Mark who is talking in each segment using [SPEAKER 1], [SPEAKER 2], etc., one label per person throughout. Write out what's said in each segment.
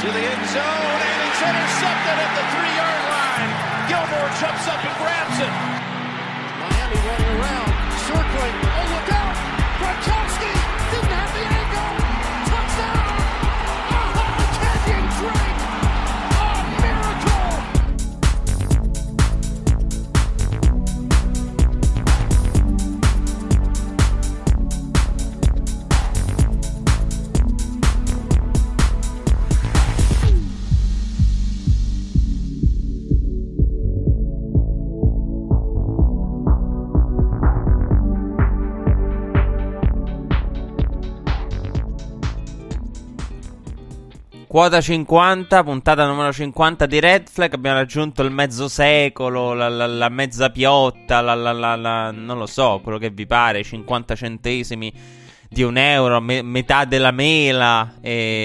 [SPEAKER 1] to the end zone, and it's intercepted at the 3-yard line. Gilmore jumps up and grabs it. Miami running around, circling. Oh, look out! Gronkowski didn't have the angle. Touchdown! Oh, Kenyon Drake! A miracle!
[SPEAKER 2] Quota 50, puntata numero 50 di Red Flag. Abbiamo raggiunto il mezzo secolo, la mezza piotta, non lo so, quello che vi pare, 50 centesimi di un euro, metà della mela.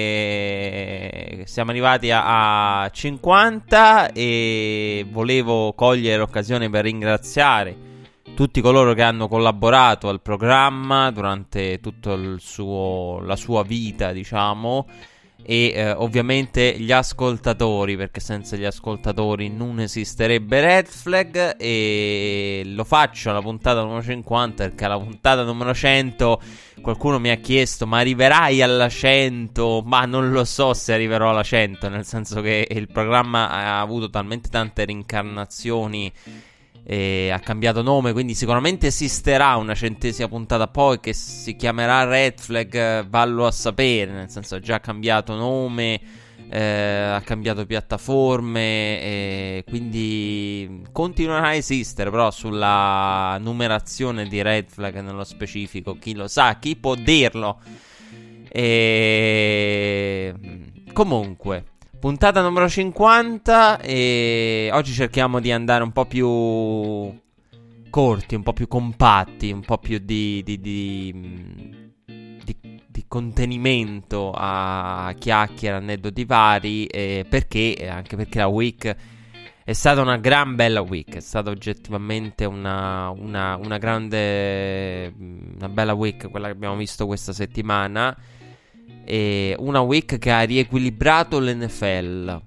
[SPEAKER 2] E siamo arrivati a 50 e volevo cogliere l'occasione per ringraziare tutti coloro che hanno collaborato al programma durante tutta la sua vita, diciamo. E ovviamente gli ascoltatori, perché senza gli ascoltatori non esisterebbe Red Flag. E lo faccio alla puntata numero 50 perché alla puntata numero 100 qualcuno mi ha chiesto: ma arriverai alla 100? Ma non lo so se arriverò alla 100, nel senso che il programma ha avuto talmente tante reincarnazioni e ha cambiato nome, quindi sicuramente esisterà una 100ª puntata poi che si chiamerà Red Flag, vallo a sapere, nel senso ha già cambiato nome, ha cambiato piattaforme, quindi continuerà a esistere, però sulla numerazione di Red Flag nello specifico chi lo sa, chi può dirlo. Comunque, puntata numero 50 e oggi cerchiamo di andare un po' più corti, un po' più compatti, un po' più di contenimento a chiacchiere, aneddoti vari, anche perché la week è stata una gran bella week, è stata oggettivamente una bella week quella che abbiamo visto questa settimana. E una week che ha riequilibrato l'NFL.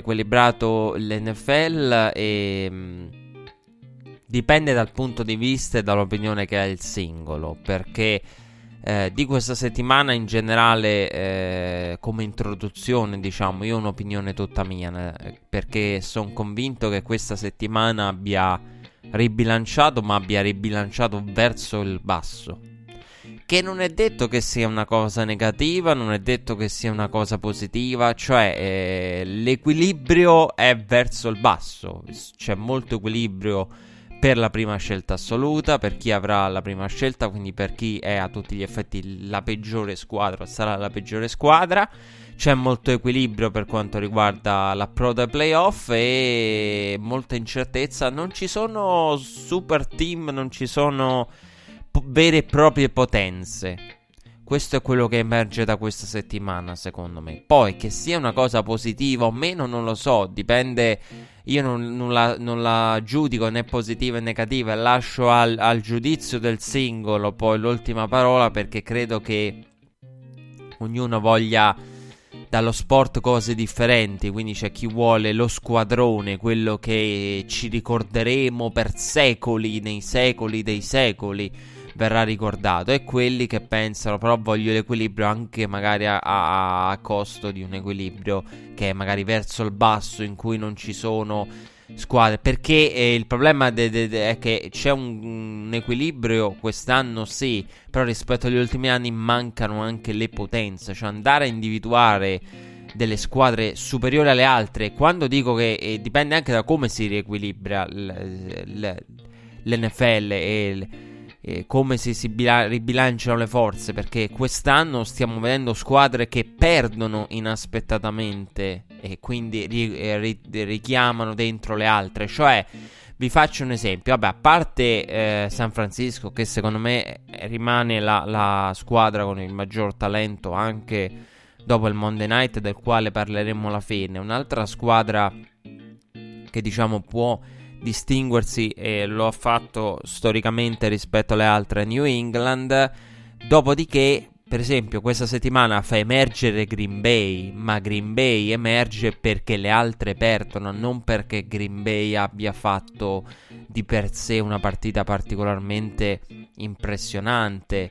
[SPEAKER 2] E dipende dal punto di vista e dall'opinione che ha il singolo, perché di questa settimana in generale, come introduzione, diciamo, io ho un'opinione tutta mia, perché sono convinto che questa settimana abbia ribilanciato, ma abbia ribilanciato verso il basso. Che non è detto che sia una cosa negativa, non è detto che sia una cosa positiva, cioè l'equilibrio è verso il basso, c'è molto equilibrio per la prima scelta assoluta, per chi avrà la prima scelta, quindi per chi è a tutti gli effetti la peggiore squadra sarà la peggiore squadra, c'è molto equilibrio per quanto riguarda l'approdo ai playoff e molta incertezza, non ci sono super team, non ci sono vere e proprie potenze. Questo è quello che emerge da questa settimana, secondo me. Poi che sia una cosa positiva o meno non lo so, dipende. Io non la giudico né positiva né negativa, lascio al giudizio del singolo poi l'ultima parola, perché credo che ognuno voglia dallo sport cose differenti, quindi c'è chi vuole lo squadrone, quello che ci ricorderemo per secoli, nei secoli dei secoli verrà ricordato, e quelli che pensano però voglio l'equilibrio anche magari a costo di un equilibrio che è magari verso il basso, in cui non ci sono squadre, perché il problema è che c'è un equilibrio quest'anno, sì, però rispetto agli ultimi anni mancano anche le potenze, cioè andare a individuare delle squadre superiori alle altre. Quando dico che dipende anche da come si riequilibra l'NFL e come si ribilanciano le forze, perché quest'anno stiamo vedendo squadre che perdono inaspettatamente e quindi richiamano dentro le altre. Cioè, vi faccio un esempio, vabbè, a parte San Francisco, che secondo me rimane la squadra con il maggior talento anche dopo il Monday Night, del quale parleremo alla fine. Un'altra squadra che diciamo può distinguersi, e lo ha fatto storicamente rispetto alle altre, New England. Dopodiché per esempio questa settimana fa emergere Green Bay, ma Green Bay emerge perché le altre perdono, non perché Green Bay abbia fatto di per sé una partita particolarmente impressionante,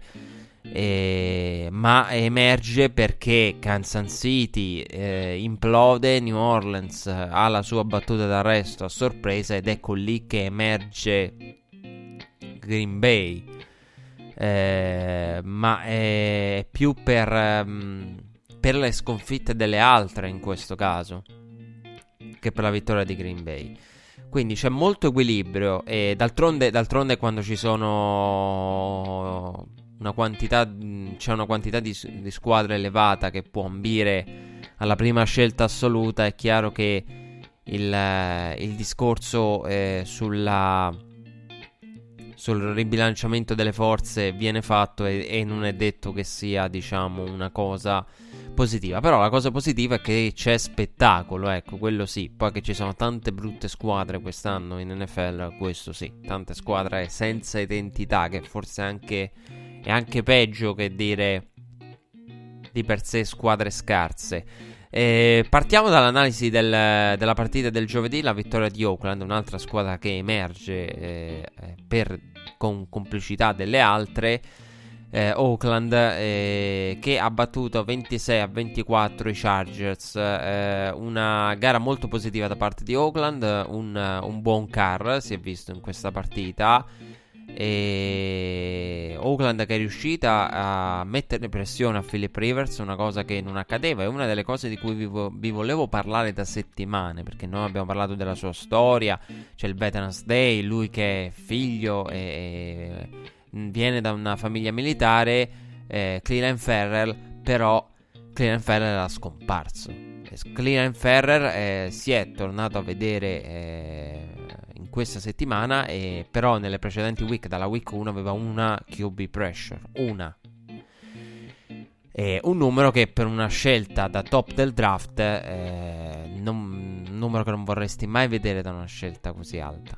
[SPEAKER 2] ma emerge perché Kansas City implode, New Orleans ha la sua battuta d'arresto a sorpresa, ed ecco lì che emerge Green Bay. Ma è più per le sconfitte delle altre in questo caso che per la vittoria di Green Bay. Quindi c'è molto equilibrio, e d'altronde quando ci sono c'è una quantità di squadre elevata che può ambire alla prima scelta assoluta, è chiaro che il discorso sul ribilanciamento delle forze viene fatto, e non è detto che sia, diciamo, una cosa positiva. Però la cosa positiva è che c'è spettacolo, ecco, quello sì. Poi che ci sono tante brutte squadre quest'anno in NFL, questo sì, tante squadre senza identità, che forse è anche peggio che dire di per sé squadre scarse. Partiamo dall'analisi della partita del giovedì, la vittoria di Oakland, un'altra squadra che emerge con complicità delle altre. Oakland che ha battuto 26-24 i Chargers, una gara molto positiva da parte di Oakland, un buon Carr si è visto in questa partita, e Oakland che è riuscita a mettere pressione a Philip Rivers, una cosa che non accadeva. È una delle cose di cui vi volevo parlare da settimane, perché noi abbiamo parlato della sua storia. C'è il Veterans Day, lui che è figlio e viene da una famiglia militare, Clelin Ferrell, però Clelin Ferrell era scomparso. Clelin Ferrell si è tornato a vedere in questa settimana, però nelle precedenti week, dalla week 1 aveva una QB pressure, un numero che per una scelta da top del draft un numero che non vorresti mai vedere da una scelta così alta.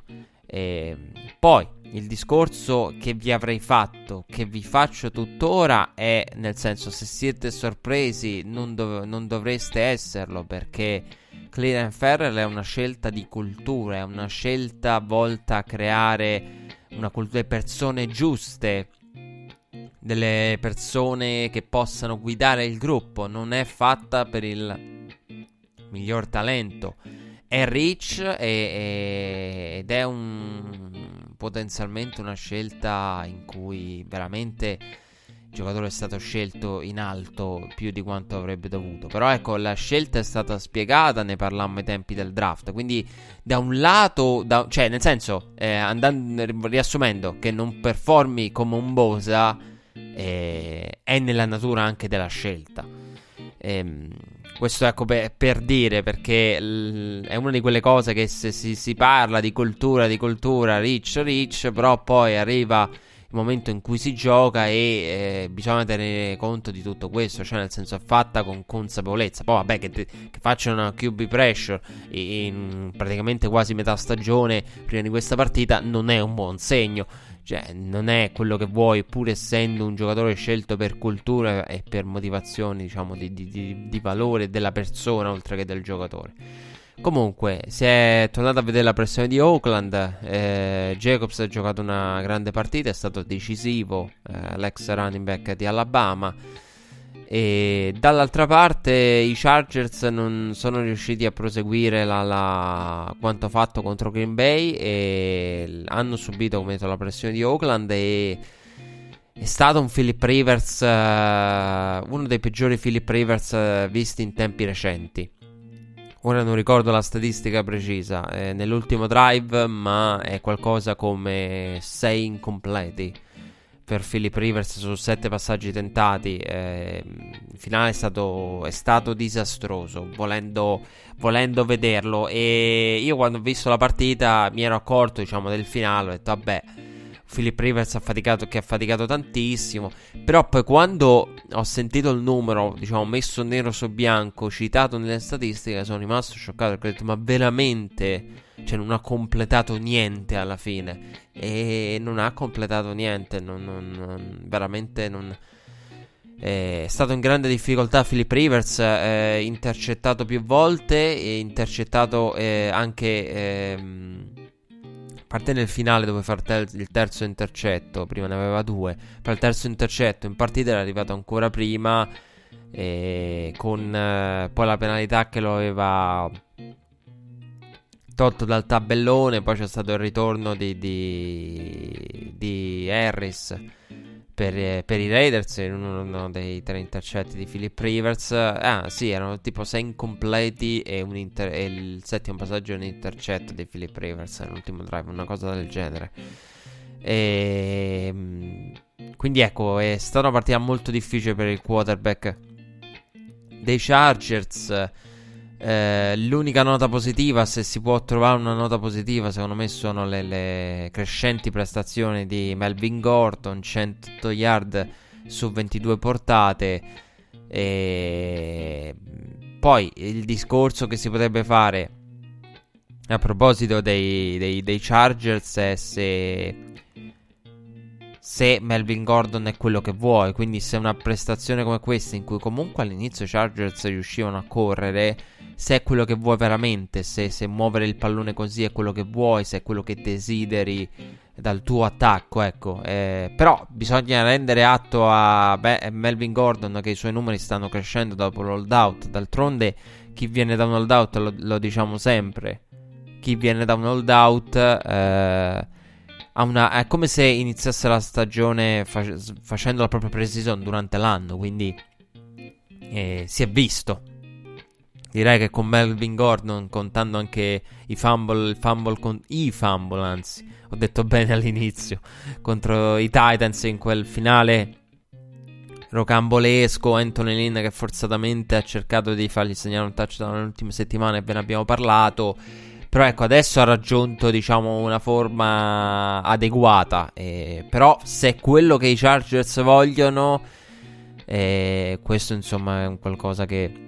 [SPEAKER 2] Poi il discorso che vi avrei fatto, che vi faccio tuttora, è, nel senso, se siete sorpresi non dovreste esserlo, perché Clelin Ferrell è una scelta di cultura, è una scelta volta a creare una cultura, delle persone giuste, delle persone che possano guidare il gruppo. Non è fatta per il miglior talento. È rich ed è potenzialmente una scelta in cui veramente il giocatore è stato scelto in alto più di quanto avrebbe dovuto. Però ecco, la scelta è stata spiegata, ne parlammo ai tempi del draft. Quindi da un lato, cioè nel senso, riassumendo, che non performi come un Bosa è nella natura anche della scelta. Questo ecco per dire, perché è una di quelle cose che se si parla di cultura, rich, però poi arriva il momento in cui si gioca e bisogna tenere conto di tutto questo, cioè nel senso è fatta con consapevolezza. Poi vabbè che facciano una QB pressure in praticamente quasi metà stagione prima di questa partita non è un buon segno. Cioè, non è quello che vuoi, pur essendo un giocatore scelto per cultura e per motivazioni, diciamo, di valore della persona, oltre che del giocatore. Comunque, si è tornato a vedere la pressione di Oakland. Jacobs ha giocato una grande partita, è stato decisivo, l'ex running back di Alabama. E dall'altra parte i Chargers non sono riusciti a proseguire quanto fatto contro Green Bay e hanno subito, come detto, la pressione di Oakland, e è stato un Philip Rivers, uno dei peggiori Philip Rivers visti in tempi recenti. Ora non ricordo la statistica precisa nell'ultimo drive, ma è qualcosa come 6 incompleti per Philip Rivers su 7 passaggi tentati. Il finale è stato disastroso, volendo vederlo. E io quando ho visto la partita mi ero accorto, diciamo, del finale. Ho detto vabbè, Philip Rivers ha faticato tantissimo. Però poi quando ho sentito il numero, diciamo, messo nero su bianco, citato nelle statistiche, sono rimasto scioccato, perché ho detto ma veramente, cioè non ha completato niente alla fine. E non ha completato niente, veramente non. È stato in grande difficoltà Philip Rivers, intercettato più volte e intercettato anche a parte nel finale dove far il terzo intercetto. Prima ne aveva 2, però il terzo intercetto in partita era arrivato ancora prima, con poi la penalità che lo aveva tolto dal tabellone. Poi c'è stato il ritorno di Harris per i Raiders in uno dei 3 intercetti di Philip Rivers. Sì, erano tipo 6 incompleti e il settimo passaggio è un intercetto di Philip Rivers nell'ultimo drive, una cosa del genere. Quindi ecco, è stata una partita molto difficile per il quarterback dei Chargers. L'unica nota positiva, se si può trovare una nota positiva, secondo me sono le crescenti prestazioni di Melvin Gordon, 100 yard su 22 portate. E poi il discorso che si potrebbe fare a proposito dei Chargers è se Melvin Gordon è quello che vuoi. Quindi se una prestazione come questa, in cui comunque all'inizio i Chargers riuscivano a correre, se è quello che vuoi veramente, se muovere il pallone così è quello che vuoi, se è quello che desideri dal tuo attacco, ecco. Però bisogna rendere atto a Melvin Gordon che i suoi numeri stanno crescendo dopo l'holdout. D'altronde chi viene da un holdout, lo diciamo sempre, chi viene da un holdout è come se iniziasse la stagione facendo la propria pre-season durante l'anno. Quindi si è visto. Direi che con Melvin Gordon, contando anche i fumble, anzi, ho detto bene all'inizio, contro i Titans in quel finale rocambolesco, Anthony Lynn che forzatamente ha cercato di fargli segnare un touchdown nelle ultime settimane, e ve ne abbiamo parlato. Però ecco, adesso ha raggiunto, diciamo, una forma adeguata. Però se è quello che i Chargers vogliono, questo insomma è un qualcosa che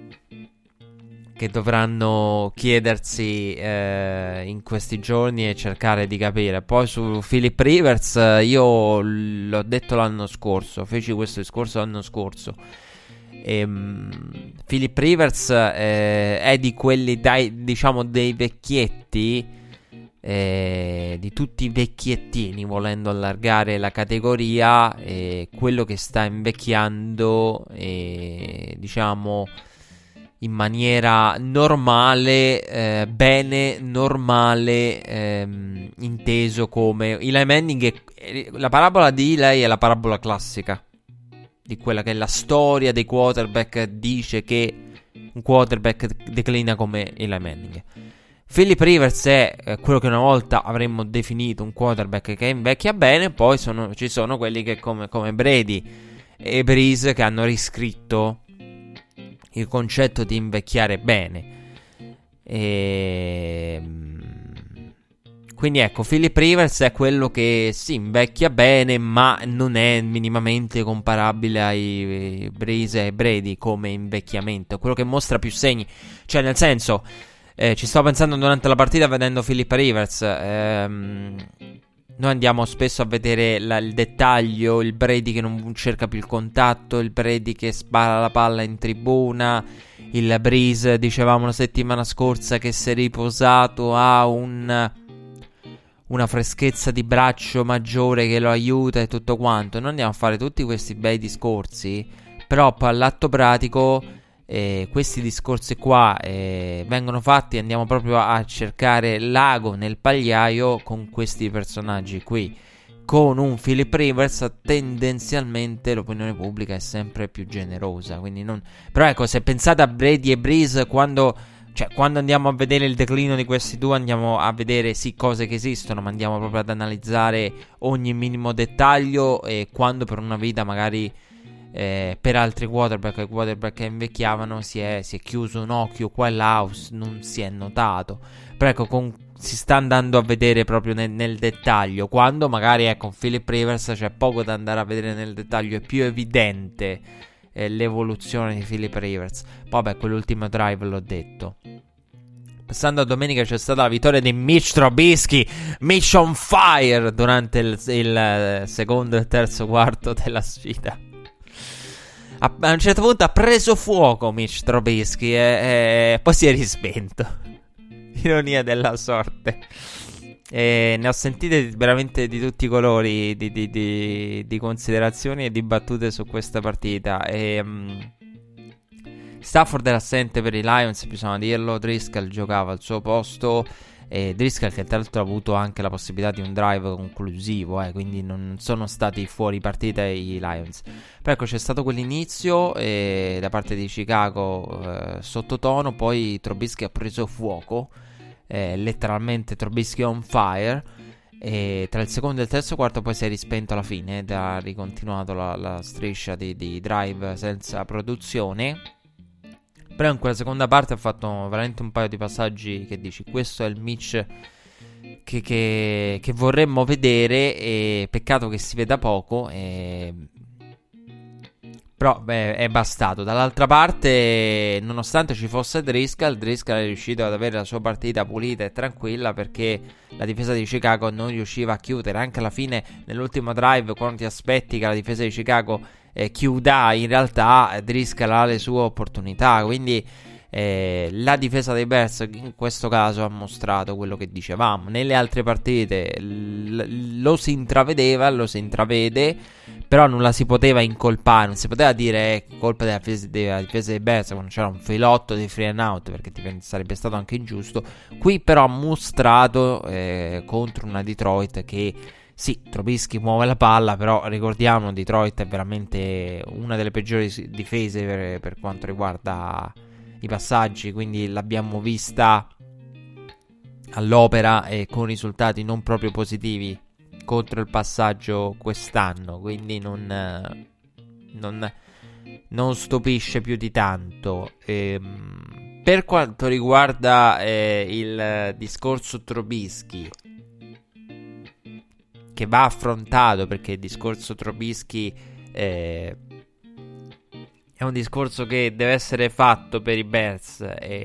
[SPEAKER 2] dovranno chiedersi in questi giorni e cercare di capire. Poi su Philip Rivers, io l'ho detto l'anno scorso, feci questo discorso l'anno scorso. Philip Rivers è di quelli, diciamo, dei vecchietti, di tutti i vecchiettini, volendo allargare la categoria, quello che sta invecchiando, diciamo, in maniera normale, bene, normale, inteso come Eli Manning. La parabola di Eli è la parabola classica di quella che è la storia dei quarterback. Dice che un quarterback declina come Eli Manning. Philip Rivers è quello che una volta avremmo definito un quarterback che invecchia bene. Poi ci sono quelli che come Brady e Breeze, che hanno riscritto il concetto di invecchiare bene. Quindi ecco, Philip Rivers è quello che si invecchia bene, ma non è minimamente comparabile ai Breeze e Brady come invecchiamento. Quello che mostra più segni, cioè nel senso, ci stavo pensando durante la partita vedendo Philip Rivers. Noi andiamo spesso a vedere il dettaglio, il Brady che non cerca più il contatto, il Brady che spara la palla in tribuna, il Breeze, dicevamo la settimana scorsa, che si è riposato, ha una freschezza di braccio maggiore che lo aiuta e tutto quanto. Noi andiamo a fare tutti questi bei discorsi, però poi all'atto pratico questi discorsi qua vengono fatti, andiamo proprio a cercare l'ago nel pagliaio con questi personaggi qui. Con un Philip Rivers tendenzialmente l'opinione pubblica è sempre più generosa, quindi non... Però ecco, se pensate a Brady e Breeze, quando andiamo a vedere il declino di questi due, andiamo a vedere sì cose che esistono, ma andiamo proprio ad analizzare ogni minimo dettaglio. E quando per una vita magari per altri quarterback che invecchiavano si è chiuso un occhio qua e là, non si è notato. Però ecco, si sta andando a vedere proprio nel dettaglio, quando magari con Philip Rivers c'è poco da andare a vedere nel dettaglio, è più evidente l'evoluzione di Philip Rivers. Poi vabbè, quell'ultimo drive l'ho detto. Passando a domenica, c'è stata la vittoria di Mitch Trubisky, Mitch on fire, durante il secondo e terzo quarto della sfida. A un certo punto ha preso fuoco Mitch Trubisky e poi si è rispento. Ironia della sorte. Ne ho sentite veramente di tutti i colori di considerazioni e di battute su questa partita. Stafford era assente per i Lions, bisogna dirlo. Driscoll giocava al suo posto. Driscoll, che tra l'altro ha avuto anche la possibilità di un drive conclusivo, quindi non sono stati fuori partita i Lions. Però ecco, c'è stato quell'inizio da parte di Chicago sottotono, poi Trubisky ha preso fuoco, letteralmente Trubisky on fire, e tra il secondo e il terzo quarto poi si è rispento alla fine ed ha ricontinuato la striscia di drive senza produzione. Però in quella seconda parte ha fatto veramente un paio di passaggi che dici: questo è il Mitch che vorremmo vedere, e peccato che si veda poco, però è bastato. Dall'altra parte, nonostante ci fosse Driscoll è riuscito ad avere la sua partita pulita e tranquilla, perché la difesa di Chicago non riusciva a chiudere. Anche alla fine, nell'ultimo drive, quando ti aspetti che la difesa di Chicago chiuda, in realtà Driscoll ha le sue opportunità. Quindi la difesa dei Bears in questo caso ha mostrato quello che dicevamo. Nelle altre partite lo si intravedeva, lo si intravede, però non la si poteva incolpare, non si poteva dire colpa della difesa dei Bears quando c'era un filotto di free and out, perché sarebbe stato anche ingiusto. Qui però ha mostrato contro una Detroit che sì, Trubisky muove la palla, però ricordiamo, Detroit è veramente una delle peggiori difese per quanto riguarda i passaggi, quindi l'abbiamo vista all'opera e con risultati non proprio positivi contro il passaggio quest'anno, quindi non stupisce più di tanto. Per quanto riguarda il discorso Trubisky, che va affrontato, perché il discorso Trubisky è un discorso che deve essere fatto per i Bears.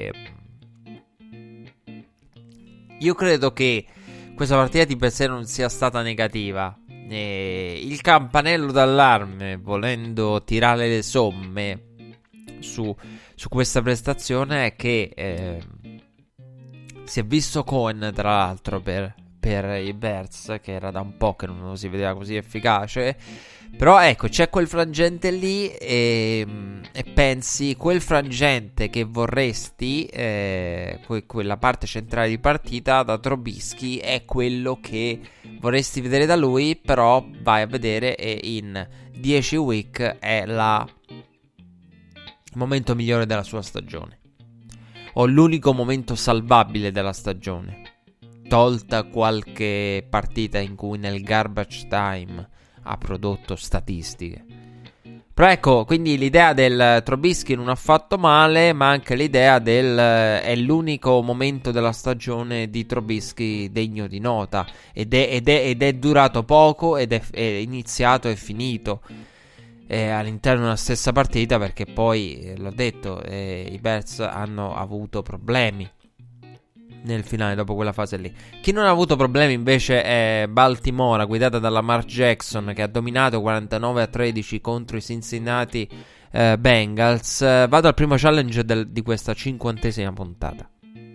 [SPEAKER 2] Io credo che questa partita di per sé non sia stata negativa. Il campanello d'allarme, volendo tirare le somme su questa prestazione, è che si è visto Cohen, tra l'altro, per i Bears, che era da un po' che non lo si vedeva così efficace. Però ecco, c'è quel frangente lì e pensi, quel frangente che vorresti, quella parte centrale di partita da Trubisky, è quello che vorresti vedere da lui. Però vai a vedere e in 10 week è il momento migliore della sua stagione, o l'unico momento salvabile della stagione, tolta qualche partita in cui nel garbage time ha prodotto statistiche. Però ecco, quindi l'idea del Trubisky non ha fatto male, ma anche l'idea è l'unico momento della stagione di Trubisky degno di nota, ed è durato poco, ed è iniziato e finito all'interno della stessa partita, perché poi, l'ho detto, i Bears hanno avuto problemi nel finale dopo quella fase lì. Chi non ha avuto problemi invece è Baltimora, guidata da Lamar Jackson, che ha dominato 49-13 contro i Cincinnati Bengals. Vado al primo challenge di questa 50ª puntata.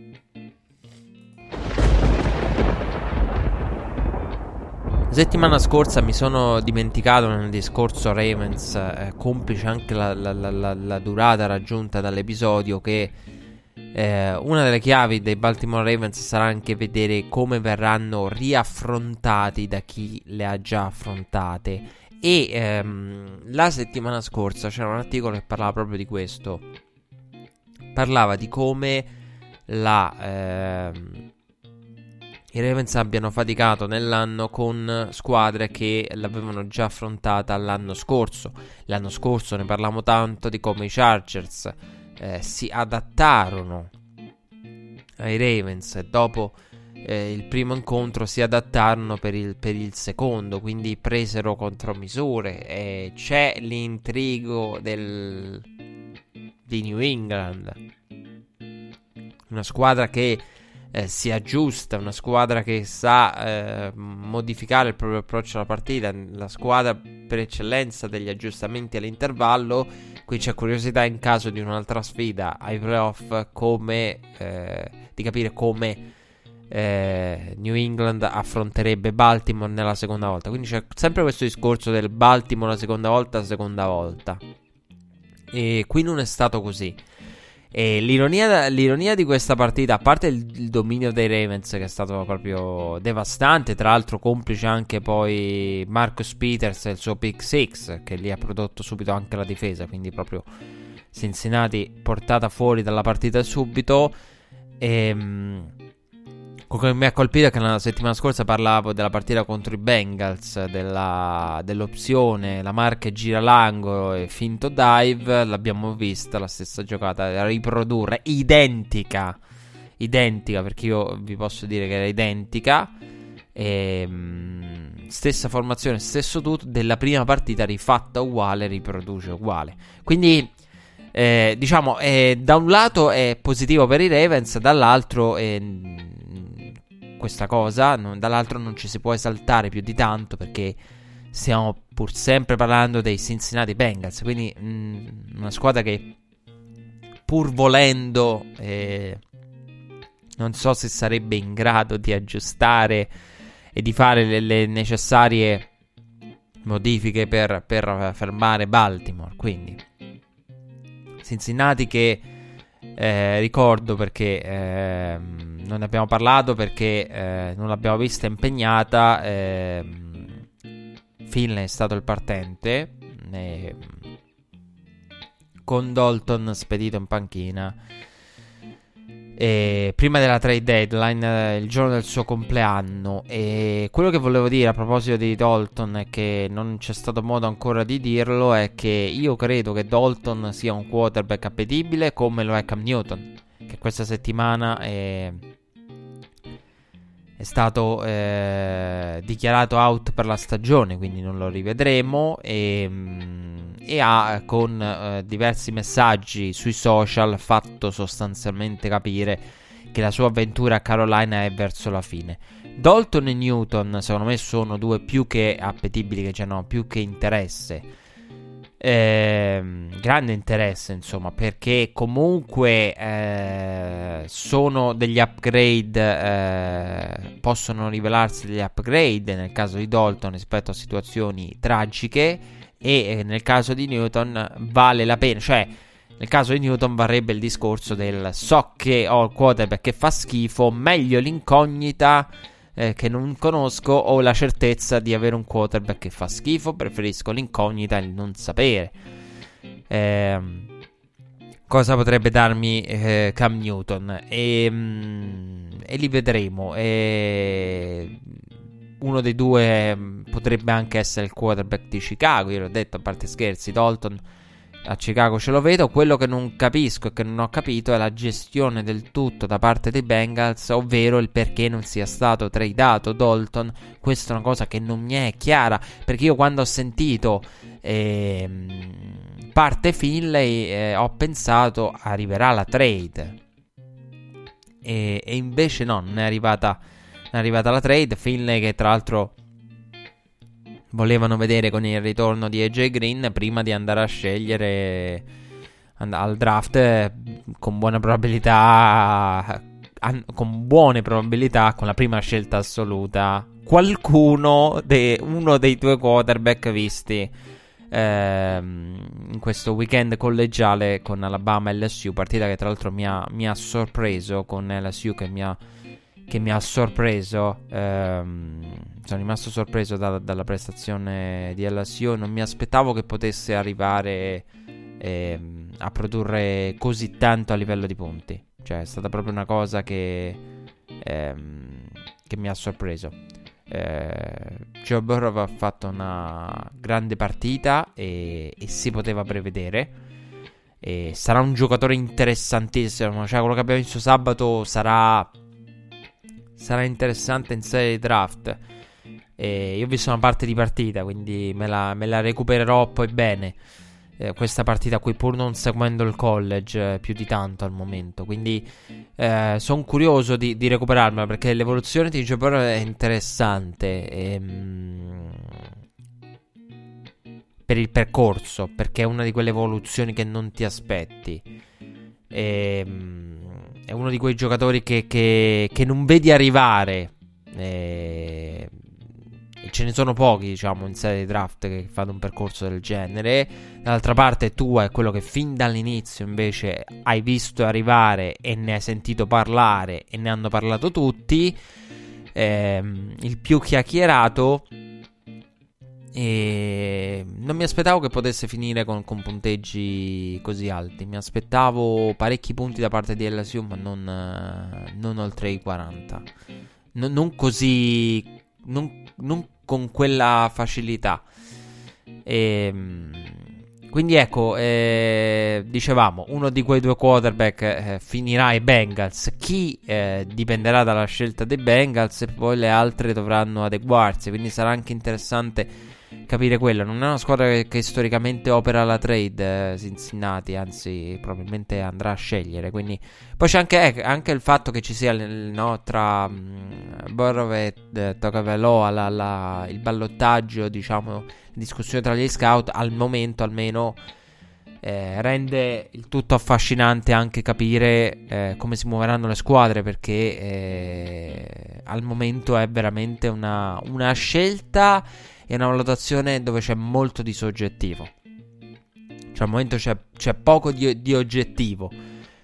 [SPEAKER 2] La settimana scorsa mi sono dimenticato nel discorso Ravens, complice anche la durata raggiunta dall'episodio, che una delle chiavi dei Baltimore Ravens sarà anche vedere come verranno riaffrontati da chi le ha già affrontate. E la settimana scorsa c'era un articolo che parlava proprio di questo. Parlava di come i Ravens abbiano faticato nell'anno con squadre che l'avevano già affrontata l'anno scorso. L'anno scorso ne parlavamo tanto di come i Chargers si adattarono ai Ravens e dopo il primo incontro si adattarono per il secondo, quindi presero contromisure. C'è l'intrigo di New England, una squadra che si aggiusta, una squadra che sa modificare il proprio approccio alla partita, la squadra per eccellenza degli aggiustamenti all'intervallo, qui c'è curiosità in caso di un'altra sfida ai playoff di capire come New England affronterebbe Baltimore nella seconda volta. Quindi c'è sempre questo discorso del Baltimore la seconda volta. E qui non è stato così. E l'ironia di questa partita, a parte il dominio dei Ravens, che è stato proprio devastante, tra l'altro complice anche poi Marcus Peters e il suo pick six, che lì ha prodotto subito anche la difesa, quindi proprio Cincinnati portata fuori dalla partita subito. Quello che mi ha colpito è che la settimana scorsa parlavo della partita contro i Bengals, dell'opzione, la marca gira l'angolo e finto dive. L'abbiamo vista, la stessa giocata da riprodurre, identica, perché io vi posso dire che era identica. Stessa formazione, stesso tutto, della prima partita rifatta uguale, riproduce uguale. Quindi diciamo, da un lato è positivo per i Ravens, dall'altro questa cosa, dall'altro non ci si può esaltare più di tanto, perché stiamo pur sempre parlando dei Cincinnati Bengals, quindi una squadra che pur volendo non so se sarebbe in grado di aggiustare e di fare le necessarie modifiche per fermare Baltimore. Quindi Cincinnati che ricordo, perché non ne abbiamo parlato, perché non l'abbiamo vista impegnata. Finley è stato il partente, con Dalton spedito in panchina, prima della trade deadline, il giorno del suo compleanno. E quello che volevo dire a proposito di Dalton, è che non c'è stato modo ancora di dirlo, è che io credo che Dalton sia un quarterback appetibile come lo è Cam Newton, che questa settimana è stato dichiarato out per la stagione, quindi non lo rivedremo, e ha con diversi messaggi sui social fatto sostanzialmente capire che la sua avventura a Carolina è verso la fine. Dalton e Newton secondo me sono due più che appetibili, che hanno più che interesse, grande interesse insomma, perché comunque sono degli upgrade, possono rivelarsi degli upgrade nel caso di Dalton rispetto a situazioni tragiche, e nel caso di Newton vale la pena, cioè nel caso di Newton varrebbe il discorso del so che ho il quarterback che fa schifo, meglio l'incognita che non conosco o la certezza di avere un quarterback che fa schifo, preferisco l'incognita e il non sapere. Cosa potrebbe darmi Cam Newton, e li vedremo. Uno dei due potrebbe anche essere il quarterback di Chicago. Io l'ho detto, a parte scherzi, Dalton a Chicago ce lo vedo. Quello che non capisco e che non ho capito è la gestione del tutto da parte dei Bengals, ovvero il perché non sia stato tradato Dalton. Questa è una cosa che non mi è chiara, perché io quando ho sentito parte Finley ho pensato arriverà la trade, e invece no, non è arrivata la trade. Finley, che tra l'altro volevano vedere con il ritorno di AJ Green prima di andare a scegliere al draft, con buone probabilità, con la prima scelta assoluta, uno dei due quarterback visti in questo weekend collegiale con Alabama e LSU, partita che tra l'altro mi ha sorpreso, con LSU che mi ha sorpreso. Sono rimasto sorpreso dalla prestazione di LSU. Non mi aspettavo che potesse arrivare a produrre così tanto a livello di punti. Cioè è stata proprio una cosa che mi ha sorpreso. Joe Burrow ha fatto una grande partita e si poteva prevedere. Sarà un giocatore interessantissimo. Cioè quello che abbiamo visto sabato sarà interessante in serie di draft. Io ho visto una parte di partita, quindi me la recupererò poi bene, questa partita qui, pur non seguendo il college più di tanto al momento. Quindi sono curioso di recuperarmela, perché l'evoluzione di Joe Burrow è interessante, per il percorso, perché è una di quelle evoluzioni che non ti aspetti. È uno di quei giocatori che non vedi arrivare. E ce ne sono pochi, diciamo, in serie di draft che fanno un percorso del genere. Dall'altra parte Tua è quello che fin dall'inizio invece hai visto arrivare e ne hai sentito parlare e ne hanno parlato tutti. Il più chiacchierato, e non mi aspettavo che potesse finire con punteggi così alti. Mi aspettavo parecchi punti da parte di LSU, ma non oltre i 40. Non così, non con quella facilità. Quindi ecco, dicevamo, uno di quei due quarterback finirà ai Bengals. Chi dipenderà dalla scelta dei Bengals, e poi le altre dovranno adeguarsi. Quindi sarà anche interessante capire quello. Non è una squadra che storicamente opera la trade, Cincinnati, anzi probabilmente andrà a scegliere. Quindi poi c'è anche il fatto che ci sia tra Burrow e Tagovailoa il ballottaggio, diciamo, discussione tra gli scout. Al momento almeno rende il tutto affascinante anche capire come si muoveranno le squadre, perché al momento è veramente una scelta e una valutazione dove c'è molto di soggettivo. Cioè al momento c'è poco di oggettivo,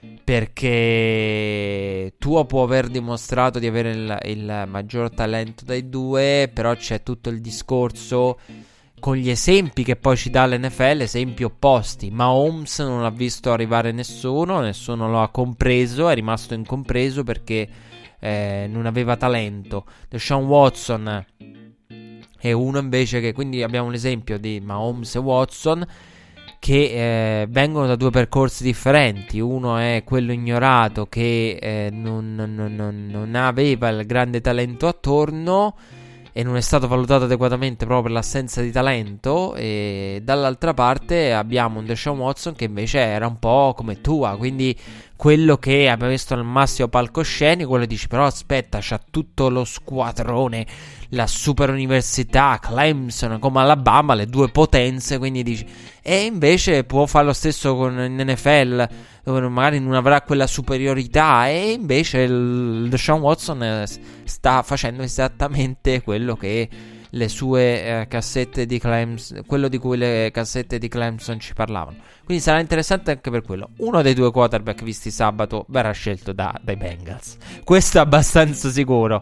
[SPEAKER 2] perché Tua può aver dimostrato di avere il maggior talento dai due, però c'è tutto il discorso con gli esempi che poi ci dà l'NFL, esempi opposti. Mahomes non l'ha visto arrivare nessuno lo ha compreso, è rimasto incompreso perché non aveva talento. Deshaun Watson è uno invece che, quindi abbiamo un esempio di Mahomes e Watson che vengono da due percorsi differenti. Uno è quello ignorato che non aveva il grande talento attorno e non è stato valutato adeguatamente proprio per l'assenza di talento, e dall'altra parte abbiamo un Deshaun Watson che invece era un po' come Tua, quindi quello che abbiamo visto al massimo palcoscenico, quello dici però aspetta, c'ha tutto lo squadrone, la super università, Clemson come Alabama, le due potenze, quindi dici, e invece può fare lo stesso con NFL, dove magari non avrà quella superiorità, e invece il Deshaun Watson sta facendo esattamente quello che le sue cassette di Clemson, quello di cui le cassette di Clemson ci parlavano. Quindi sarà interessante anche per quello. Uno dei due quarterback visti sabato verrà scelto dai Bengals, questo è abbastanza sicuro.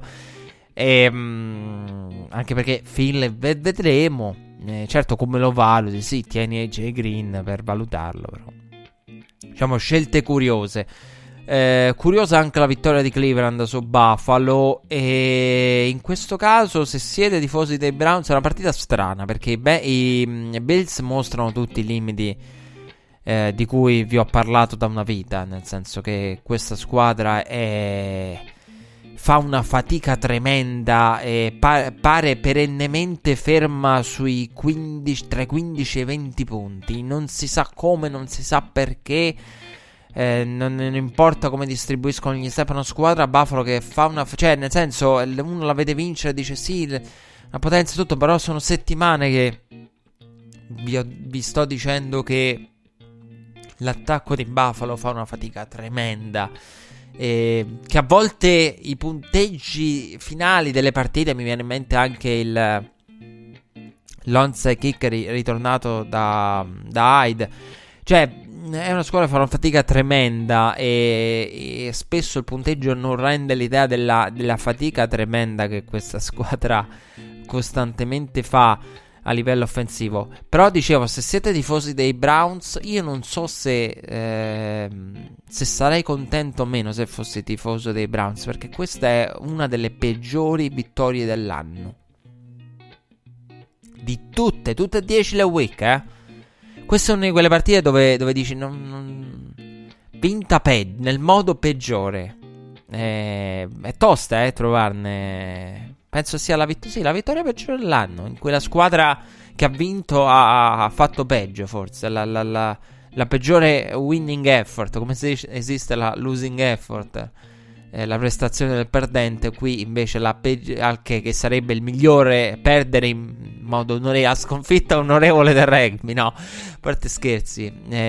[SPEAKER 2] Anche perché Phil vedremo, certo come lo valuti, sì, tieni AJ Green per valutarlo, però diciamo scelte curiose. Curiosa anche la vittoria di Cleveland su Buffalo, e in questo caso, se siete tifosi dei Browns, è una partita strana perché i Bills mostrano tutti i limiti di cui vi ho parlato da una vita, nel senso che questa squadra fa una fatica tremenda e pare perennemente ferma sui 15, tra i 15 e i 20 punti. Non si sa come, non si sa perché, non importa come distribuiscono gli step. Una squadra Buffalo che fa cioè nel senso, uno la vede vincere e dice sì, la potenza e tutto, però sono settimane che vi sto dicendo che l'attacco di Buffalo fa una fatica tremenda, che a volte i punteggi finali delle partite, mi viene in mente anche il l'onside kick ritornato da Hyde, cioè è una squadra che fa una fatica tremenda, e spesso il punteggio non rende l'idea della fatica tremenda che questa squadra costantemente fa a livello offensivo. Però dicevo, se siete tifosi dei Browns, io non so se sarei contento o meno se fossi tifoso dei Browns, perché questa è una delle peggiori vittorie dell'anno, di tutte e 10 le week, Questa è una di quelle partite dove dici vinta nel modo peggiore. È tosta trovarne. Penso sia la vittoria peggiore dell'anno, in cui la squadra che ha vinto ha fatto peggio, forse la peggiore winning effort, come se esiste la losing effort. la prestazione del perdente. Qui invece che sarebbe il migliore perdere in modo onorevole, la sconfitta onorevole del rugby, no, a parte scherzi.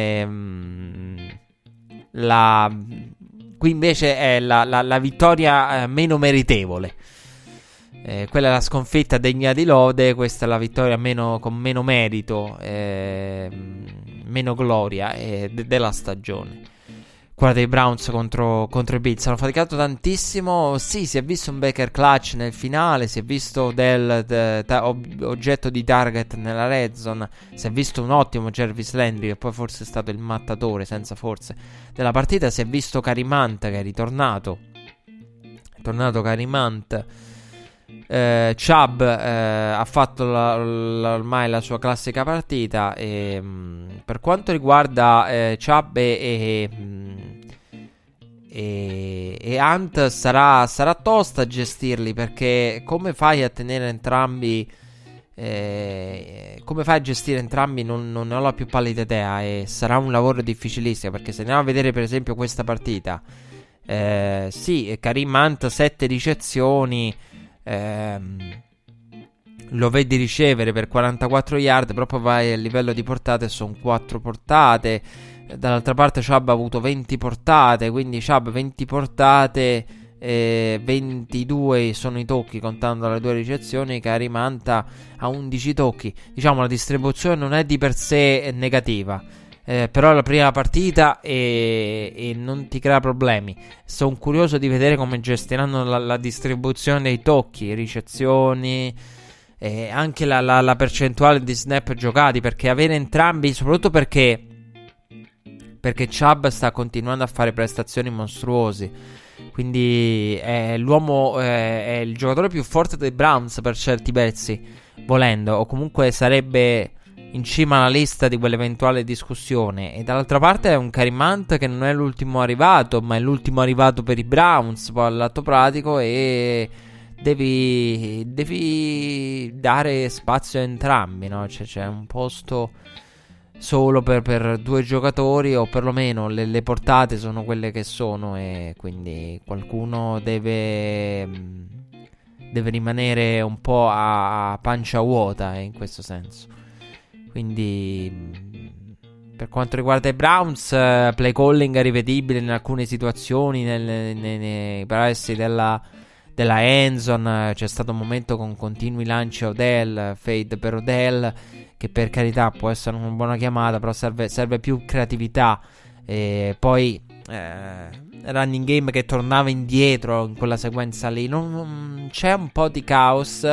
[SPEAKER 2] Qui invece è la vittoria meno meritevole. Quella è la sconfitta degna di lode, questa è la vittoria con meno merito, meno gloria della stagione. Quella dei Browns contro i Bills. Hanno faticato tantissimo. Sì, si è visto un Baker clutch nel finale, si è visto oggetto di target nella red zone, si è visto un ottimo Jarvis Landry, che poi forse è stato il mattatore, senza forse, della partita. Si è visto Kareem Hunt che è ritornato. È tornato Kareem Hunt. Chubb ha fatto ormai la sua classica partita. Per quanto riguarda Chubb e Hunt, sarà tosta a gestirli, perché come fai a tenere entrambi? Come fai a gestire entrambi? Non ne ho la più pallida idea, e sarà un lavoro difficilissimo, perché se andiamo a vedere per esempio questa partita, sì, Kareem Hunt 7 ricezioni, lo vedi ricevere per 44 yard, però poi vai a livello di portate, sono 4 portate. Dall'altra parte Chubb ha avuto 20 portate, quindi Chubb 20 portate, 22 sono i tocchi contando le 2 ricezioni. Kareem Hunt ha 11 tocchi. Diciamo, la distribuzione non è di per sé negativa, però è la prima partita e non ti crea problemi. Sono curioso di vedere come gestiranno la distribuzione dei tocchi, ricezioni, anche la percentuale di snap giocati, perché avere entrambi, soprattutto perché Chubb sta continuando a fare prestazioni mostruose, quindi è il giocatore più forte dei Browns per certi pezzi, volendo, o comunque sarebbe in cima alla lista di quell'eventuale discussione. E dall'altra parte è un Kareem Hunt che non è l'ultimo arrivato, ma è l'ultimo arrivato per i Browns poi al lato pratico, e devi dare spazio a entrambi, no? C'è un posto solo per 2 giocatori, o perlomeno le portate sono quelle che sono, e quindi qualcuno deve rimanere un po' a pancia vuota, in questo senso. Quindi per quanto riguarda i Browns, play calling è rivedibile in alcune situazioni, nei pressi della endzone. C'è stato un momento con continui lanci a Odell, fade per Odell, che per carità può essere una buona chiamata, però serve più creatività. E poi running game che tornava indietro in quella sequenza lì. Non c'è un po' di caos,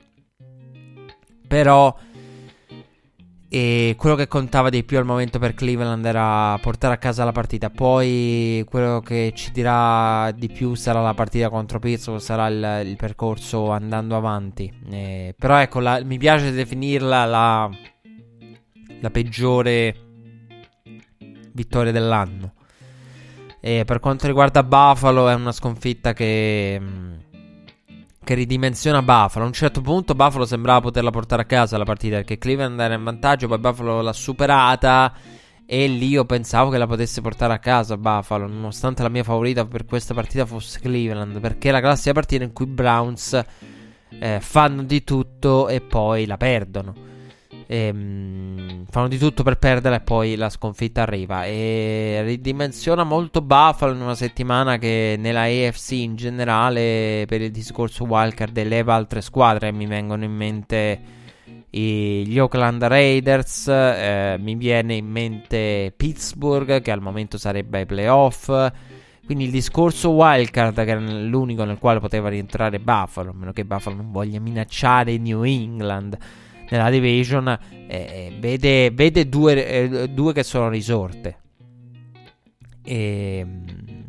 [SPEAKER 2] però quello che contava di più al momento per Cleveland era portare a casa la partita. Poi quello che ci dirà di più sarà la partita contro Pittsburgh, sarà il percorso andando avanti. Però ecco, mi piace definirla la peggiore vittoria dell'anno. Per quanto riguarda Buffalo, è una sconfitta che ridimensiona Buffalo. A un certo punto Buffalo sembrava poterla portare a casa la partita, perché Cleveland era in vantaggio, poi Buffalo l'ha superata, e lì io pensavo che la potesse portare a casa Buffalo, nonostante la mia favorita per questa partita fosse Cleveland, perché è la classica partita in cui i Browns fanno di tutto e poi la perdono. Fanno di tutto per perderla e poi la sconfitta arriva, e ridimensiona molto Buffalo in una settimana che nella AFC in generale, per il discorso wildcard, eleva altre squadre. Mi vengono in mente gli Oakland Raiders, mi viene in mente Pittsburgh, che al momento sarebbe ai playoff. Quindi il discorso wildcard, che era l'unico nel quale poteva rientrare Buffalo, a meno che Buffalo non voglia minacciare New England nella division, vede due che sono risorte, e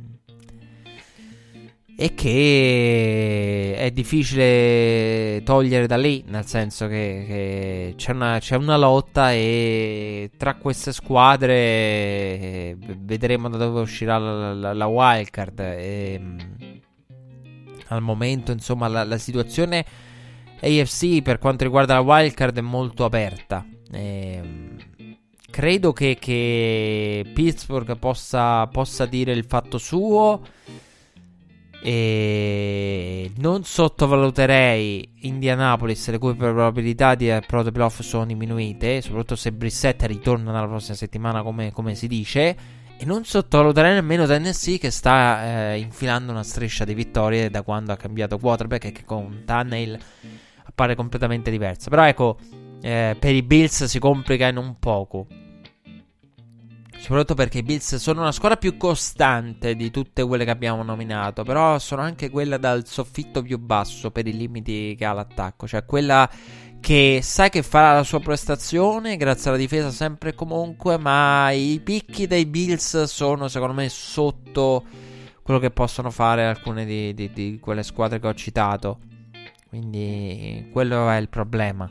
[SPEAKER 2] che è difficile togliere da lì, nel senso che c'è una lotta, e tra queste squadre vedremo da dove uscirà la wildcard. Al momento, insomma, la situazione AFC per quanto riguarda la wildcard è molto aperta. Credo che Pittsburgh possa dire il fatto suo, E non sottovaluterei Indianapolis, le cui probabilità di approdo ai playoff sono diminuite, soprattutto se Brissett ritorna nella prossima settimana come si dice. E non sottovaluterei nemmeno Tennessee, che sta infilando una striscia di vittorie da quando ha cambiato quarterback, e che con Tannehill appare completamente diversa. Però ecco, per i Bills si complica in un poco, soprattutto perché i Bills sono una squadra più costante di tutte quelle che abbiamo nominato, però sono anche quella dal soffitto più basso per i limiti che ha l'attacco, cioè quella che sai che farà la sua prestazione grazie alla difesa sempre e comunque, ma i picchi dei Bills sono secondo me sotto quello che possono fare alcune di quelle squadre che ho citato, quindi quello è il problema.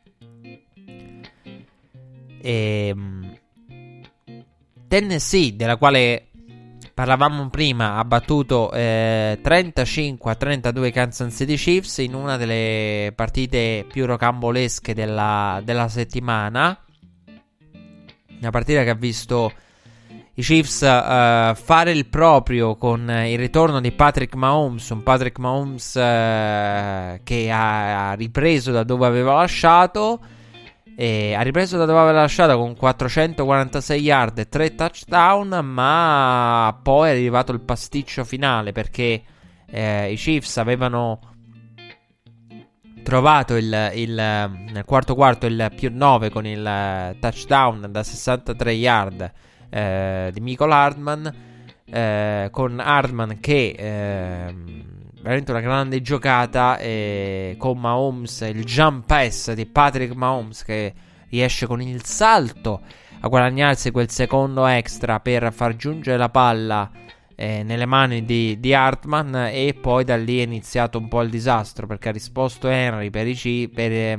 [SPEAKER 2] Tennessee, della quale parlavamo prima, ha battuto 35-32 Kansas City Chiefs in una delle partite più rocambolesche della settimana. Una partita che ha visto i Chiefs fare il proprio con il ritorno di Patrick Mahomes, un Patrick Mahomes che ha ripreso da dove aveva lasciato. Ha ripreso da dove aveva lasciato con 446 yard e 3 touchdown, ma poi è arrivato il pasticcio finale, perché i Chiefs avevano trovato nel quarto quarto il più 9 con il touchdown da 63 yard di Mecole Hardman, con Hardman che veramente una grande giocata, con Mahomes, il jump pass di Patrick Mahomes che riesce con il salto a guadagnarsi quel secondo extra per far giungere la palla nelle mani di Hardman, e poi da lì è iniziato un po' il disastro, perché ha risposto Henry per i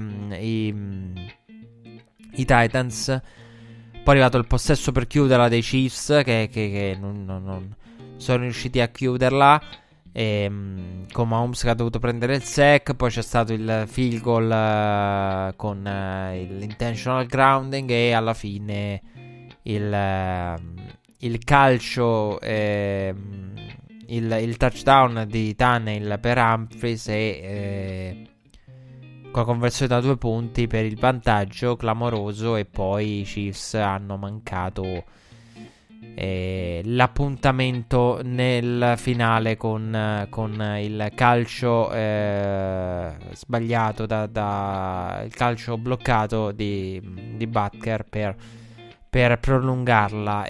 [SPEAKER 2] Titans. Poi è arrivato il possesso per chiuderla dei Chiefs che non sono riusciti a chiuderla, con Mahomes che ha dovuto prendere il sack. Poi c'è stato il field goal con l'intentional grounding, e alla fine il calcio, il touchdown di Tannehill per Humphries, e con la conversione da 2 punti per il vantaggio clamoroso. E poi i Chiefs hanno mancato l'appuntamento nel finale con il calcio sbagliato, il calcio bloccato di Butker per prolungarla.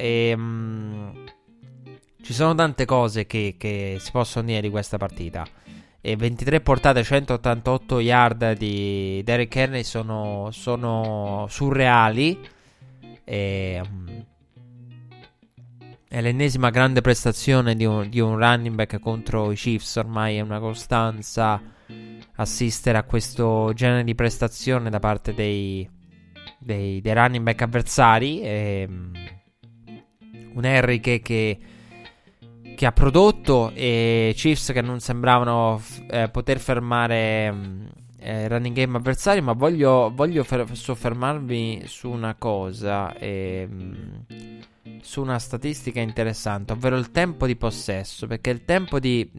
[SPEAKER 2] Ci sono tante cose che si possono dire di questa partita. 23 portate, 188 yard di Derrick Henry sono surreali. È l'ennesima grande prestazione di un running back contro i Chiefs. Ormai è una costanza assistere a questo genere di prestazione da parte dei running back avversari. Un Henry che ha prodotto, e Chiefs che non sembravano poter fermare running game avversari. Ma voglio soffermarvi su una cosa, su una statistica interessante, ovvero il tempo di possesso, perché il tempo di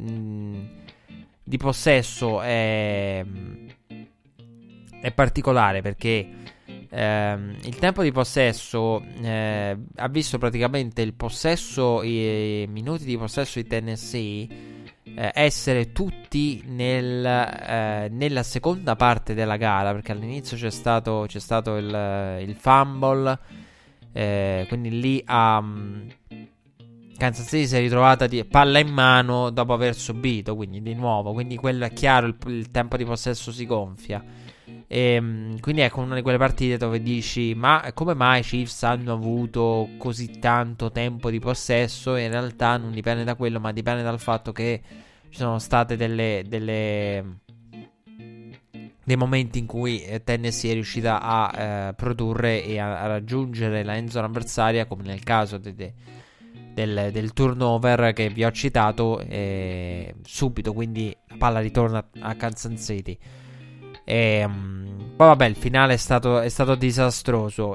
[SPEAKER 2] possesso è particolare, perché il tempo di possesso ha visto praticamente il possesso, i minuti di possesso di Tennessee essere tutti nella seconda parte della gara, perché all'inizio c'è stato il fumble, quindi lì Kansas City si è ritrovata di palla in mano dopo aver subito, quindi di nuovo, quindi quello è chiaro, il tempo di possesso si gonfia. Quindi ecco, una di quelle partite dove dici: ma come mai i Chiefs hanno avuto così tanto tempo di possesso? In realtà non dipende da quello, ma dipende dal fatto che ci sono state dei momenti in cui Tennessee è riuscita a produrre e a raggiungere la end zone avversaria, come nel caso del turnover che vi ho citato subito, quindi la palla ritorna a Kansas City. Poi vabbè, il finale è stato disastroso.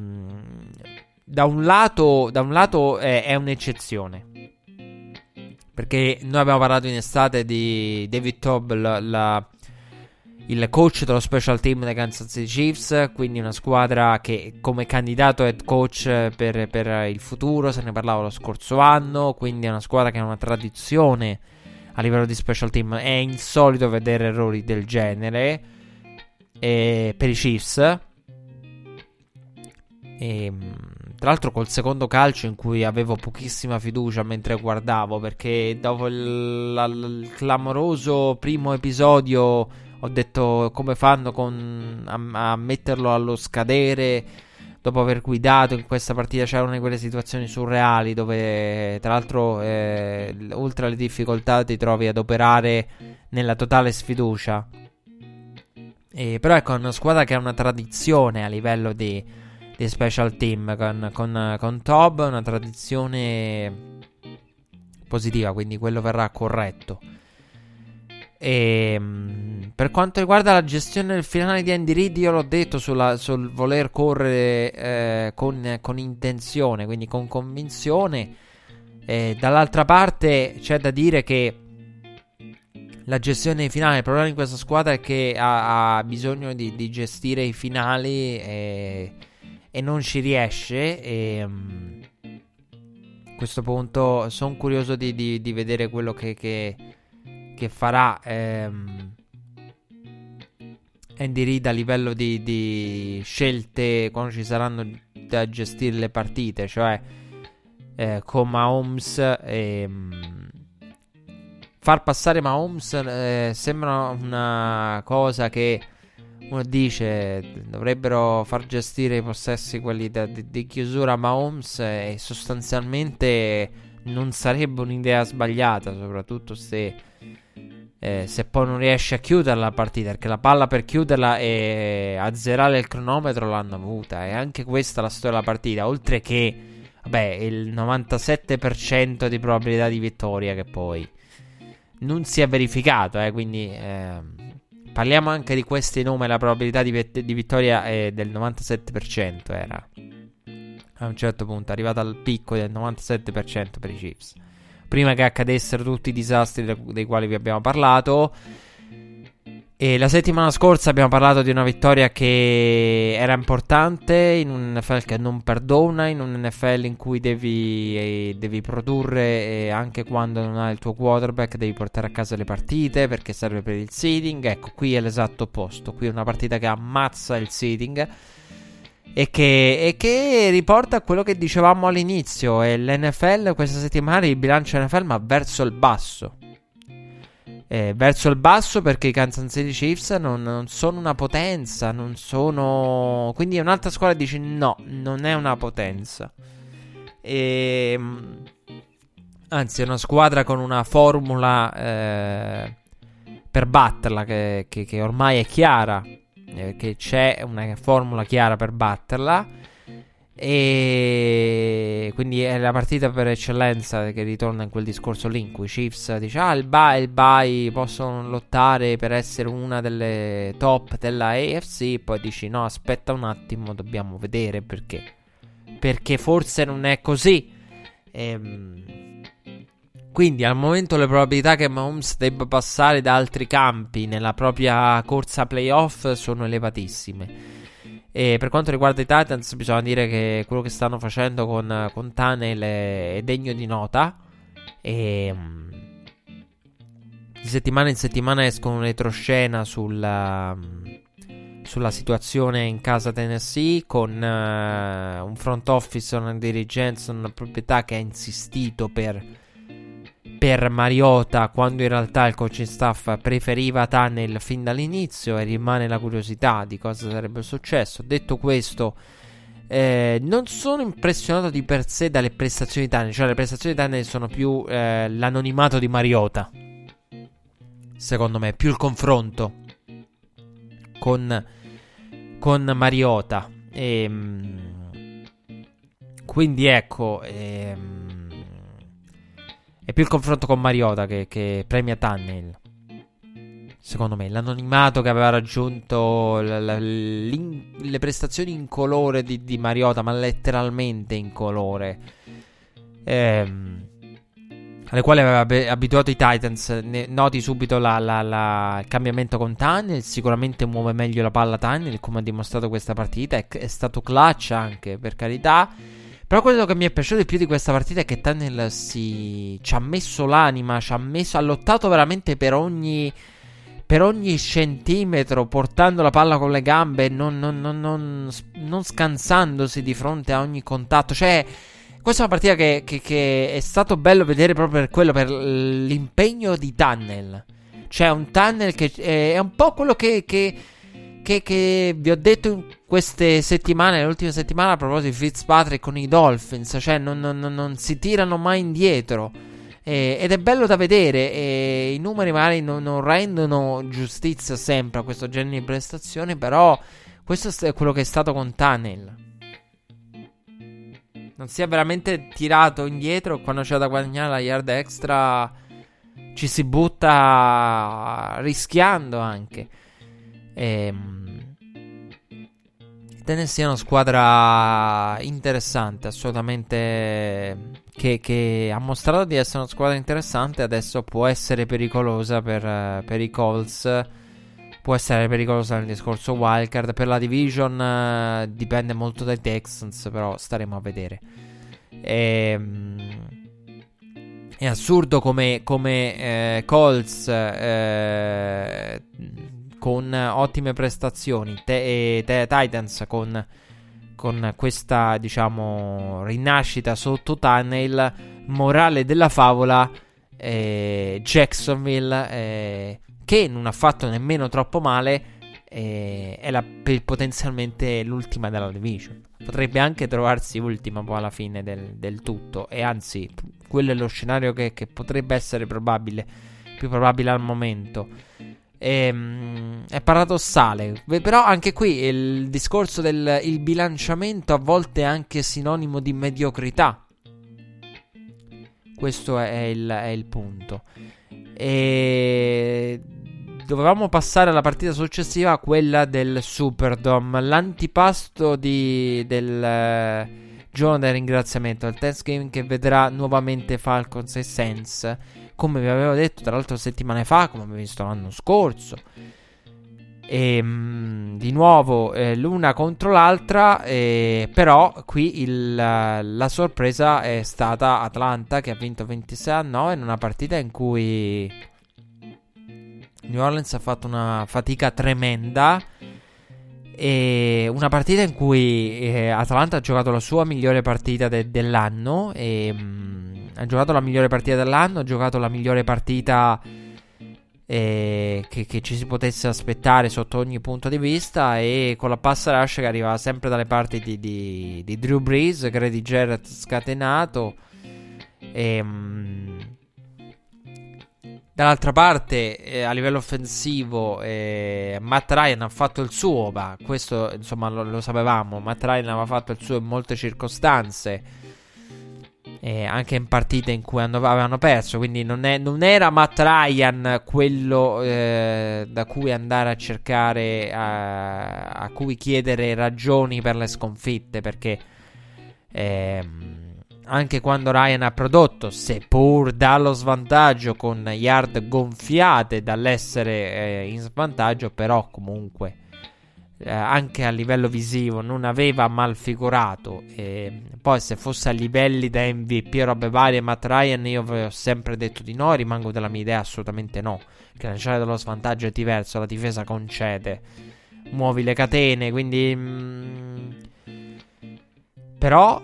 [SPEAKER 2] Da un lato è un'eccezione, perché noi abbiamo parlato in estate di David Tobb, il coach dello special team dei Kansas City Chiefs, quindi una squadra che come candidato head coach per il futuro, se ne parlava lo scorso anno, quindi è una squadra che ha una tradizione a livello di special team. È insolito vedere errori del genere per i Chiefs. Tra l'altro col secondo calcio in cui avevo pochissima fiducia mentre guardavo, perché dopo il clamoroso primo episodio ho detto come fanno a metterlo allo scadere dopo aver guidato in questa partita. C'era una di quelle situazioni surreali dove tra l'altro oltre alle difficoltà ti trovi ad operare nella totale sfiducia. Però ecco, è una squadra che ha una tradizione a livello di special team con Tobb, una tradizione positiva, quindi quello verrà corretto. Per quanto riguarda la gestione del finale di Andy Reid, io l'ho detto sul voler correre con intenzione, quindi con convinzione. Dall'altra parte c'è da dire che la gestione finale, il problema di questa squadra è che ha bisogno di gestire i finali e non ci riesce. A questo punto sono curioso di vedere quello che farà Andy Reid a livello di scelte quando ci saranno da gestire le partite, cioè con Mahomes. Far passare Mahomes sembra una cosa che uno dice dovrebbero far gestire i possessi quelli di chiusura a Mahomes, e sostanzialmente non sarebbe un'idea sbagliata, soprattutto se poi non riesce a chiudere la partita, perché la palla per chiuderla e azzerare il cronometro l'hanno avuta. E anche questa è la storia della partita, oltre che il 97% di probabilità di vittoria che poi non si è verificato, quindi parliamo anche di questi numeri. La probabilità di vittoria è del 97%, era a un certo punto arrivata al picco del 97% per i Chiefs, prima che accadessero tutti i disastri dei quali vi abbiamo parlato. E la settimana scorsa abbiamo parlato di una vittoria che era importante in un NFL che non perdona, in un NFL in cui devi produrre anche quando non hai il tuo quarterback, devi portare a casa le partite perché serve per il seeding. Ecco, qui è l'esatto opposto. Qui è una partita che ammazza il seeding e che riporta a quello che dicevamo all'inizio. E l'NFL questa settimana, il bilancio NFL, ma verso il basso. Verso il basso, perché i Kansas City Chiefs non sono una potenza, non sono... Quindi un'altra squadra dice no, non è una potenza. Anzi, è una squadra con una formula per batterla che ormai è chiara, che c'è una formula chiara per batterla. E quindi è la partita per eccellenza, che ritorna in quel discorso lì in cui i Chiefs dice il bye possono lottare per essere una delle top della AFC. Poi dici no, aspetta un attimo, dobbiamo vedere perché forse non è così. Quindi al momento le probabilità che Mahomes debba passare da altri campi nella propria corsa playoff sono elevatissime. E per quanto riguarda i Titans, bisogna dire che quello che stanno facendo con Tannehill è degno di nota. E di settimana in settimana escono retroscena sulla situazione in casa Tennessee, con un front office, una dirigenza, una proprietà che ha insistito per Mariota, quando in realtà il coaching staff preferiva Tannehill fin dall'inizio, e rimane la curiosità di cosa sarebbe successo. Detto questo, non sono impressionato di per sé dalle prestazioni di Tannehill, cioè le prestazioni di Tannehill sono più l'anonimato di Mariota, secondo me, più il confronto con Mariota. Quindi ecco, è più il confronto con Mariota che premia Tannehill, secondo me. L'anonimato che aveva raggiunto, le prestazioni incolore di Mariota, ma letteralmente incolore, alle quali aveva abituato i Titans. Noti subito il cambiamento con Tunnel. Sicuramente muove meglio la palla Tunnel, come ha dimostrato questa partita. È stato clutch anche, per carità. Però quello che mi è piaciuto di più di questa partita è che Tunnel ci ha messo l'anima, ha lottato veramente per ogni centimetro, portando la palla con le gambe, non scansandosi di fronte a ogni contatto. Cioè, questa è una partita che è stato bello vedere proprio per quello, per l'impegno di Tunnel. Cioè, un Tunnel che è un po' quello che vi ho detto in queste settimane, le ultime settimane, a proposito di Fitzpatrick con i Dolphins. Cioè, non si tirano mai indietro. Ed è bello da vedere. I numeri magari non rendono giustizia sempre a questo genere di prestazioni, però questo è quello che è stato con Tunnel. Non si è veramente tirato indietro. Quando c'è da guadagnare la yard extra ci si butta, rischiando anche. Tennessee è una squadra interessante, assolutamente, che ha mostrato di essere una squadra interessante. Adesso può essere pericolosa per i Colts, può essere pericolosa nel discorso wildcard. Per la division dipende molto dai Texans, però staremo a vedere. È assurdo come Colts con ottime prestazioni, Titans con questa, diciamo, rinascita sotto Tunnel. Morale della favola, Jacksonville, che non ha fatto nemmeno troppo male, è potenzialmente l'ultima della division. Potrebbe anche trovarsi ultima poi alla fine del tutto, e anzi quello è lo scenario che potrebbe essere probabile, più probabile al momento. È paradossale, però anche qui il discorso il bilanciamento a volte è anche sinonimo di mediocrità. Questo è il punto. E dovevamo passare alla partita successiva, quella del Superdome, l'antipasto del giorno del ringraziamento, il Thanksgiving, che vedrà nuovamente Falcons e Saints, come vi avevo detto tra l'altro settimane fa, come abbiamo visto l'anno scorso. E di nuovo l'una contro l'altra, però qui la sorpresa è stata Atlanta, che ha vinto 26-9 in una partita in cui New Orleans ha fatto una fatica tremenda, e una partita in cui Atlanta ha giocato la sua migliore partita dell'anno, ha giocato la migliore partita dell'anno, ha giocato la migliore partita che ci si potesse aspettare sotto ogni punto di vista, e con la pass rush che arriva sempre dalle parti di Drew Brees, Grady Jarrett scatenato, dall'altra parte a livello offensivo Matt Ryan ha fatto il suo, ma questo insomma lo sapevamo. Matt Ryan aveva fatto il suo in molte circostanze, anche in partite in cui avevano perso, quindi non era Matt Ryan quello da cui andare a cercare, a cui chiedere ragioni per le sconfitte, perché anche quando Ryan ha prodotto, seppur dallo svantaggio, con yard gonfiate dall'essere in svantaggio, però comunque anche a livello visivo non aveva mal figurato. Poi se fosse a livelli da MVP o robe varie Matt Ryan, io vi ho sempre detto di no, rimango della mia idea, assolutamente no, che lanciare dallo svantaggio è diverso, la difesa concede, muovi le catene, quindi però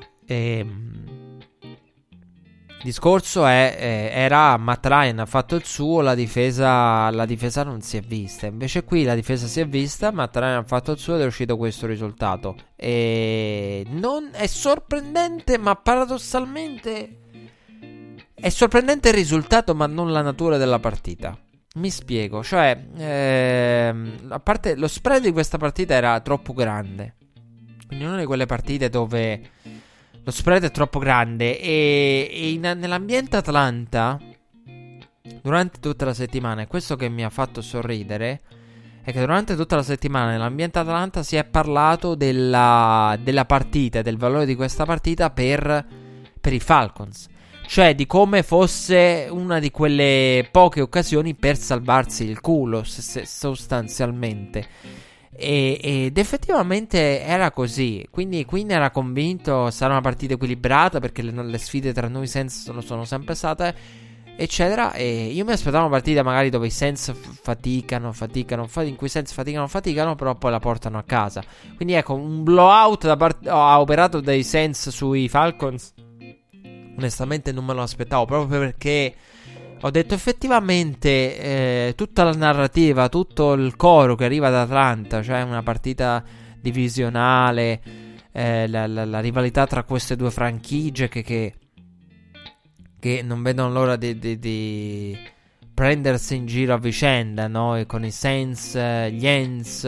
[SPEAKER 2] il discorso era Matt Ryan ha fatto il suo, la difesa non si è vista. Invece qui la difesa si è vista, Matt Ryan ha fatto il suo ed è uscito questo risultato. E non è sorprendente, ma paradossalmente è sorprendente il risultato, ma non la natura della partita. Mi spiego, cioè a parte lo spread di questa partita era troppo grande. Quindi una di quelle partite dove lo spread è troppo grande, e nell'ambiente Atlanta durante tutta la settimana, e questo che mi ha fatto sorridere è che durante tutta la settimana nell'ambiente Atlanta si è parlato della partita, del valore di questa partita per i Falcons. cioè di come fosse una di quelle poche occasioni per salvarsi il culo, sostanzialmente. Ed effettivamente era così. Quindi Queen era convinto sarà una partita equilibrata, perché le sfide tra noi Saints sono sempre state, eccetera. E io mi aspettavo una partita magari dove i Saints faticano, in cui i Saints faticano, però poi la portano a casa. Quindi ecco, un blowout ha operato dai Saints sui Falcons. Onestamente non me lo aspettavo, proprio perché ho detto effettivamente tutta la narrativa, tutto il coro che arriva da Atlanta, cioè una partita divisionale, la rivalità tra queste due franchigie che non vedono l'ora di prendersi in giro a vicenda, no? E con i Saints, gli Ents,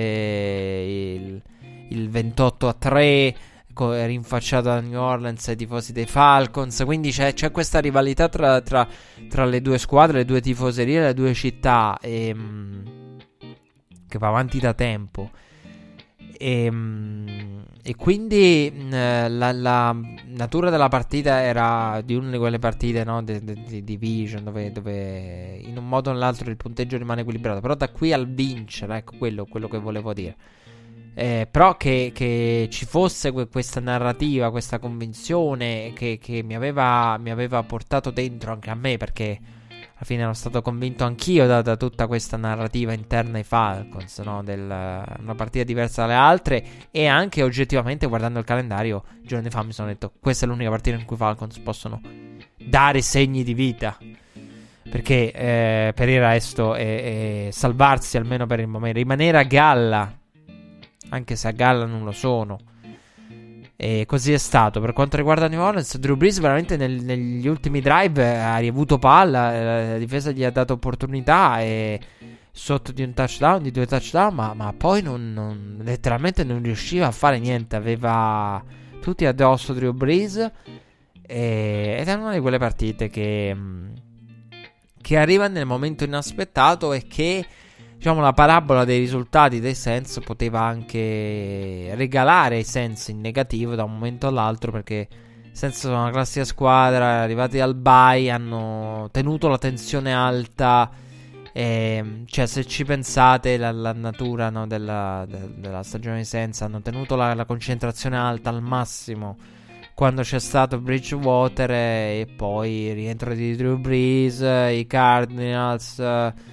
[SPEAKER 2] il 28-3 rinfacciato da New Orleans ai tifosi dei Falcons. Quindi c'è questa rivalità tra le due squadre, le due tifoserie, le due città, che va avanti da tempo. E quindi la natura della partita era di una di quelle partite, no, di division, dove in un modo o nell'altro il punteggio rimane equilibrato. Però da qui al vincere, ecco, quello che volevo dire. Però che ci fosse questa narrativa, questa convinzione che mi aveva portato dentro anche a me, perché alla fine ero stato convinto anch'io da tutta questa narrativa interna ai Falcons, no? Una partita diversa dalle altre, e anche oggettivamente guardando il calendario giorni fa mi sono detto: questa è l'unica partita in cui i Falcons possono dare segni di vita, perché per il resto salvarsi almeno per il momento, rimanere a galla, anche se a galla non lo sono. E così è stato. Per quanto riguarda New Orleans, Drew Brees veramente negli ultimi drive ha riavuto palla, la difesa gli ha dato opportunità, e sotto di un touchdown, di 2 touchdown, ma poi letteralmente non riusciva a fare niente. Aveva tutti addosso Drew Brees, ed è una di quelle partite che arriva nel momento inaspettato, e che, diciamo, la parabola dei risultati dei Saints poteva anche regalare ai Saints in negativo da un momento all'altro, perché i Saints sono una classica squadra, arrivati al bye, hanno tenuto la tensione alta, cioè se ci pensate la natura, no, della stagione dei Saints, hanno tenuto la concentrazione alta al massimo quando c'è stato Bridgewater, e poi il rientro di Drew Brees, i Cardinals,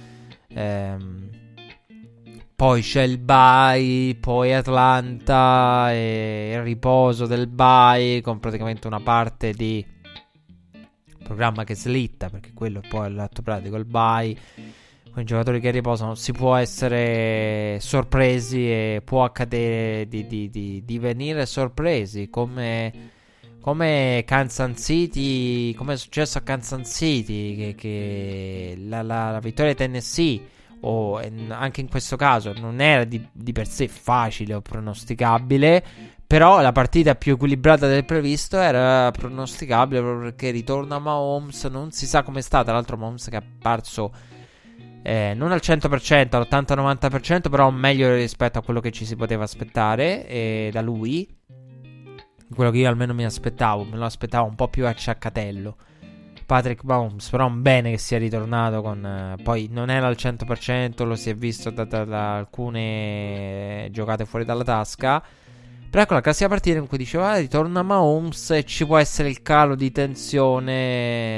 [SPEAKER 2] poi c'è il bye, poi Atlanta, e il riposo del bye, con praticamente una parte di programma che slitta, perché quello è poi l'atto pratico, il bye, con i giocatori che riposano. Si può essere sorpresi, e può accadere di venire sorpresi, come Kansas City, come è successo a Kansas City, che la vittoria di Tennessee, anche in questo caso, non era di per sé facile o pronosticabile, però la partita più equilibrata del previsto era pronosticabile, proprio perché ritorna Mahomes, non si sa come sta. Tra l'altro Mahomes che è apparso non al 100%, all'80-90%, però meglio rispetto a quello che ci si poteva aspettare da lui, quello che io almeno me lo aspettavo un po' più acciaccatello, Patrick Mahomes. Però un bene che sia ritornato, poi non era al 100%, lo si è visto da alcune giocate fuori dalla tasca. Però ecco la classica partita in cui diceva ritorna Mahomes e ci può essere il calo di tensione,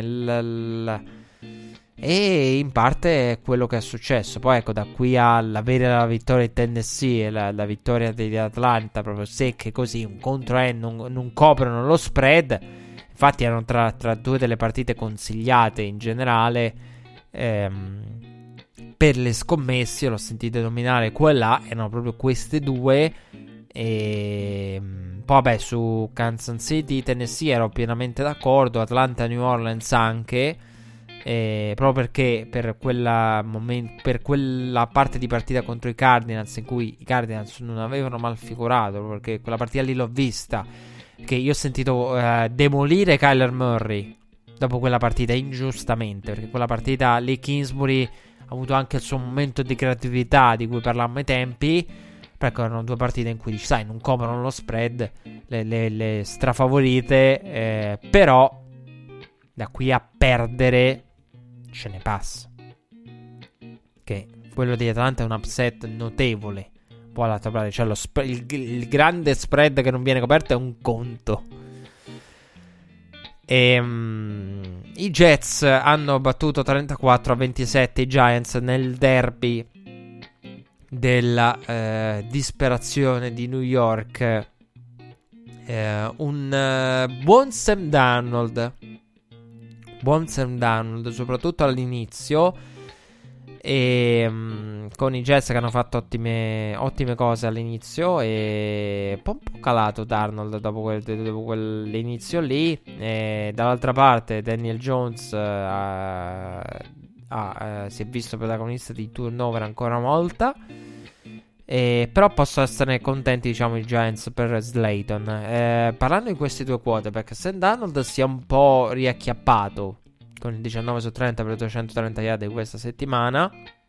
[SPEAKER 2] e in parte è quello che è successo. Poi ecco, da qui all'avere la vittoria di Tennessee e la vittoria di Atlanta proprio secche così, un contro non coprono lo spread. Infatti erano tra due delle partite consigliate in generale per le scommesse. L'ho sentito nominare qua e là, erano proprio queste due. E poi vabbè, su Kansas City Tennessee ero pienamente d'accordo, Atlanta New Orleans anche, proprio perché per quella parte di partita contro i Cardinals, in cui i Cardinals non avevano mal figurato, perché quella partita lì l'ho vista, che io ho sentito demolire Kyler Murray dopo quella partita ingiustamente, perché quella partita lì Kingsbury ha avuto anche il suo momento di creatività di cui parlammo ai tempi. Ecco, erano due partite in cui dici, sai, non coprono lo spread, le strafavorite, però
[SPEAKER 3] da qui a perdere ce ne passa. Che quello di Atlanta è un upset notevole. Poi all'altra parte c'è il grande spread che non viene coperto, è un conto. I Jets hanno battuto 34-27 i Giants nel derby della disperazione di New York. Un buon Sam Darnold, soprattutto all'inizio, e con i Jets che hanno fatto ottime cose all'inizio, e un po' calato Darnold dopo quell'inizio lì. E dall'altra parte Daniel Jones si è visto protagonista di turnover ancora una volta. Però posso essere contenti, diciamo, i Giants per Slayton. Parlando di questi due quarterback, Sam Darnold si è un po' riacchiappato con il 19 su 30 per 230 yard di questa settimana.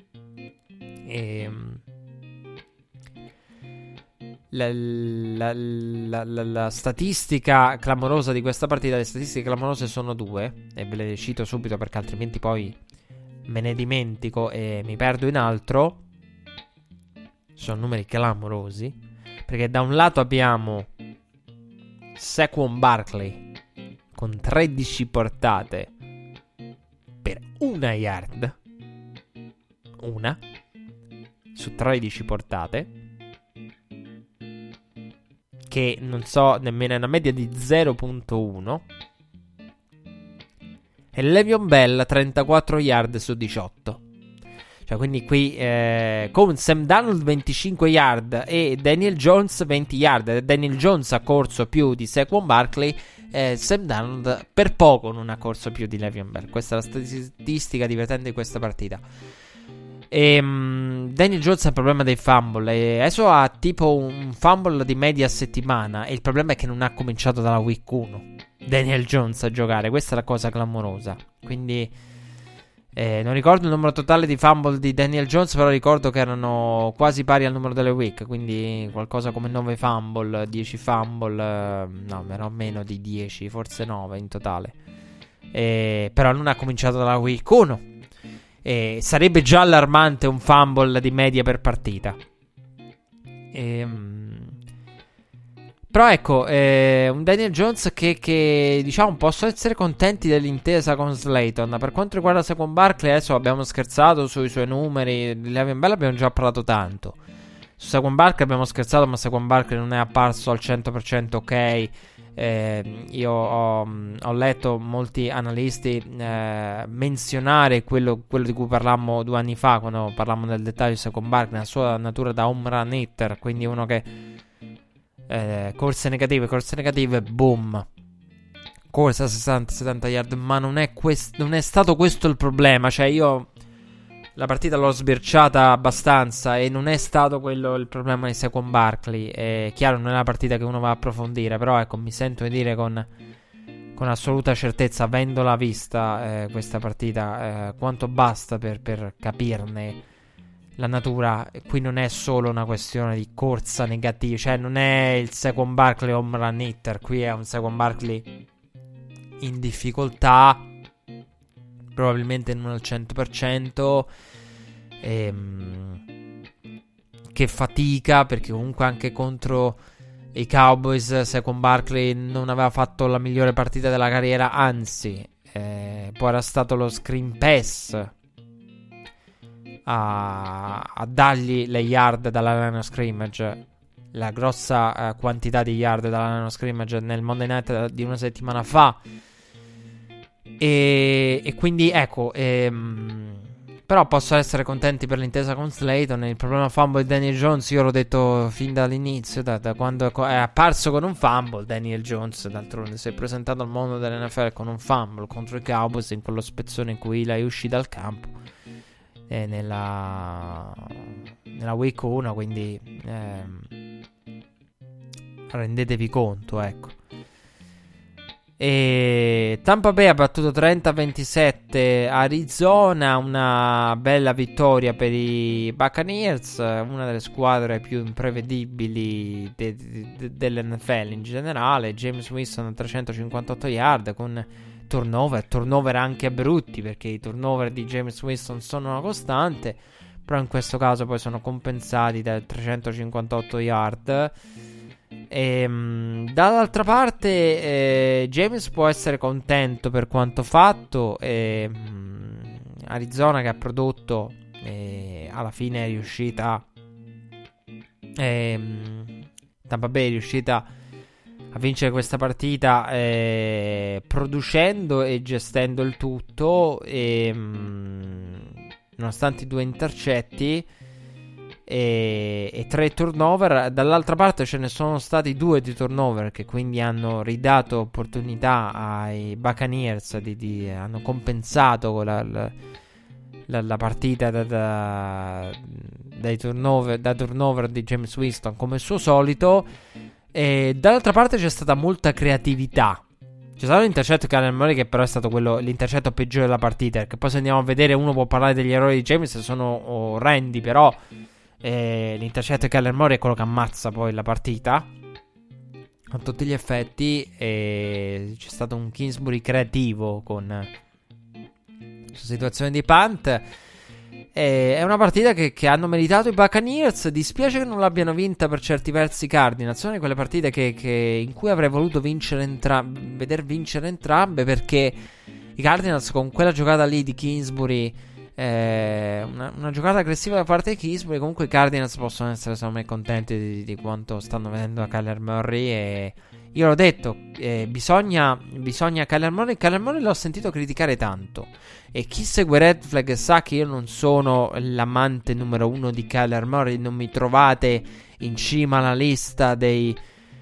[SPEAKER 3] La statistica clamorosa di questa partita, le statistiche clamorose sono due, e ve le cito subito perché altrimenti poi me ne dimentico e mi perdo in altro. Sono numeri clamorosi, perché da un lato abbiamo Saquon Barkley con 13 portate per 1 yard, una su 13 portate, che non so nemmeno, è una media di 0.1. E Le'Veon Bell 34 yard su 18. Cioè, quindi qui con Sam Darnold 25 yard e Daniel Jones 20 yard. Daniel Jones ha corso più di Saquon Barkley, Sam Darnold per poco non ha corso più di Le'Veon Bell. Questa è la statistica divertente di questa partita. Daniel Jones ha il problema dei fumble, adesso ha tipo un fumble di media settimana, e il problema è che non ha cominciato dalla week 1 Daniel Jones a giocare. Questa è la cosa clamorosa. Quindi non ricordo il numero totale di fumble di Daniel Jones, però ricordo che erano quasi pari al numero delle week, quindi qualcosa come 9 fumble, 10 fumble, no, però meno di 10, forse 9 in totale. Però non ha cominciato dalla week 1. Sarebbe già allarmante un fumble di media per partita. Però ecco, un Daniel Jones che diciamo posso essere contenti dell'intesa con Slayton. Per quanto riguarda Saquon Barkley, adesso abbiamo scherzato sui suoi numeri. Di Le'Veon Bell abbiamo già parlato tanto. Su Saquon Barkley abbiamo scherzato, ma Saquon Barkley non è apparso al 100% ok. Io ho letto molti analisti menzionare quello di cui parlammo 2 anni fa, quando parlammo nel dettaglio di Saquon Barkley, la sua natura da home run hitter, quindi uno che corse negative, boom, corsa 60-70 yard. Ma non è stato questo il problema. Cioè, io la partita l'ho sbirciata abbastanza e non è stato quello il problema di Saquon Barkley. È chiaro, non è una partita che uno va a approfondire, però ecco, mi sento di dire con assoluta certezza, avendola vista questa partita, quanto basta per capirne la natura. Qui non è solo una questione di corsa negativa, cioè non è il Saquon Barkley home run hitter, qui è un Saquon Barkley in difficoltà, probabilmente non al 100%, che fatica, perché comunque anche contro i Cowboys Saquon Barkley non aveva fatto la migliore partita della carriera, anzi poi era stato lo screen pass a dargli le yard dalla line of scrimmage, la grossa quantità di yard dalla line of scrimmage nel Monday Night di una settimana fa. E quindi ecco, però posso essere contenti per l'intesa con Slayton. Il problema fumble di Daniel Jones, io l'ho detto fin dall'inizio, da quando è apparso con un fumble. Daniel Jones d'altronde si è presentato al mondo dell'NFL con un fumble contro i Cowboys in quello spezzone in cui lei uscì dal campo nella week 1, quindi rendetevi conto, ecco. E Tampa Bay ha battuto 30-27 Arizona, una bella vittoria per i Buccaneers, una delle squadre più imprevedibili dell'NFL in generale. James Winston 358 yard con turnover anche brutti, perché i turnover di James Winston sono una costante, però in questo caso poi sono compensati da 358 yard. Dall'altra parte James può essere contento per quanto fatto. Arizona che ha prodotto, alla fine è riuscita, Tampa Bay è riuscita a vincere questa partita, producendo e gestendo il tutto, nonostante i 2 intercetti e 3 turnover. Dall'altra parte ce ne sono stati 2 di turnover, che quindi hanno ridato opportunità ai Buccaneers, hanno compensato la partita da turnover di James Winston, come il suo solito. E dall'altra parte c'è stata molta creatività. C'è stato l'intercetto di Kyler Murray, che però è stato l'intercetto peggiore della partita, perché poi se andiamo a vedere, uno può parlare degli errori di James, sono orrendi, però l'intercetto di Kyler Murray è quello che ammazza poi la partita a tutti gli effetti. C'è stato un Kingsbury creativo con situazione di punt. È una partita che hanno meritato i Buccaneers. Dispiace che non l'abbiano vinta per certi versi i Cardinals. Sono quelle partite in cui avrei voluto veder vincere entrambe, perché i Cardinals, con quella giocata lì di Kingsbury, una giocata aggressiva da parte di Kingsbury, comunque i Cardinals possono essere, secondo me, contenti di quanto stanno vedendo a Kyler Murray. E io l'ho detto, bisogna Kyler Murray. Kyler Murray l'ho sentito criticare tanto, e chi segue Red Flag sa che io non sono l'amante numero 1 di Kyler Murray. Non mi trovate in cima alla lista non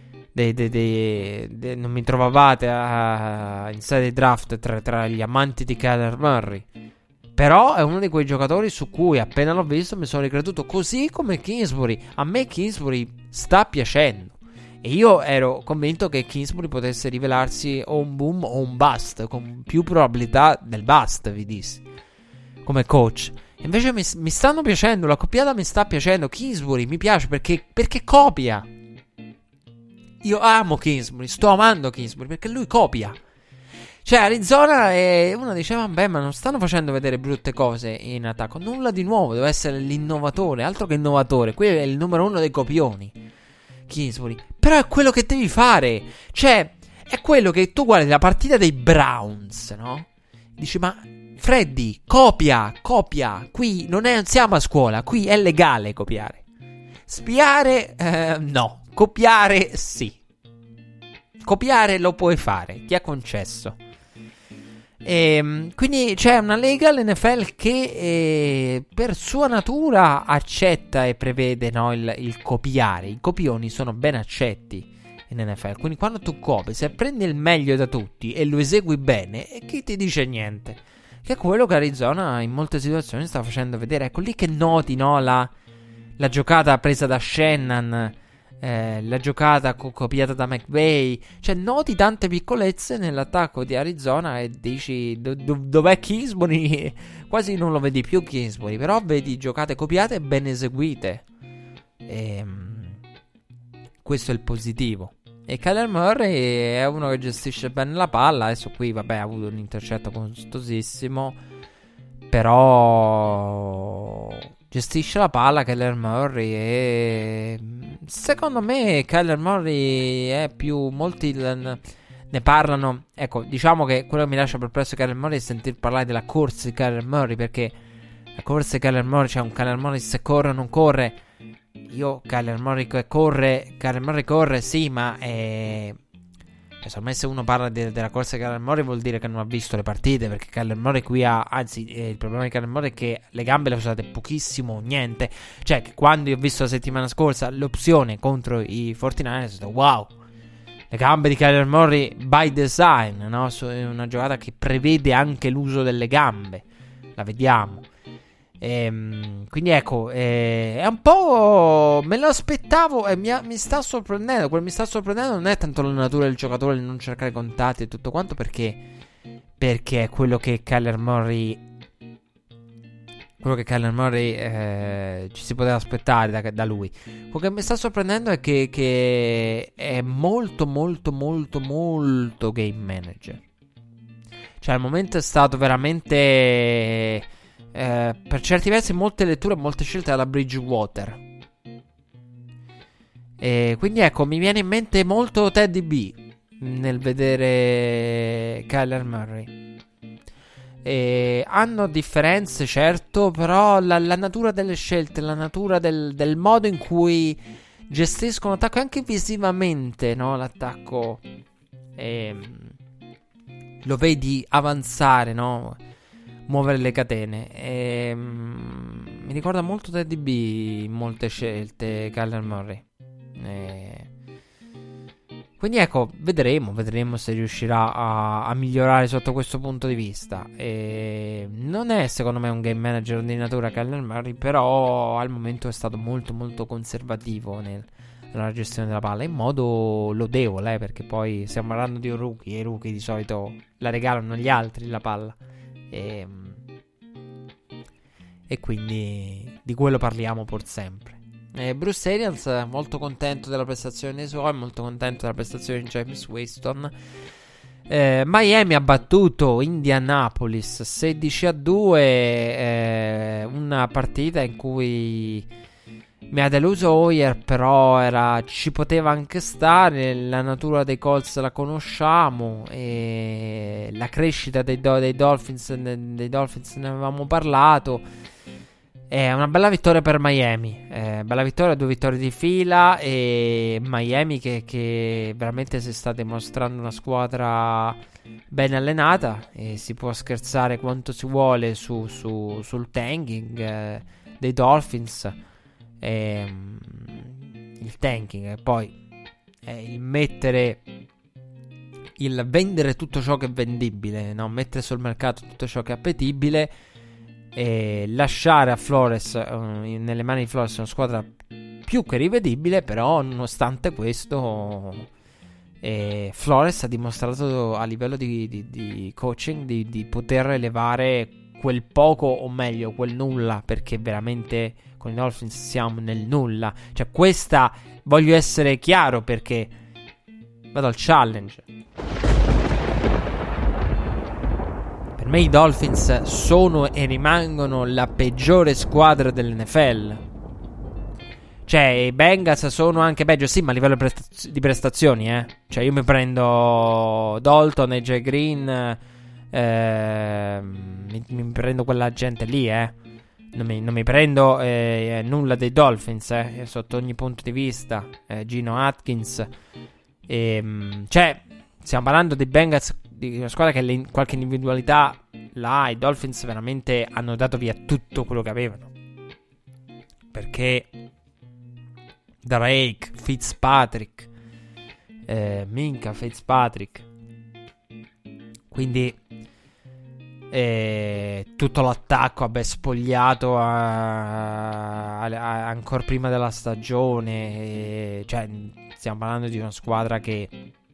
[SPEAKER 3] mi trovavate in sede draft tra gli amanti di Kyler Murray. Però è uno di quei giocatori su cui, appena l'ho visto, mi sono ricreduto, così come Kingsbury. A me Kingsbury sta piacendo, e io ero convinto che Kingsbury potesse rivelarsi o un boom o un bust, con più probabilità del bust, vi dissi, come coach. Invece mi stanno piacendo, la coppiata mi sta piacendo. Kingsbury mi piace perché copia. Io amo Kingsbury, sto amando Kingsbury perché lui copia. Cioè, Arizona, uno dice, vabbè, ma non stanno facendo vedere brutte cose in attacco. Nulla di nuovo, deve essere l'innovatore, altro che innovatore. Qui è il numero 1 dei copioni, Kingsbury. Però è quello che devi fare. Cioè, è quello che tu guardi la partita dei Browns, no? Dici, ma Freddy, copia. Qui non siamo a scuola, qui è legale copiare. Spiare, no. Copiare, sì. Copiare lo puoi fare, ti è concesso. Quindi c'è una lega, l'NFL, che per sua natura accetta e prevede, no, il copiare. I copioni sono ben accetti in NFL. Quindi quando tu copi, se prendi il meglio da tutti e lo esegui bene, e chi ti dice niente? Che è quello che Arizona in molte situazioni sta facendo vedere. Ecco lì che noti, no, la giocata presa da Shannon, la giocata copiata da McVay. Cioè noti tante piccolezze nell'attacco di Arizona e dici, dov'è Kingsbury? Quasi non lo vedi più Kingsbury, però vedi giocate copiate e ben eseguite. Questo è il positivo. E Kyler Murray è uno che gestisce bene la palla. Adesso qui, vabbè, ha avuto un intercetto costosissimo, però gestisce la palla Kyler Murray. E secondo me Kyler Murray è più, molti ne parlano. Ecco, diciamo che quello che mi lascia perplesso Kyler Murray è sentir parlare della corsa di Kyler Murray, perché la corsa di Kyler Murray, c'è un Kyler Murray se corre o non corre. Kyler Murray corre, sì, ma secondo me se uno parla della corsa di Kyler Murray vuol dire che non ha visto le partite, perché Kyler Murray qui il problema di Kyler Murray è che le gambe le ha usate pochissimo, niente. Cioè, che quando io ho visto la settimana scorsa l'opzione contro i 49ers, ho detto wow, le gambe di Kyler Murray by design, no? È una giocata che prevede anche l'uso delle gambe, la vediamo. Quindi ecco, è un po', me lo aspettavo e mi sta sorprendendo. Quello che mi sta sorprendendo non è tanto la natura del giocatore, il non cercare contatti e tutto quanto, perché è quello che Kyler Murray ci si poteva aspettare da lui. Quello che mi sta sorprendendo è che è molto molto molto molto game manager. Cioè, al momento è stato veramente, per certi versi, molte letture e molte scelte alla Bridgewater. E quindi ecco, mi viene in mente molto Teddy B nel vedere Kyler Murray. E hanno differenze, certo, però la natura delle scelte, la natura del modo in cui gestiscono l'attacco, anche visivamente, no? L'attacco, lo vedi avanzare, no? Muovere le catene. Mi ricorda molto Teddy B in molte scelte, Kyler Murray. Quindi ecco, vedremo se riuscirà a migliorare sotto questo punto di vista. Non è secondo me un game manager di natura Kyler Murray, però al momento è stato molto molto conservativo nella gestione della palla, in modo lodevole, perché poi stiamo parlando di un rookie, e i rookie di solito la regalano agli altri la palla, e quindi di quello parliamo pur sempre. Bruce Arians molto contento della prestazione dei suoi, molto contento della prestazione di James Winston. Miami ha battuto Indianapolis 16-2, una partita in cui mi ha deluso Hoyer, però ci poteva anche stare. La natura dei Colts la conosciamo, e la crescita dei Dolphins ne avevamo parlato. È una bella vittoria per Miami, bella vittoria, 2 vittorie di fila, e Miami che veramente si sta dimostrando una squadra ben allenata, e si può scherzare quanto si vuole sul tanking dei Dolphins. Il tanking, poi il vendere tutto ciò che è vendibile, no? Mettere sul mercato tutto ciò che è appetibile, e lasciare a Flores, nelle mani di Flores, una squadra più che rivedibile. Però nonostante questo, Flores ha dimostrato a livello di coaching di poter elevare quel poco, o meglio quel nulla, perché veramente con i Dolphins siamo nel nulla. Cioè, questa, voglio essere chiaro, perché vado al challenge. Per me i Dolphins sono e rimangono la peggiore squadra dell'NFL. Cioè, i Bengals sono anche peggio, sì, ma a livello di prestazioni, Cioè, io mi prendo Dalton, AJ Green, mi prendo quella gente lì, Non mi prendo nulla dei Dolphins, sotto ogni punto di vista. Gino Atkins, cioè, stiamo parlando dei Bengals, di una squadra che qualche individualità là. I Dolphins veramente hanno dato via tutto quello che avevano, perché Drake, Fitzpatrick, Minka Fitzpatrick, quindi tutto l'attacco spogliato ancora prima della stagione, cioè stiamo parlando di una squadra che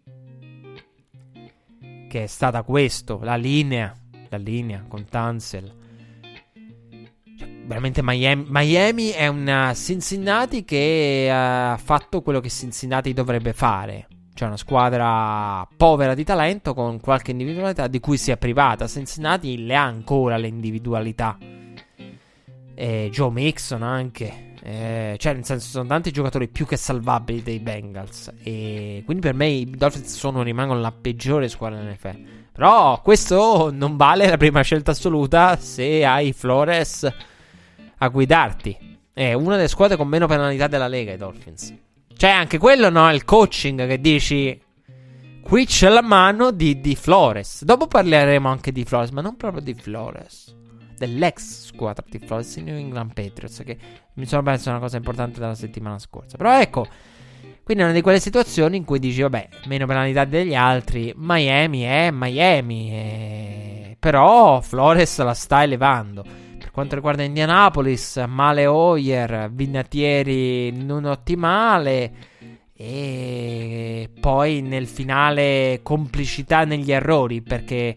[SPEAKER 3] è stata questo, la linea con Tunsil. Cioè, veramente Miami è una Cincinnati che ha fatto quello che Cincinnati dovrebbe fare. Cioè, una squadra povera di talento, con qualche individualità di cui si è privata. Cincinnati le ha ancora le individualità. Joe Mixon anche. Cioè, nel senso, sono tanti giocatori più che salvabili dei Bengals. E quindi per me i Dolphins rimangono la peggiore squadra dell'NFL. Però questo non vale la prima scelta assoluta se hai Flores a guidarti. È una delle squadre con meno penalità della Lega, i Dolphins. Cioè, anche quello, no? Il coaching, che dici, qui c'è la mano di Flores. Dopo parleremo anche di Flores, ma non proprio di Flores, dell'ex squadra di Flores, New England Patriots, che mi sono perso una cosa importante dalla settimana scorsa. Però ecco, quindi è una di quelle situazioni in cui dici, vabbè, meno penalità degli altri, Miami è Miami, però Flores la sta elevando. Per quanto riguarda Indianapolis, male Hoyer, Vinatieri non ottimale, e poi nel finale complicità negli errori, perché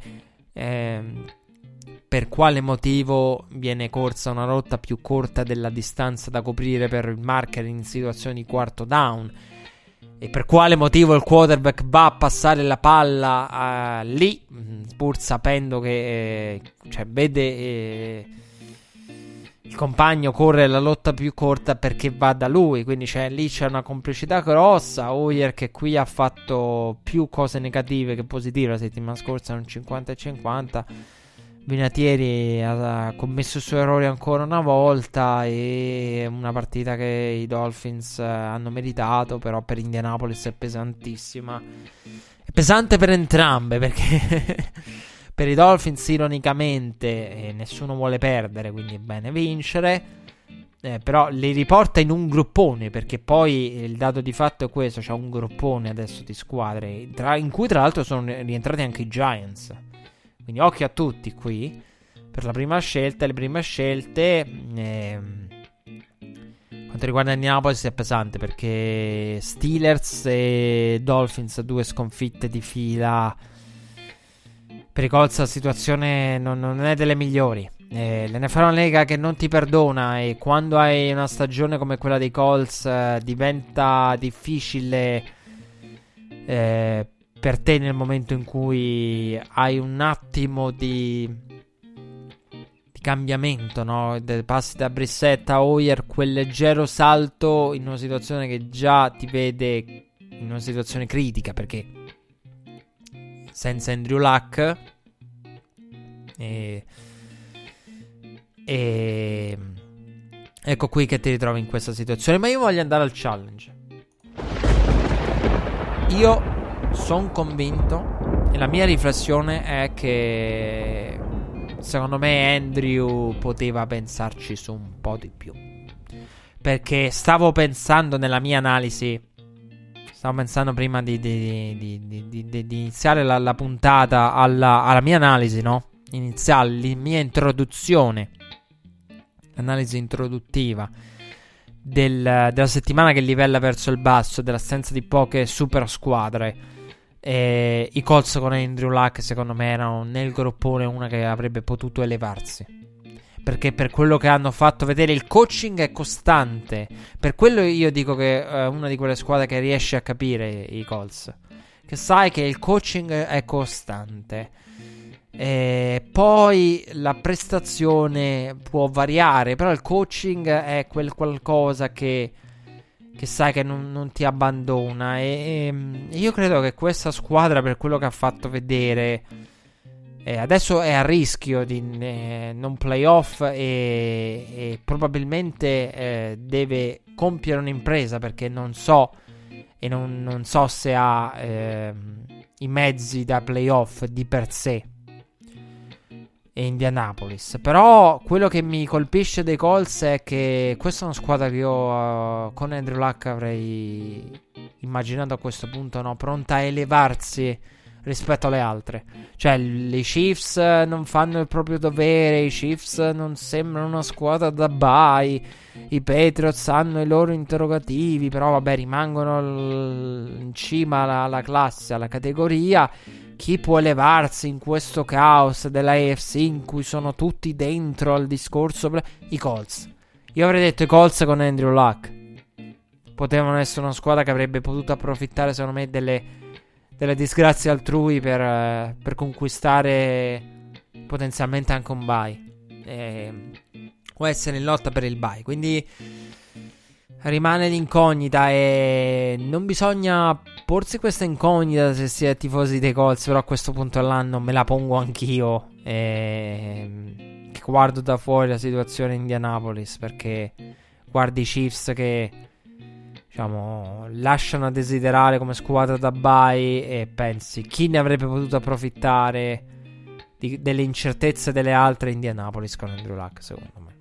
[SPEAKER 3] per quale motivo viene corsa una rotta più corta della distanza da coprire per il marker in situazioni di quarto down. e per quale motivo il quarterback va a passare la palla lì, pur sapendo che cioè vede il compagno corre la lotta più corta perché va da lui, quindi lì c'è una complicità grossa. Hoyer che qui ha fatto più cose negative che positive la settimana scorsa, un 50-50. Vinatieri ha commesso i suoi errori ancora una volta, e una partita che i Dolphins hanno meritato, però per Indianapolis è pesantissima. È pesante per entrambe, perché per i Dolphins ironicamente nessuno vuole perdere, quindi è bene vincere, però li riporta in un gruppone, perché poi il dato di fatto è questo: c'è un gruppone adesso di squadre in cui tra l'altro sono rientrati anche i Giants. Quindi occhio a tutti qui per la prima scelta. Le prime scelte quanto riguarda Indianapolis è pesante, perché Steelers e Dolphins, 2 sconfitte di fila. Per i Colts la situazione non è delle migliori. l'NFL è una lega che non ti perdona, e quando hai una stagione come quella dei Colts diventa difficile per te nel momento in cui hai un attimo di cambiamento, no? Passi da Brissett a Hoyer, quel leggero salto in una situazione che già ti vede in una situazione critica, perché senza Andrew Luck e ecco qui che ti ritrovi in questa situazione. Ma io voglio andare al challenge. Io sono convinto, e la mia riflessione è che secondo me Andrew poteva pensarci su un po' di più, perché stavo pensando nella mia analisi, stavo pensando prima di iniziare la puntata alla mia analisi, no? Iniziale, la mia introduzione, l'analisi introduttiva della settimana che livella verso il basso, dell'assenza di poche super squadre. I Colts con Andrew Luck secondo me erano nel gruppone una che avrebbe potuto elevarsi, perché per quello che hanno fatto vedere il coaching è costante. Per quello io dico che è una di quelle squadre che riesce a capire i Colts, che sai che il coaching è costante. Poi la prestazione può variare, però il coaching è quel qualcosa che sai che non ti abbandona, e io credo che questa squadra, per quello che ha fatto vedere, adesso è a rischio di non playoff, e probabilmente deve compiere un'impresa, perché non so se ha i mezzi da playoff di per sé Indianapolis. Però quello che mi colpisce dei Colts è che questa è una squadra che io con Andrew Luck avrei immaginato a questo punto, no, pronta a elevarsi rispetto alle altre. Cioè i Chiefs non fanno il proprio dovere, i Chiefs non sembrano una squadra da bye, i Patriots hanno i loro interrogativi, però vabbè, rimangono in cima alla classe, alla categoria. Chi può elevarsi in questo caos della AFC in cui sono tutti dentro al discorso? I Colts. Io avrei detto i Colts con Andrew Luck potevano essere una squadra che avrebbe potuto approfittare, secondo me, delle disgrazie altrui per conquistare potenzialmente anche un bye, o essere in lotta per il bye. Quindi rimane l'incognita, e non bisogna porsi questa incognita se si è tifosi dei Colts, però a questo punto dell'anno me la pongo anch'io, che guardo da fuori la situazione in Indianapolis, perché guardi i Chiefs che, diciamo, lasciano a desiderare come squadra da bye, e pensi chi ne avrebbe potuto approfittare delle incertezze delle altre. Indianapolis con Andrew Luck, secondo me.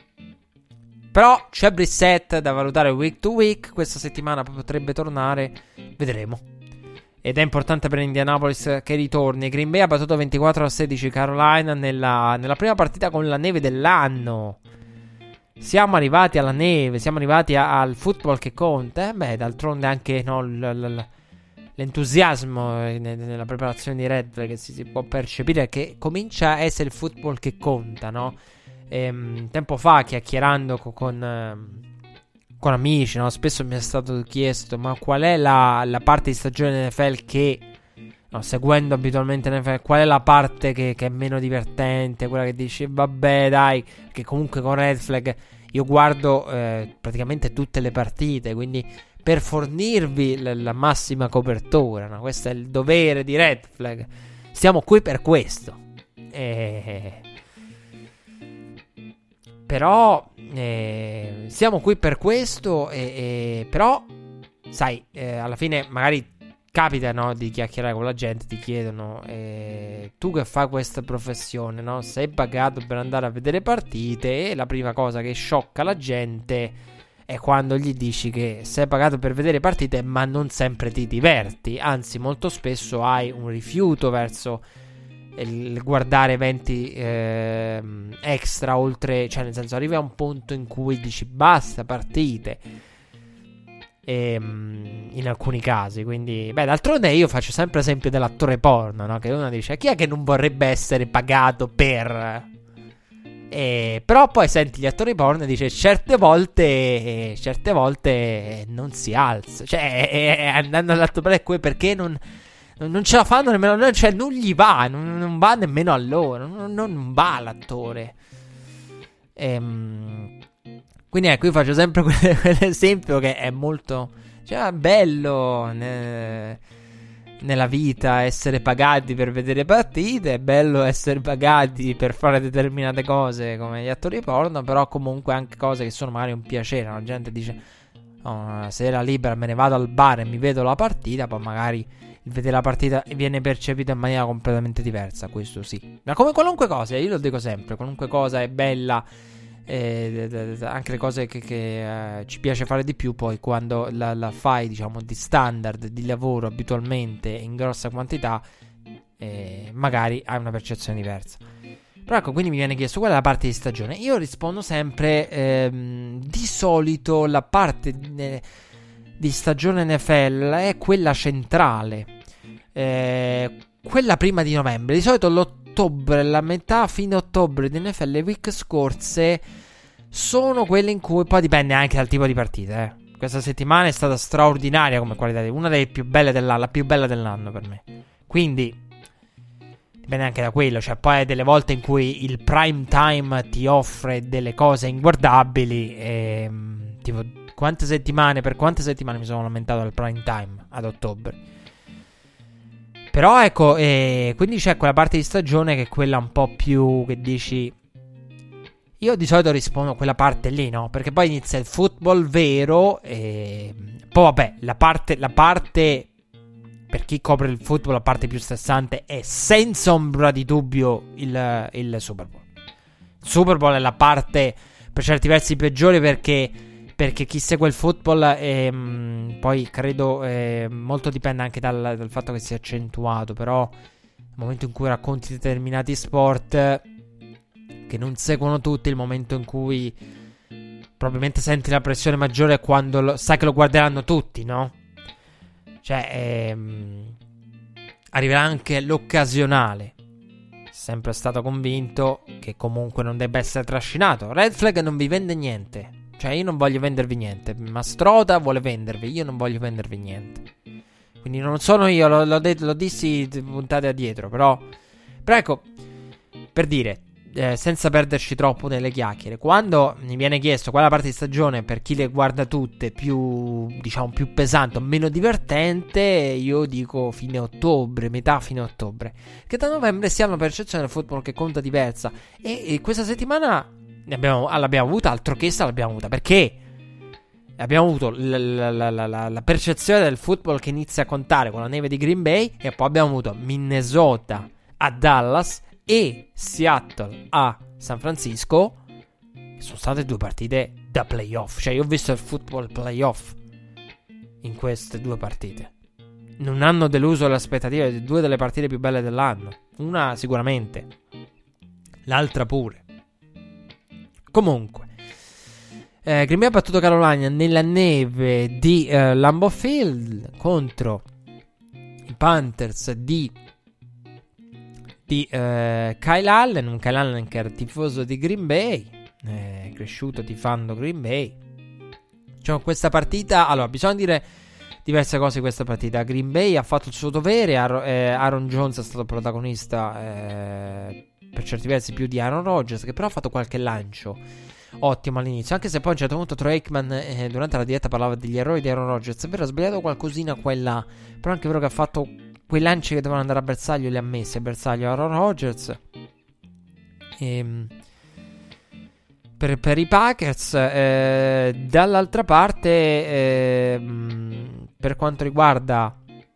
[SPEAKER 3] Però c'è Brissett da valutare week to week. Questa settimana potrebbe tornare, vedremo. Ed è importante per Indianapolis che ritorni. Green Bay ha battuto 24-16 Carolina nella prima partita con la neve dell'anno. Siamo arrivati alla neve, siamo arrivati al football che conta. Beh, d'altronde anche l'entusiasmo nella preparazione di Red, che si può percepire che comincia a essere il football che conta, no? Tempo fa, chiacchierando con con amici, no? Spesso mi è stato chiesto: ma qual è la parte di stagione NFL che, no, seguendo abitualmente NFL, qual è la parte che è meno divertente, quella che dici vabbè dai, che comunque con Red Flag io guardo praticamente tutte le partite, quindi per fornirvi la massima copertura, no? Questo è il dovere di Red Flag, siamo qui per questo. Però siamo qui per questo, però sai, alla fine magari capita, no, di chiacchierare con la gente, ti chiedono tu che fai questa professione, no, sei pagato per andare a vedere partite, e la prima cosa che sciocca la gente è quando gli dici che sei pagato per vedere partite ma non sempre ti diverti, anzi molto spesso hai un rifiuto verso il guardare eventi extra, oltre, cioè nel senso arrivi a un punto in cui dici basta partite, in alcuni casi. Quindi d'altronde io faccio sempre esempio dell'attore porno, no? Che uno dice chi è che non vorrebbe essere pagato per però poi senti gli attori porno e dice certe volte non si alza, cioè andando all'attore perché non ce la fanno nemmeno, cioè non gli va, non va nemmeno a loro, non va l'attore. Quindi ecco, io faccio sempre quell'esempio che è molto, cioè, bello nella vita essere pagati per vedere partite, è bello essere pagati per fare determinate cose come gli attori porno, però comunque anche cose che sono magari un piacere. La gente dice una sera libera me ne vado al bar e mi vedo la partita, poi magari il vedere la partita viene percepito in maniera completamente diversa, questo sì. Ma come qualunque cosa, io lo dico sempre, qualunque cosa è bella, anche le cose che ci piace fare di più, poi quando la fai, diciamo, di standard di lavoro abitualmente in grossa quantità, magari hai una percezione diversa. Però ecco, quindi mi viene chiesto qual è la parte di stagione. Io rispondo sempre di solito la parte di stagione NFL è quella centrale, quella prima di novembre. Di solito l'ottobre, la metà fine ottobre di NFL, le week scorse sono quelle in cui poi dipende anche dal tipo di partita. Questa settimana è stata straordinaria come qualità, una delle più belle dell'anno, la più bella dell'anno per me. Quindi dipende anche da quello, cioè poi delle volte in cui il prime time ti offre delle cose inguardabili, tipo per quante settimane mi sono lamentato del prime time ad ottobre. Però ecco, quindi c'è quella parte di stagione che è quella un po' più che dici. Io di solito rispondo a quella parte lì, no? Perché poi inizia il football vero, poi vabbè, la parte per chi copre il football, la parte più stressante è senza ombra di dubbio il Super Bowl. Il Super Bowl è la parte per certi versi peggiore, perché chi segue il football, poi credo molto dipende anche dal fatto che sia accentuato, però nel momento in cui racconti determinati sport che non seguono tutti, il momento in cui probabilmente senti la pressione maggiore è quando sai che lo guarderanno tutti, no? Cioè arriverà anche l'occasionale. Sempre stato convinto che comunque non debba essere trascinato. Red Flag non vi vende niente, cioè io non voglio vendervi niente. Mastrota vuole vendervi, io non voglio vendervi niente. Quindi non sono io, lo dissi puntate addietro. Però ecco, per dire, senza perderci troppo nelle chiacchiere, quando mi viene chiesto qual è la parte di stagione per chi le guarda tutte più, diciamo, più pesante o meno divertente, io dico fine ottobre, metà fine ottobre, che da novembre si ha una percezione del football che conta diversa. E questa settimana l'abbiamo avuta, altro che essa l'abbiamo avuta, perché abbiamo avuto la percezione del football che inizia a contare con la neve di Green Bay, e poi abbiamo avuto Minnesota a Dallas e Seattle a San Francisco, che sono state due partite da playoff. Cioè io ho visto il football playoff in queste due partite. Non hanno deluso le aspettative di due delle partite più belle dell'anno. Una sicuramente, l'altra pure. Comunque Green Bay ha battuto Carolina nella neve di Lambeau Field contro i Panthers di Kyle Allen, un Kyle Allen che era tifoso di Green Bay, cresciuto tifando Green Bay. Ci Diciamo, questa partita, allora, bisogna dire diverse cose di questa partita. Green Bay ha fatto il suo dovere, Aaron Jones è stato protagonista per certi versi più di Aaron Rodgers, che però ha fatto qualche lancio ottimo all'inizio, anche se poi a un certo punto Troy Aikman durante la diretta parlava degli errori di Aaron Rodgers. È vero, ha sbagliato qualcosina quella, però anche vero che ha fatto quei lanci che dovevano andare a bersaglio, li ha messi a bersaglio Aaron Rodgers. Per i Packers, dall'altra parte, per quanto riguarda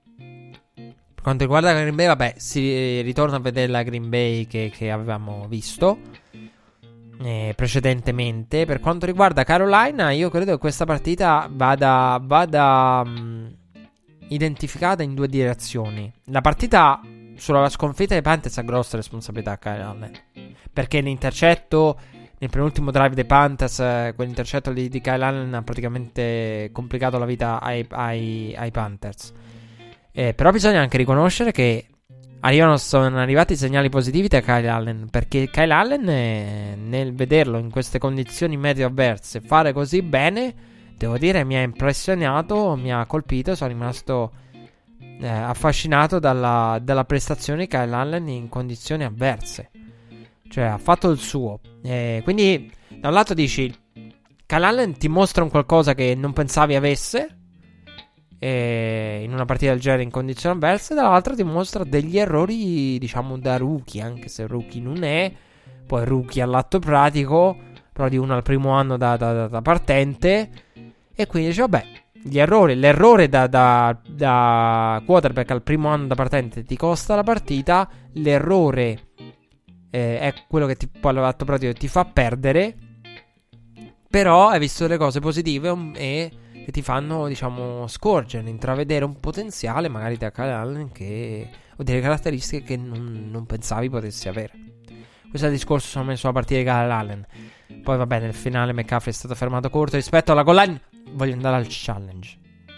[SPEAKER 3] Green Bay, vabbè, si ritorna a vedere la Green Bay che avevamo visto precedentemente. Per quanto riguarda Carolina, io credo che questa partita vada identificata in due direzioni. La partita sulla sconfitta dei Panthers ha grossa responsabilità a Kyle Allen, perché l'intercetto nel penultimo drive dei Panthers, quell'intercetto di Kyle Allen ha praticamente complicato la vita ai Panthers. Però bisogna anche riconoscere che sono arrivati segnali positivi da Kyle Allen, perché Kyle Allen, nel vederlo in queste condizioni meteo avverse fare così bene, devo dire, mi ha impressionato, mi ha colpito. Sono rimasto affascinato dalla prestazione di Kyle Allen in condizioni avverse. Cioè, ha fatto il suo. Quindi, da un lato dici, Kyle Allen ti mostra un qualcosa che non pensavi avesse in una partita del genere in condizioni avverse. Dall'altro ti mostra degli errori, diciamo, da rookie, anche se rookie non è. Poi rookie all'atto pratico, però di uno al primo anno da partente. E quindi dice, vabbè, l'errore da quarterback al primo anno da partente ti costa la partita. L'errore è quello che poi all'atto pratico ti fa perdere. Però hai visto le cose positive e che ti fanno, diciamo, scorgere, intravedere un potenziale magari da Kyle Allen o delle caratteristiche che non pensavi potessi avere. Questo è il discorso, secondo me, sulla partita di Kyle Allen. Poi vabbè, nel finale McCaffrey è stato fermato corto rispetto alla goal line. Voglio andare al challenge.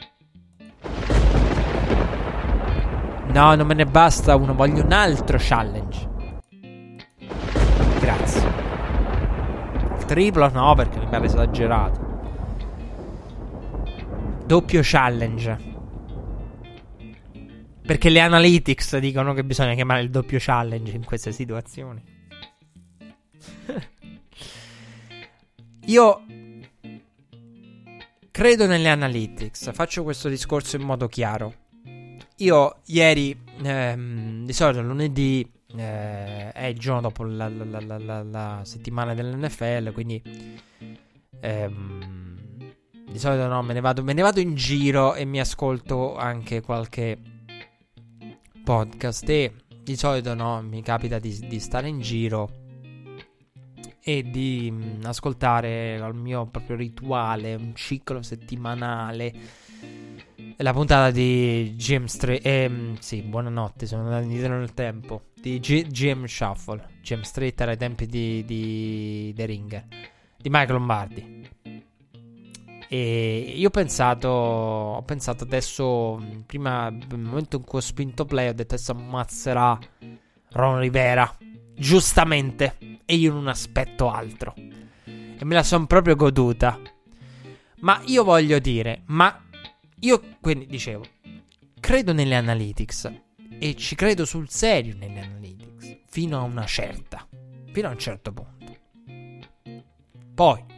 [SPEAKER 3] No, non me ne basta uno, voglio un altro challenge. Grazie. Il triplo no, perché mi pare esagerato. Doppio challenge, perché le analytics dicono che bisogna chiamare il doppio challenge in queste situazioni. Io credo nelle analytics. Faccio questo discorso in modo chiaro. Io ieri, di solito lunedì è il giorno dopo la settimana dell'NFL, quindi di solito no, me ne vado in giro e mi ascolto anche qualche podcast. E di solito no, mi capita di stare in giro e di ascoltare il mio proprio rituale, un ciclo settimanale, la puntata di GM Street. Sì, buonanotte, sono andato indietro nel tempo. Di GM Shuffle. GM Street era ai tempi di The Ringer, di Mike Lombardi. E io ho pensato adesso, prima, nel momento in cui ho spinto play, ho detto adesso ammazzerà Ron Rivera, giustamente, e io non aspetto altro, e me la sono proprio goduta. Ma io voglio dire, io quindi dicevo, credo nelle analytics, e ci credo sul serio nelle analytics, fino a un certo punto. Poi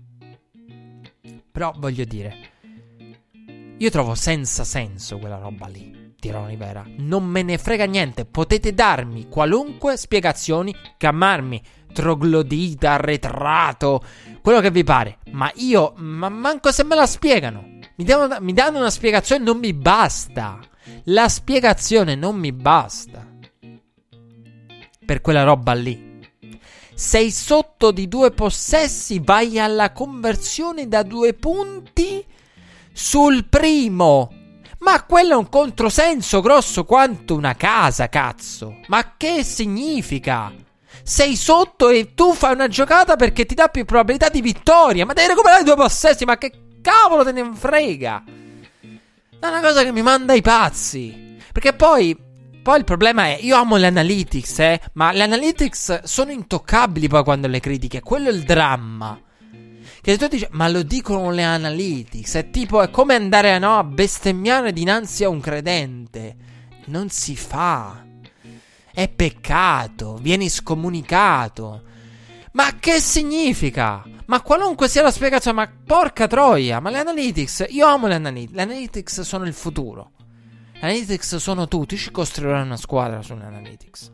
[SPEAKER 3] però voglio dire, io trovo senza senso quella roba lì di Ron Rivera. Non me ne frega niente. Potete darmi qualunque spiegazioni, chiamarmi troglodita, arretrato, quello che vi pare, ma manco se me la spiegano. Mi danno una spiegazione, non mi basta. La spiegazione non mi basta per quella roba lì. Sei sotto di 2 possessi, vai alla conversione da 2 punti sul primo. Ma quello è un controsenso grosso quanto una casa, cazzo. Ma che significa? Sei sotto e tu fai una giocata perché ti dà più probabilità di vittoria. Ma devi recuperare 2 possessi, ma che cavolo te ne frega? È una cosa che mi manda ai pazzi. Perché poi il problema è, io amo le analytics, ma le analytics sono intoccabili poi quando le critiche. Quello è il dramma. Che tu dici, ma lo dicono le analytics. È tipo, è come andare a bestemmiare dinanzi a un credente. Non si fa. È peccato. Vieni scomunicato. Ma che significa? Ma qualunque sia la spiegazione, ma porca troia. Ma le analytics, io amo le analytics. Le analytics sono il futuro. Le analytics sono tutti. Ci costruirai una squadra sulle analytics.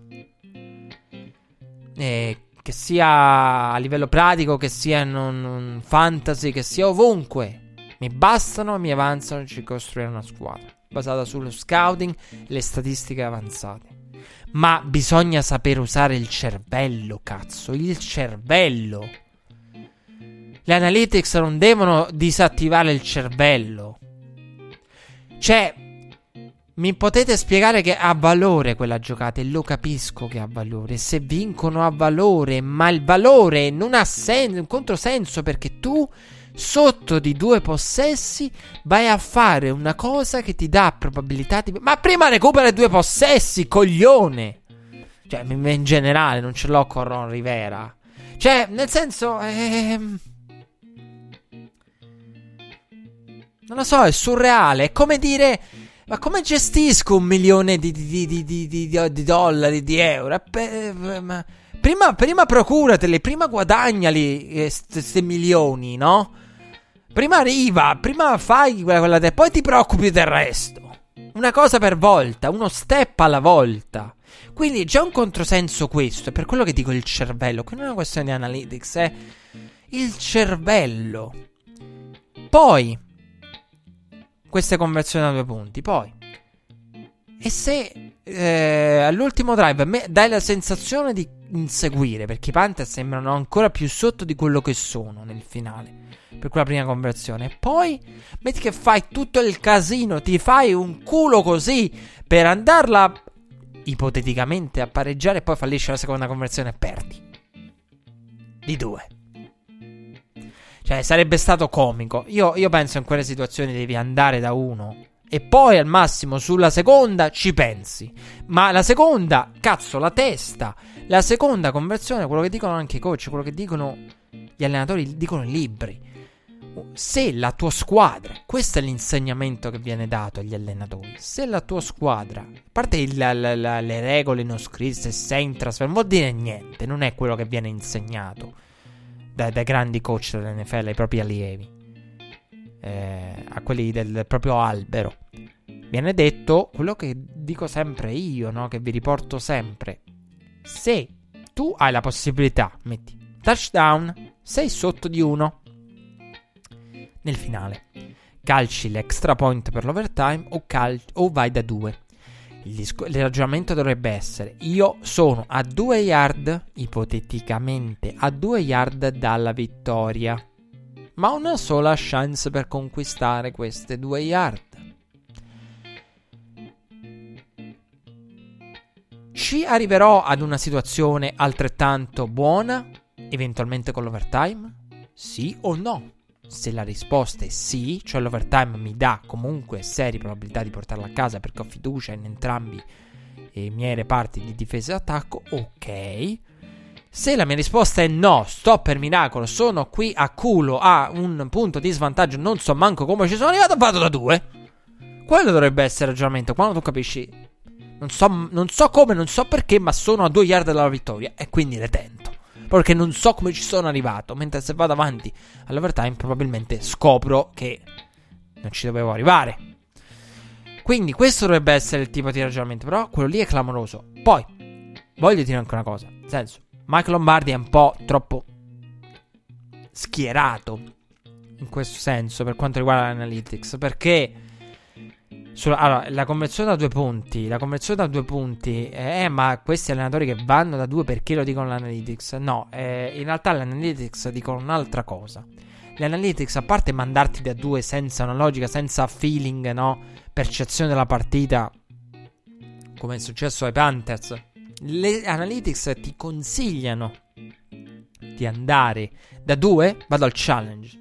[SPEAKER 3] Che sia a livello pratico, che sia in un fantasy, che sia ovunque. Mi bastano, mi avanzano, ci costruire una squadra basata sullo scouting e le statistiche avanzate. Ma bisogna saper usare il cervello, cazzo, il cervello. Le analytics non devono disattivare il cervello. Cioè, mi potete spiegare che ha valore quella giocata, e lo capisco che ha valore. Se vincono ha valore, ma il valore non ha un controsenso, perché tu sotto di 2 possessi vai a fare una cosa che ti dà probabilità di... Ma prima recupera 2 possessi, coglione! Cioè, in generale, non ce l'ho con Ron Rivera. Cioè, nel senso... non lo so, è surreale. È come dire... Ma come gestisco 1 milione di dollari, di euro? Ma prima procurateli, prima guadagnali questi milioni, no? Prima arriva, prima fai quella poi ti preoccupi del resto. Una cosa per volta, uno step alla volta. Quindi c'è un controsenso questo, è per quello che dico il cervello. Qui non è una questione di analytics, è il cervello. Poi queste conversioni da 2 punti. Poi, e se all'ultimo drive dai la sensazione di inseguire, perché i Panthers sembrano ancora più sotto di quello che sono nel finale per quella prima conversione, e poi metti che fai tutto il casino, ti fai un culo così per andarla ipoteticamente a pareggiare, e poi fallisce la seconda conversione e perdi di 2. Cioè, sarebbe stato comico. Io penso in quelle situazioni devi andare da 1 e poi al massimo sulla seconda ci pensi. Ma la seconda, cazzo, la testa. La seconda conversione, quello che dicono anche i coach, quello che dicono gli allenatori, dicono i libri. Se la tua squadra, questo è l'insegnamento che viene dato agli allenatori, se la tua squadra, a parte le regole non scritte, sei in trasferta, non vuol dire niente, non è quello che viene insegnato dai grandi coach dell'NFL ai propri allievi, a quelli del proprio albero. Viene detto quello che dico sempre io, no? Che vi riporto sempre. Se tu hai la possibilità, metti touchdown, sei sotto di 1 nel finale, calci l'extra point per l'overtime o vai da 2. Il ragionamento dovrebbe essere: io sono a 2 yard, ipoteticamente a 2 yard dalla vittoria, ma ho una sola chance per conquistare queste 2 yard. Ci arriverò ad una situazione altrettanto buona, eventualmente con l'overtime? Sì o no? Se la risposta è sì, cioè l'overtime mi dà comunque serie probabilità di portarla a casa perché ho fiducia in entrambi i miei reparti di difesa e attacco, ok. Se la mia risposta è no, sto per miracolo, sono qui a culo, a un punto di svantaggio, non so manco come ci sono arrivato, vado da 2. Quello dovrebbe essere il ragionamento. Quando tu capisci, non so come, non so perché, ma sono a 2 yard dalla vittoria e quindi le tento, perché non so come ci sono arrivato. Mentre se vado avanti all'overtime probabilmente scopro che non ci dovevo arrivare. Quindi questo dovrebbe essere il tipo di ragionamento. Però quello lì è clamoroso. Poi voglio dire anche una cosa, nel senso, Mike Lombardi è un po' troppo schierato in questo senso per quanto riguarda l'analytics, perché allora, la conversione da 2 punti, ma questi allenatori che vanno da 2 perché lo dicono l'analytics? No, in realtà l'analytics dicono un'altra cosa. Le analytics, a parte mandarti da 2 senza una logica, senza feeling, no? Percezione della partita, come è successo ai Panthers, le analytics ti consigliano di andare da 2, vado al challenge,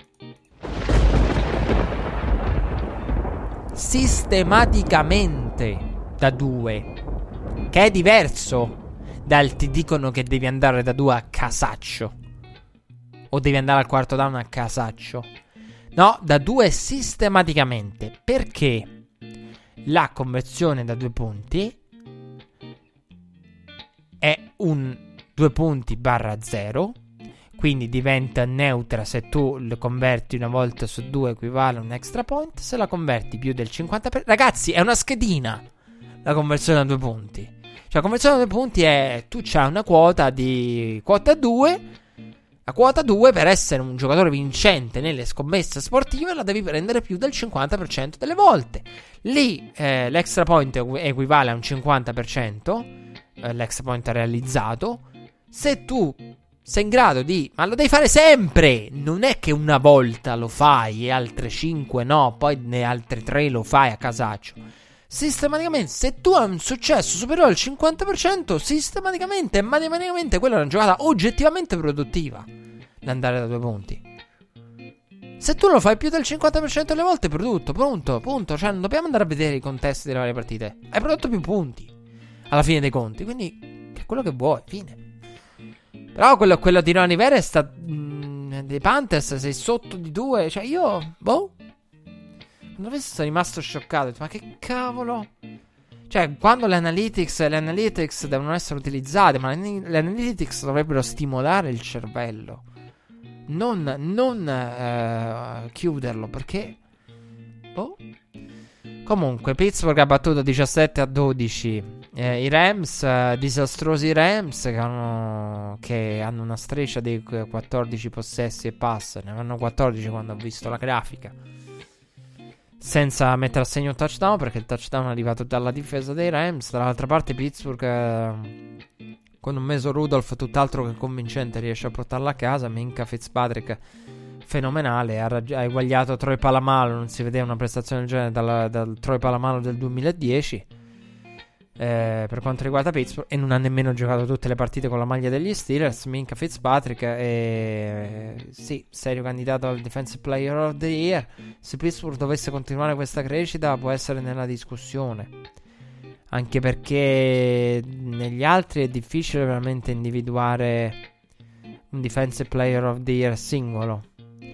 [SPEAKER 3] sistematicamente da 2, che è diverso dal ti dicono che devi andare da 2 a casaccio. o devi andare al quarto down a casaccio? No, da 2 sistematicamente, perché la conversione da 2 punti è un 2 punti barra 0, quindi diventa neutra se tu lo converti una volta su 2 equivale a un extra point, se la converti più del 50%. Ragazzi, è una schedina la conversione a 2 punti. Cioè la conversione a 2 punti è, tu c'hai una quota di quota 2. La quota 2 per essere un giocatore vincente nelle scommesse sportive la devi prendere più del 50% delle volte. Lì l'extra point equivale a un 50%, l'extra point realizzato. Se tu sei in grado di... Ma lo devi fare sempre! Non è che una volta lo fai e altre 5 no, poi ne altre 3 lo fai a casaccio. Sistematicamente, se tu hai un successo superiore al 50%, sistematicamente e matematicamente quella è una giocata oggettivamente produttiva, l'andare da 2 punti. Se tu lo fai più del 50% delle volte, prodotto, punto. Cioè non dobbiamo andare a vedere i contesti delle varie partite. Hai prodotto più punti alla fine dei conti, quindi è quello che vuoi, fine. Però quello di Ronnie Vera è stato dei Panthers, sei sotto di 2. Cioè io, quando sono rimasto scioccato, ho detto, ma che cavolo? Cioè, quando le analytics devono essere utilizzate, ma le analytics dovrebbero stimolare il cervello, non chiuderlo, perché comunque Pittsburgh ha battuto 17-12 i Rams, disastrosi Rams che hanno una striscia di 14 possessi e pass. Ne avevano 14 quando ho visto la grafica, senza mettere a segno un touchdown, perché il touchdown è arrivato dalla difesa dei Rams. Dall'altra parte Pittsburgh con un Mason Rudolph tutt'altro che convincente riesce a portarla a casa. Minkah Fitzpatrick fenomenale, ha eguagliato Troy Polamalu. Non si vedeva una prestazione del genere dal Troy Polamalu del 2010 per quanto riguarda Pittsburgh, e non ha nemmeno giocato tutte le partite con la maglia degli Steelers. Minkah Fitzpatrick sì, serio candidato al Defensive Player of the Year. Se Pittsburgh dovesse continuare questa crescita può essere nella discussione, anche perché negli altri è difficile veramente individuare un Defensive Player of the Year singolo,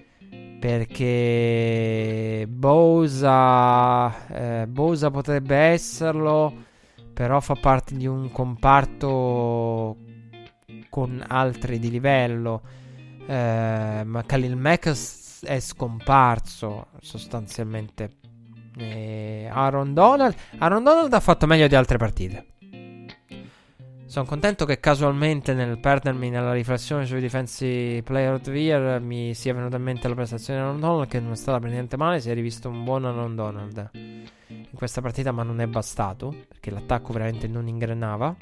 [SPEAKER 3] perché Bosa potrebbe esserlo, però fa parte di un comparto con altri di livello. Ma Khalil Mack è scomparso sostanzialmente. Aaron Donald ha fatto meglio di altre partite. Sono contento che casualmente, nel perdermi nella riflessione sui Defensive Player of the Year, mi sia venuta in mente la prestazione di Aaron Donald, che non è stata per niente male. Si è rivisto un buon Aaron Donald in questa partita, ma non è bastato, perché l'attacco veramente non ingranava.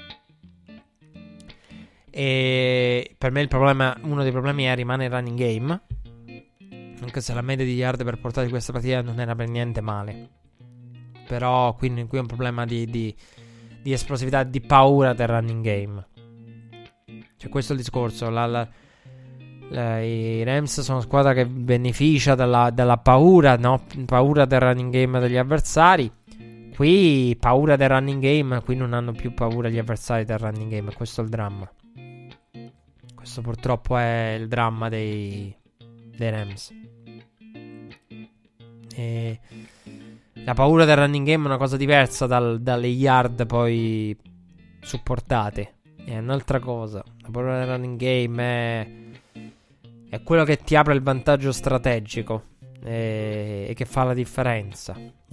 [SPEAKER 3] E per me uno dei problemi rimane il running game, anche se la media di yard per portata di questa partita non era per niente male. Però qui è un problema di esplosività, di paura del running game. Cioè, questo è il discorso. I Rams sono una squadra che beneficia dalla paura, no? Paura del running game degli avversari. Qui paura del running game, qui non hanno più paura gli avversari del running game. Questo è il dramma. Questo purtroppo è il dramma dei Rams. E la paura del running game è una cosa diversa dalle yard poi supportate. È un'altra cosa. La paura del running game è quello che ti apre il vantaggio strategico e che fa la differenza.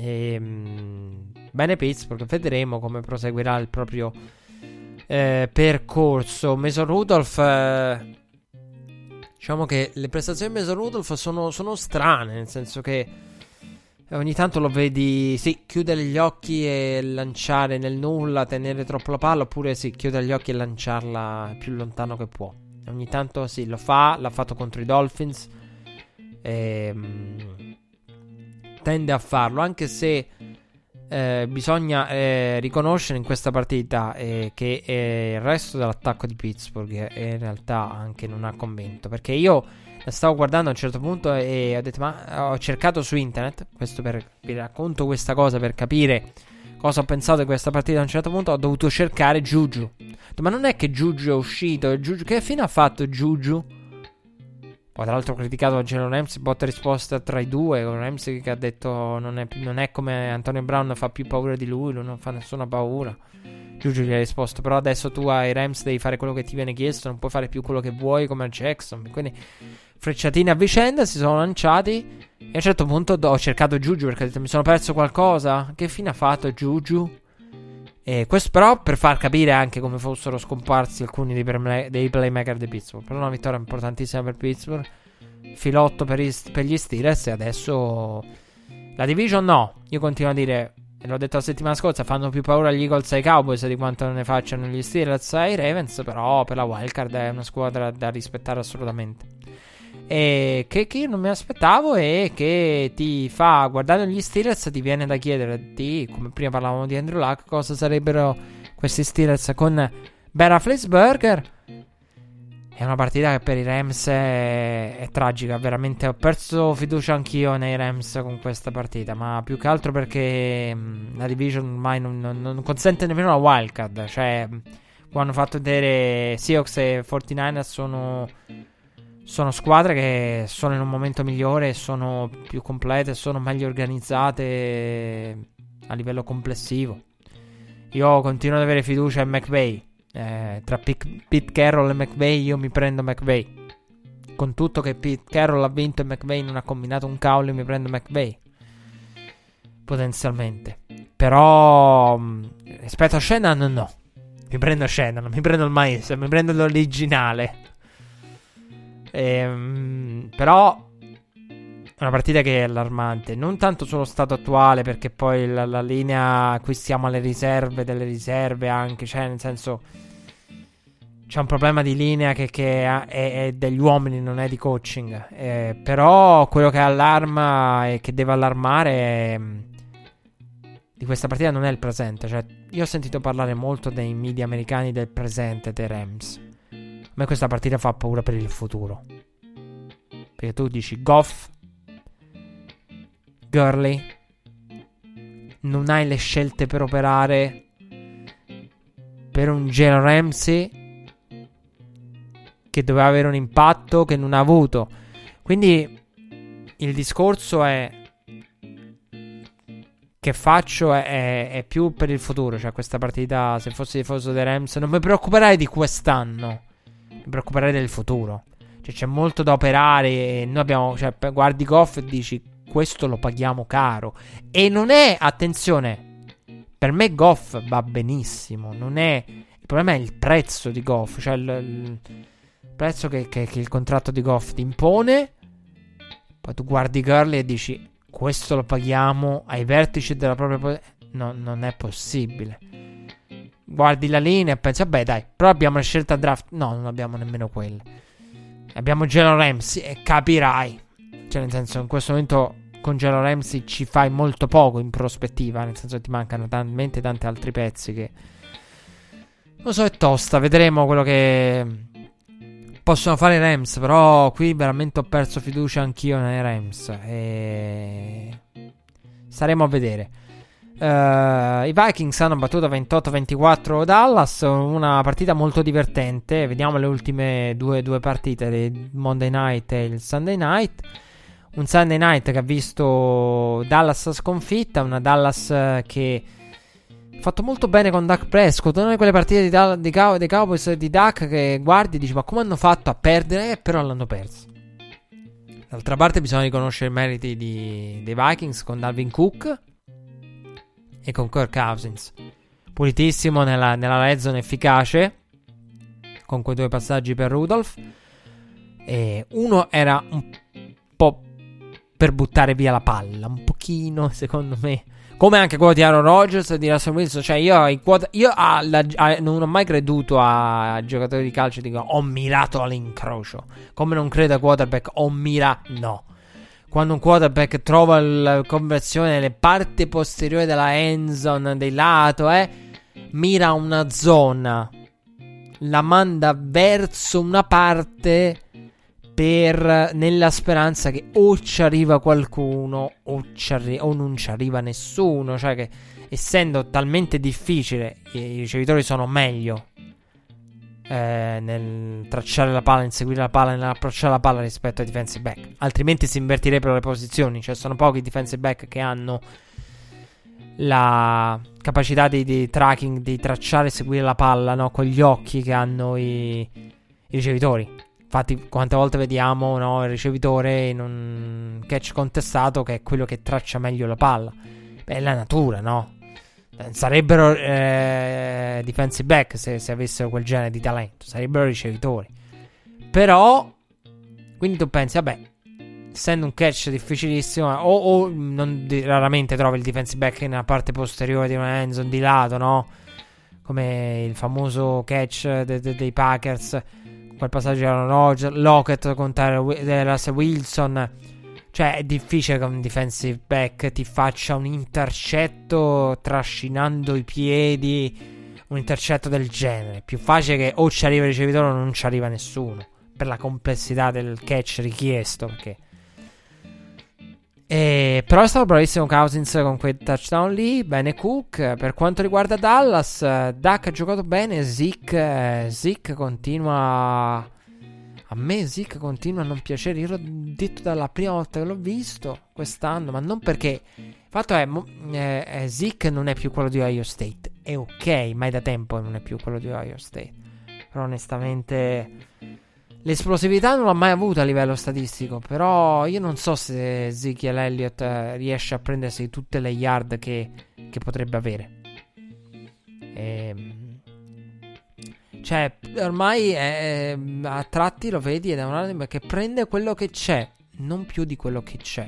[SPEAKER 3] Bene Pittsburgh, vedremo come proseguirà il proprio percorso. Mason Rudolph, diciamo che le prestazioni di Mason Rudolph sono strane, nel senso che ogni tanto lo vedi, sì, chiudere gli occhi e lanciare nel nulla, tenere troppo la palla, oppure sì, chiudere gli occhi e lanciarla più lontano che può. Ogni tanto sì, l'ha fatto contro i Dolphins, tende a farlo, anche se bisogna riconoscere in questa partita che il resto dell'attacco di Pittsburgh in realtà anche non ha convinto, perché io la stavo guardando a un certo punto e ho detto, ma ho cercato su internet, questo vi racconto questa cosa per capire cosa ho pensato di questa partita. A un certo punto ho dovuto cercare Juju, ma non è che Juju è uscito, che fine ha fatto Juju? Poi tra l'altro ho criticato Jalen Ramsey, botta e risposta tra i due, con Ramsey che ha detto non è come Antonio Brown, fa più paura di lui non fa nessuna paura. Juju gli ha risposto, però adesso tu ai Rams devi fare quello che ti viene chiesto, non puoi fare più quello che vuoi come a Jackson. Quindi frecciatine a vicenda, si sono lanciati e a un certo punto ho cercato Juju perché ho detto mi sono perso qualcosa. Che fine ha fatto Juju? E questo però per far capire anche come fossero scomparsi alcuni dei playmaker di Pittsburgh. Però una vittoria importantissima per Pittsburgh, filotto per gli Steelers. E adesso la division no, io continuo a dire, e l'ho detto la settimana scorsa, fanno più paura agli Eagles e ai Cowboys di quanto ne facciano gli Steelers e ai Ravens. Però per la wildcard è una squadra da rispettare assolutamente, e che io non mi aspettavo, e che ti fa, guardando gli Steelers, ti viene da chiederti, come prima parlavamo di Andrew Luck, cosa sarebbero questi Steelers con Ben Roethlisberger. È una partita che per i Rams è tragica, veramente ho perso fiducia anch'io nei Rams con questa partita, ma più che altro perché la division ormai non consente nemmeno la wildcard. Cioè, come hanno fatto vedere Seahawks e 49ers, sono squadre che sono in un momento migliore, sono più complete, sono meglio organizzate a livello complessivo. Io continuo ad avere fiducia in McVay. Tra Pete Carroll e McVay io mi prendo McVay. Con tutto che Pete Carroll ha vinto e McVay non ha combinato un cavolo, mi prendo McVay potenzialmente. Però rispetto a Shanahan no. Mi prendo Shanahan, mi prendo il maestro, mi prendo l'originale. Però è una partita che è allarmante, non tanto sullo stato attuale, perché poi la linea, qui siamo alle riserve delle riserve anche, cioè nel senso c'è un problema di linea che è degli uomini, non è di coaching. Però quello che allarma e che deve allarmare di questa partita non è il presente. Cioè, io ho sentito parlare molto dei media americani del presente dei Rams. A me questa partita fa paura per il futuro, perché tu dici Goff, Gurley, non hai le scelte per operare per un Jalen Ramsey che doveva avere un impatto che non ha avuto. Quindi il discorso è che faccio è più per il futuro. Cioè, questa partita, se fossi tifoso dei Rams, non mi preoccuperei di quest'anno, mi preoccuperei del futuro. Cioè, c'è molto da operare e noi abbiamo, cioè, guardi Goff e dici questo lo paghiamo caro. E non è, attenzione, per me Goff va benissimo, non è, il problema è il prezzo di Goff. Cioè il prezzo che il contratto di Goff ti impone. Poi tu guardi Gurley e dici questo lo paghiamo ai vertici della propria no, non è possibile. Guardi la linea e pensi vabbè dai, però abbiamo la scelta draft. No, non abbiamo nemmeno quella. Abbiamo Jalen Ramsey e capirai, cioè nel senso, in questo momento con Jalen Ramsey ci fai molto poco in prospettiva, nel senso che ti mancano talmente tanti altri pezzi che non so, è tosta. Vedremo quello che possono fare i Rams, però qui veramente ho perso fiducia anch'io nei Rams e staremo a vedere. I Vikings hanno battuto 28-24 Dallas, una partita molto divertente. Vediamo le ultime due partite, il Monday Night e il Sunday Night. Un Sunday Night che ha visto Dallas sconfitta, una Dallas che ha fatto molto bene con Dak Prescott, una di quelle partite dei Cowboys di Dak che guardi e dici ma come hanno fatto a perdere, però l'hanno perso. D'altra parte bisogna riconoscere i meriti dei Vikings con Dalvin Cook e con Kirk Cousins, pulitissimo nella red zone, efficace con quei due passaggi per Rudolph, e uno era un po' per buttare via la palla, un pochino secondo me, come anche quello di Aaron Rodgers e di Russell Wilson. Cioè io non ho mai creduto a giocatori di calcio dico ho mirato all'incrocio, come non credo a quarterback no. Quando un quarterback trova la conversione nelle parti posteriori della end zone, del lato, mira una zona, la manda verso una parte nella speranza che o ci arriva qualcuno o non ci arriva nessuno. Cioè che essendo talmente difficile, i ricevitori sono meglio nel tracciare la palla, inseguire la palla, nell'approcciare la palla rispetto ai defensive back. Altrimenti si invertirebbero le posizioni. Cioè sono pochi i defensive back che hanno la capacità di tracking, di tracciare e seguire la palla, no? Con gli occhi che hanno i ricevitori. Infatti quante volte vediamo, no, il ricevitore in un catch contestato che è quello che traccia meglio la palla. Beh, è la natura, no? Sarebbero defensive back se avessero quel genere di talento. Sarebbero ricevitori. Però quindi tu pensi, vabbè, essendo un catch difficilissimo, raramente trovi il defensive back nella parte posteriore di una endzone di lato, no? Come il famoso catch dei Packers, quel passaggio di Aaron Rodgers, Lockett contro Russell Wilson. Cioè è difficile che un defensive back ti faccia un intercetto trascinando i piedi, un intercetto del genere. Più facile che o ci arriva il ricevitore o non ci arriva nessuno, per la complessità del catch richiesto, perché però è stato bravissimo Cousins con quel touchdown lì. Bene Cook. Per quanto riguarda Dallas, Dak ha giocato bene. Zeke continua. A me Zeke continua a non piacere. Io l'ho detto dalla prima volta che l'ho visto quest'anno, ma non perché. Il fatto è Zeke non è più quello di Ohio State. È ok, ma è da tempo non è più quello di Ohio State. Però onestamente l'esplosività non l'ha mai avuta a livello statistico. Però io non so se Ezekiel Elliott riesce a prendersi tutte le yard che potrebbe avere. Cioè ormai a tratti lo vedi ed è un running back che prende quello che c'è, non più di quello che c'è.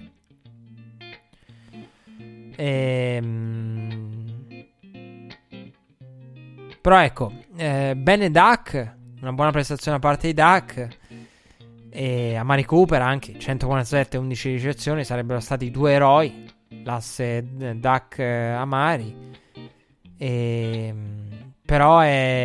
[SPEAKER 3] Però ecco, bene Dak, una buona prestazione da parte di Dak. E Amari Cooper anche 147 11 ricezioni, sarebbero stati due eroi, l'asse Dak Amari. Però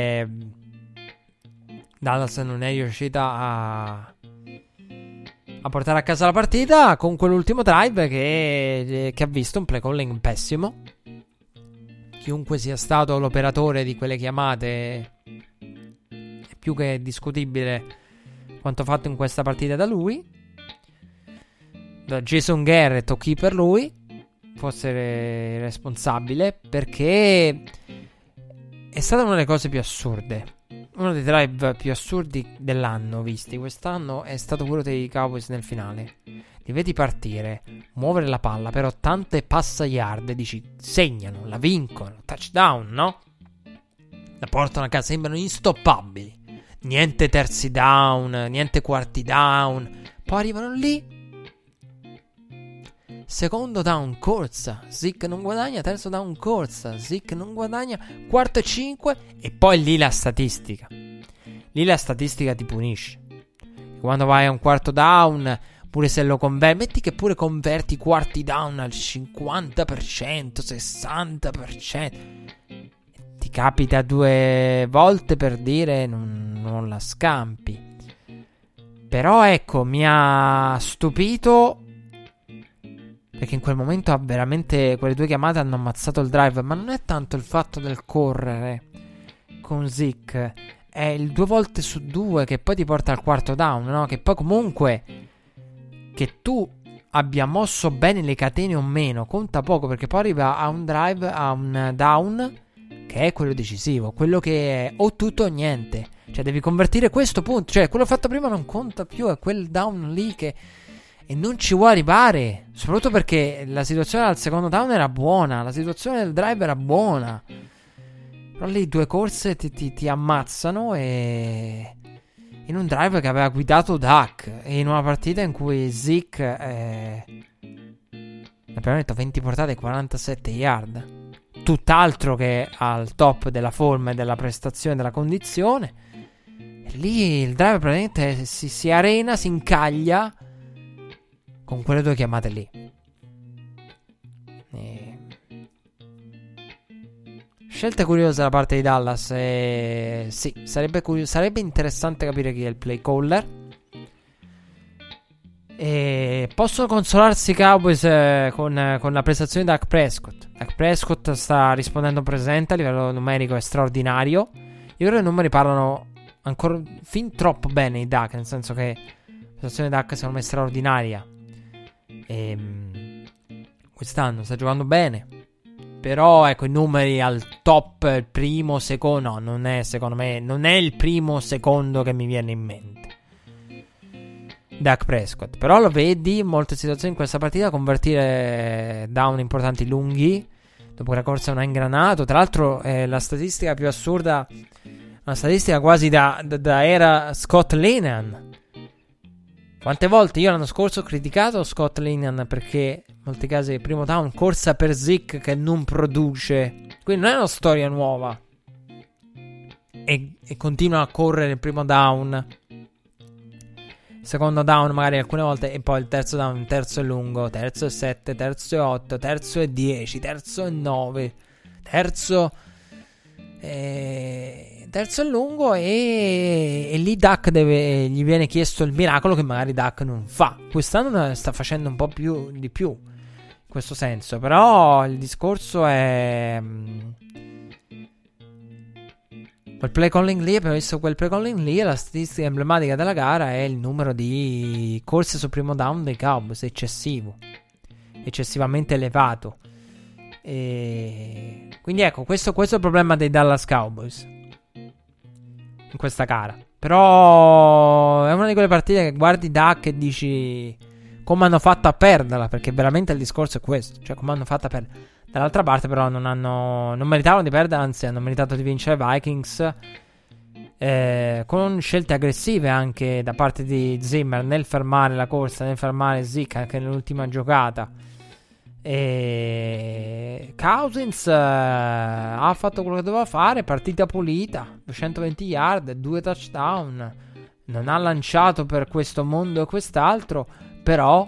[SPEAKER 3] Dallas non è riuscita a portare a casa la partita con quell'ultimo drive che ha visto un play calling pessimo. Chiunque sia stato l'operatore di quelle chiamate è più che discutibile quanto fatto in questa partita da lui. Da Jason Garrett o chi per lui fosse responsabile, perché è stata una delle cose più assurde. Uno dei drive più assurdi dell'anno visti quest'anno è stato quello dei Cowboys nel finale. Li vedi partire, muovere la palla per 80 e passa yard, e dici segnano, la vincono, touchdown, no? La portano a casa, sembrano instoppabili. Niente terzi down, niente quarti down. Poi arrivano lì, secondo down, corsa, Zeke non guadagna, terzo down, corsa, Zeke non guadagna, quarto e 5, e poi lì la statistica. Lì la statistica ti punisce. Quando vai a un quarto down, pure se lo converti, metti che pure converti quarti down al 50%, 60%, ti capita 2 volte per dire non la scampi. Però ecco, mi ha stupito, perché in quel momento veramente quelle 2 chiamate hanno ammazzato il drive. Ma non è tanto il fatto del correre con Zeke, è il 2 volte su 2 che poi ti porta al quarto down, no? Che poi comunque che tu abbia mosso bene le catene o meno conta poco, perché poi arriva a un drive, a un down che è quello decisivo, quello che è o tutto o niente. Cioè devi convertire questo punto. Cioè quello fatto prima non conta più, è quel down lì che... E non ci vuoi arrivare, soprattutto perché la situazione al secondo down era buona, la situazione del drive era buona. Però lì 2 corse ti ammazzano, e in un drive che aveva guidato Dak, e in una partita in cui Zeke abbiamo detto 20 portate e 47 yard, tutt'altro che al top della forma e della prestazione, della condizione. E lì il drive praticamente si arena, si incaglia con quelle 2 chiamate lì. Scelta curiosa da parte di Dallas. Sì, sarebbe interessante capire chi è il play caller. Possono consolarsi i Cowboys con la prestazione di Dak Prescott. Dak Prescott sta rispondendo presente a livello numerico, è straordinario. Io credo che i numeri parlano ancora fin troppo bene i Duck, nel senso che la situazione Duck secondo me è straordinaria. Quest'anno sta giocando bene, però ecco, i numeri al top, il primo, secondo, no, non è, secondo me, non è il primo, secondo che mi viene in mente Dak Prescott. Però lo vedi in molte situazioni in questa partita convertire down importanti lunghi dopo che la corsa non ha ingranato. Tra l'altro la statistica più assurda, una statistica quasi da era Scott Linehan. Quante volte io l'anno scorso ho criticato Scott Linehan perché in molti casi il primo down, corsa per Zeke che non produce, quindi non è una storia nuova, e continua a correre il primo down, secondo down magari alcune volte, e poi il terzo down, terzo e lungo, terzo e 7, terzo e 8, terzo e 10, terzo e 9, terzo e lungo, e lì Dak gli viene chiesto il miracolo che magari Dak non fa. Quest'anno sta facendo un po' più di più in questo senso, però il discorso è quel play calling lì. Abbiamo visto quel play calling lì, e la statistica emblematica della gara è il numero di corse sul primo down dei Cowboys, eccessivamente elevato. E quindi ecco, questo è il problema dei Dallas Cowboys in questa gara. Però è una di quelle partite che guardi Dak e dici come hanno fatto a perderla, perché veramente il discorso è questo, cioè come hanno fatto a perderla. Dall'altra parte però non meritavano di perdere, anzi hanno meritato di vincere i Vikings, con scelte aggressive anche da parte di Zimmer nel fermare la corsa, nel fermare Zeke anche nell'ultima giocata. E Cousins ha fatto quello che doveva fare, partita pulita, 220 yard, 2 touchdown, non ha lanciato per questo mondo e quest'altro, però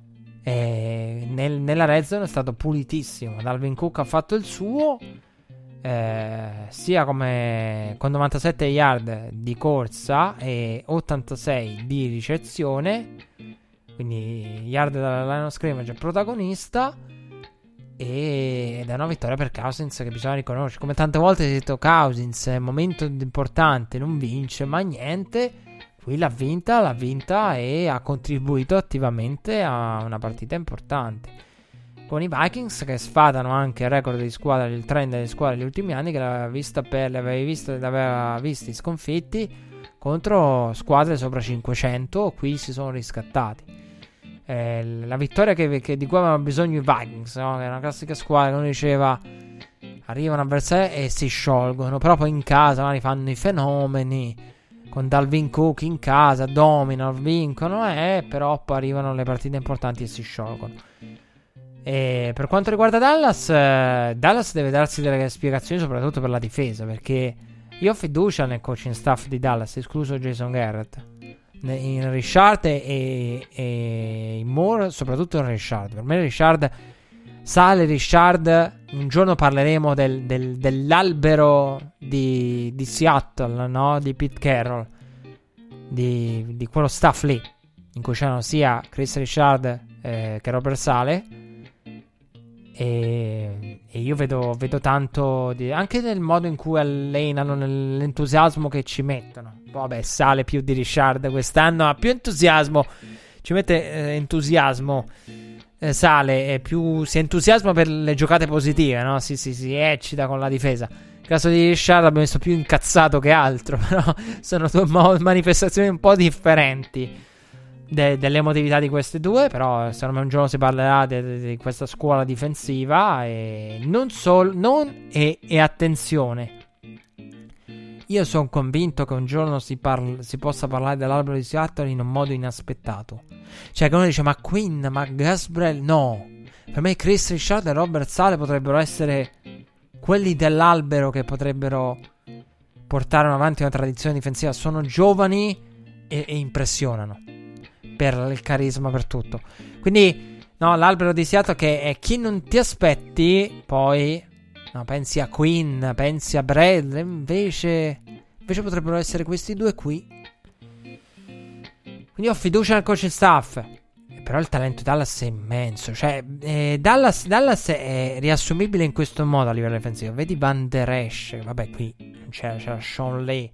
[SPEAKER 3] nella red zone è stato pulitissimo. Dalvin Cook ha fatto il suo, sia come con 97 yard di corsa e 86 di ricezione, quindi yard dalla line of scrimmage, protagonista. Ed è una vittoria per Cousins che bisogna riconoscere. Come tante volte ho detto, Cousins è un momento importante, non vince, ma niente, qui l'ha vinta e ha contribuito attivamente a una partita importante, con i Vikings che sfatano anche il record di squadra, il trend delle squadre negli ultimi anni, che l'aveva visti sconfitti contro squadre sopra 500. Qui si sono riscattati. La vittoria di cui avevano bisogno i Vikings, no? Che è una classica squadra che uno diceva arrivano avversari e si sciolgono, però poi in casa magari fanno i fenomeni con Dalvin Cook in casa, dominano, vincono, però poi arrivano le partite importanti e si sciolgono. E per quanto riguarda Dallas deve darsi delle spiegazioni soprattutto per la difesa, perché io ho fiducia nel coaching staff di Dallas, escluso Jason Garrett, in Richard e in Moore, soprattutto in Richard. Per me Richard un giorno parleremo dell'albero di Seattle, no? Di Pete Carroll, di quello staff lì in cui c'erano sia Chris Richard che Robert Saleh, e io vedo tanto anche nel modo in cui allenano, nell'entusiasmo che ci mettono. Vabbè, Saleh più di Richard quest'anno ha più entusiasmo, ci mette entusiasmo. Saleh si entusiasma per le giocate positive, no? Si eccita con la difesa. Nel caso di Richard abbiamo visto più incazzato che altro, però sono due manifestazioni un po' differenti dell'emotività di queste due. Però secondo me un giorno si parlerà di questa scuola difensiva, e e attenzione, io sono convinto che un giorno si possa parlare dell'albero di Seattle in un modo inaspettato. Cioè che uno dice, ma Quinn, ma Gasbrell, no. Per me Chris Richard e Robert Saleh potrebbero essere quelli dell'albero che potrebbero portare avanti una tradizione difensiva. Sono giovani e impressionano per il carisma, per tutto. Quindi no, l'albero di Seattle, che è chi non ti aspetti, poi no, pensi a Quinn, pensi a Bradley, invece potrebbero essere questi due qui. Quindi ho fiducia nel coaching staff. Però il talento di Dallas è immenso. Cioè Dallas è riassumibile in questo modo a livello difensivo. Vedi Van Der Esch, vabbè, qui c'era Sean Lee,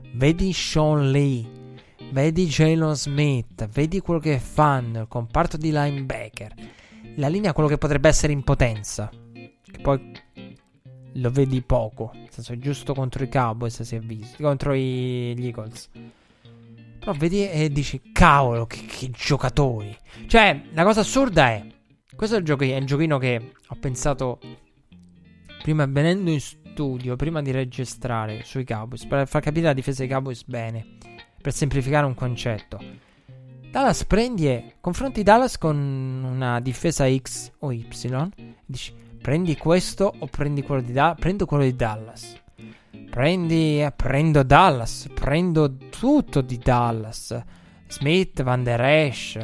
[SPEAKER 3] vedi Sean Lee, vedi Jalen Smith, vedi quello che fanno, il comparto di linebacker, la linea, quello che potrebbe essere in potenza, che poi lo vedi poco, nel senso è giusto contro i Cowboys si è visto, contro gli Eagles. Però vedi e dici, cavolo, che giocatori. Cioè, la cosa assurda è, questo è il giochino che ho pensato prima, venendo in studio, prima di registrare sui Cowboys, per far capire la difesa dei Cowboys bene, per semplificare un concetto. Dallas confronti Dallas con una difesa X o Y, e dici, prendi questo o prendi quello di Dallas? Prendo quello di Dallas. Prendo Dallas, prendo tutto di Dallas. Smith, Van Der Esch,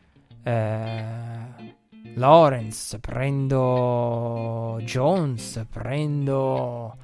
[SPEAKER 3] Lawrence, prendo Jones, prendo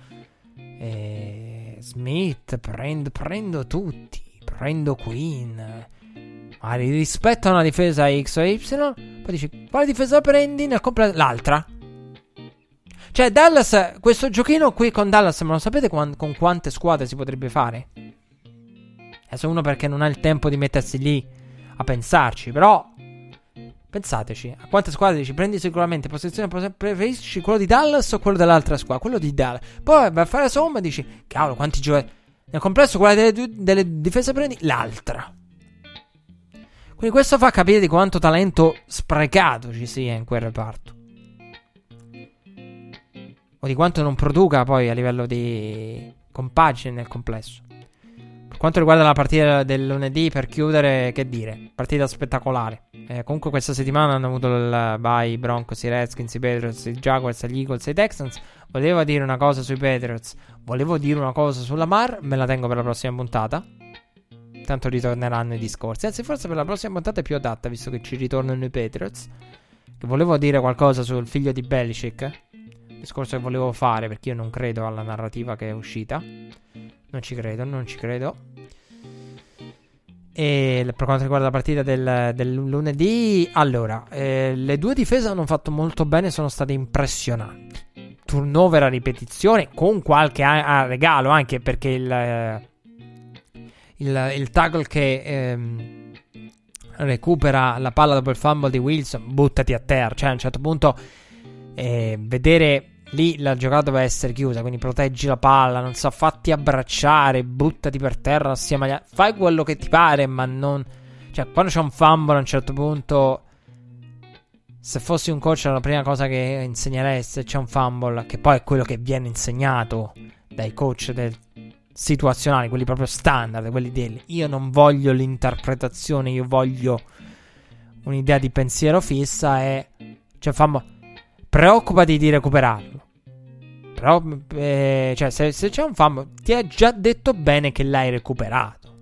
[SPEAKER 3] Smith, prendo tutti, prendo Queen. Ma rispetto a una difesa X o Y, poi dici, quale difesa prendi nel completo? L'altra. Cioè, Dallas, questo giochino qui con Dallas, ma lo sapete con quante squadre si potrebbe fare? Adesso uno perché non ha il tempo di mettersi lì a pensarci, però pensateci, a quante squadre dici, prendi sicuramente posizione, preferisci quello di Dallas o quello dell'altra squadra? Quello di Dallas. Poi vai a fare la somma e dici, cavolo, quanti giocatori. Nel complesso, quella delle difese prendi? L'altra. Quindi questo fa capire di quanto talento sprecato ci sia in quel reparto. O di quanto non produca poi a livello di compagine nel complesso. Per quanto riguarda la partita del lunedì, per chiudere, che dire, partita spettacolare. Comunque questa settimana hanno avuto il bye Broncos, i Redskins, i Patriots, i Jaguars, gli Eagles e i Texans. Volevo dire una cosa sui Patriots, volevo dire una cosa sulla Lamar, me la tengo per la prossima puntata. Tanto ritorneranno i discorsi. Anzi, forse per la prossima puntata è più adatta, visto che ci ritornano i Patriots. Che volevo dire qualcosa sul figlio di Belichick. Discorso che volevo fare, perché io non credo alla narrativa che è uscita. Non ci credo. E per quanto riguarda la partita del lunedì, allora, le due difese hanno fatto molto bene, sono state impressionanti. Turnover a ripetizione, con qualche regalo, anche perché il tackle che recupera la palla dopo il fumble di Wilson, buttati a terra. Cioè a un certo punto vedere lì la giocata doveva essere chiusa, quindi proteggi la palla, non so, fatti abbracciare, buttati per terra assieme fai quello che ti pare, ma non, cioè quando c'è un fumble a un certo punto, se fossi un coach la prima cosa che insegnerei, se c'è un fumble, che poi è quello che viene insegnato dai coach situazionali, quelli proprio standard, quelli io non voglio l'interpretazione, io voglio un'idea di pensiero fissa, e cioè preoccupati di recuperarlo. Però cioè se c'è un fumble, ti è già detto bene che l'hai recuperato.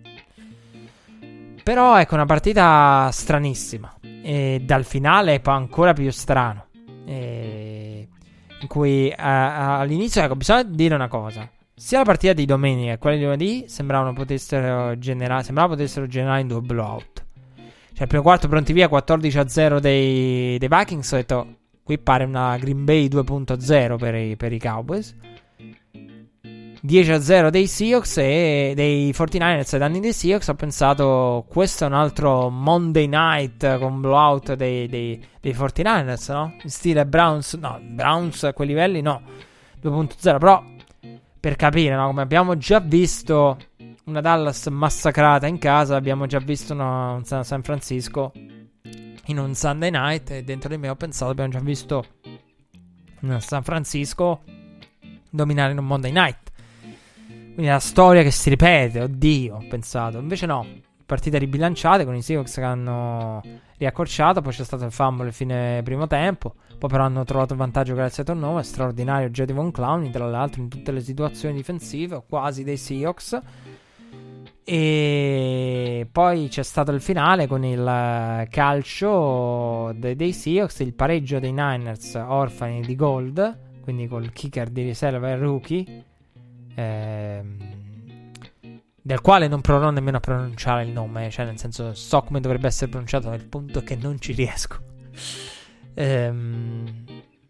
[SPEAKER 3] Però ecco, una partita stranissima, e dal finale poi ancora più strano, in cui all'inizio, ecco, bisogna dire una cosa: sia la partita di domenica che quella di lunedì sembrava potessero generare in due blowout. Cioè il primo quarto pronti via 14-0 dei Vikings, ho detto qui pare una Green Bay 2.0 per i Cowboys. 10-0 dei Seahawks e dei 49ers ai danni dei Seahawks. Ho pensato, questo è un altro Monday Night con blowout dei 49ers, no? In stile Browns a quei livelli no, 2.0. Però per capire, no? Come abbiamo già visto una Dallas massacrata in casa, abbiamo già visto un San Francisco in un Sunday Night, e dentro di me ho pensato, abbiamo già visto un San Francisco dominare in un Monday Night. Quindi la storia che si ripete, oddio, ho pensato. Invece no, partite ribilanciate con i Seahawks che hanno riaccorciato. Poi c'è stato il fumble a fine primo tempo. Poi però hanno trovato il vantaggio grazie a turnover. Straordinario Jadon Clowney, tra l'altro, in tutte le situazioni difensive, o quasi, dei Seahawks. E poi c'è stato il finale con il calcio dei Seahawks, il pareggio dei Niners, orfani di Gold, quindi col kicker di riserva e rookie, del quale non proverò nemmeno a pronunciare il nome, cioè nel senso so come dovrebbe essere pronunciato, ma il punto è che non ci riesco.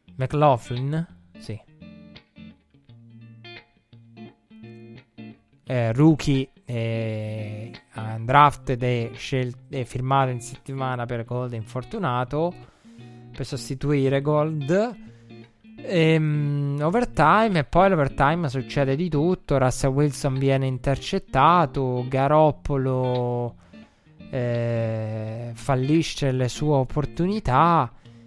[SPEAKER 3] McLaughlin, sì. rookie undrafted e firmato in settimana per Gold infortunato per sostituire Gold. Overtime, e poi l'overtime succede di tutto. Russell Wilson viene intercettato, Garoppolo fallisce le sue opportunità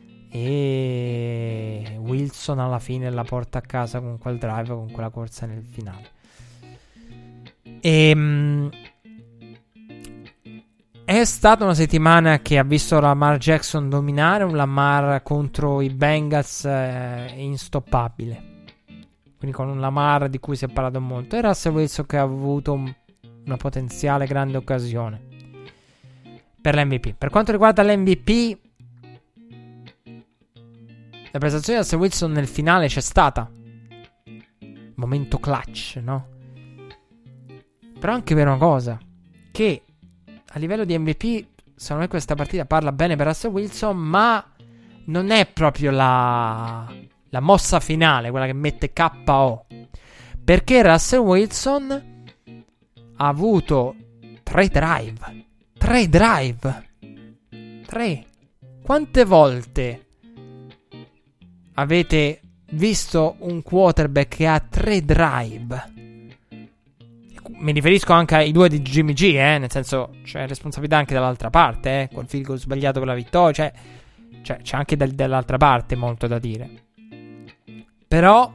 [SPEAKER 3] e Wilson alla fine la porta a casa con quel drive, con quella corsa nel finale. È stata una settimana che ha visto Lamar Jackson dominare, un Lamar contro i Bengals instoppabile, quindi con un Lamar di cui si è parlato molto, e Russell Wilson che ha avuto una potenziale grande occasione per l'MVP. Per quanto riguarda l'MVP, la prestazione di Russell Wilson nel finale c'è stata, momento clutch, no? Però anche per una cosa, che a livello di MVP secondo me questa partita parla bene per Russell Wilson, ma non è proprio la mossa finale, quella che mette KO, perché Russell Wilson ha avuto 3 drive. Quante volte avete visto un quarterback che ha 3 drive? Mi riferisco anche ai 2 di Jimmy G, nel senso c'è responsabilità anche dall'altra parte, col field goal sbagliato per la vittoria, cioè c'è anche dall'altra parte molto da dire. Però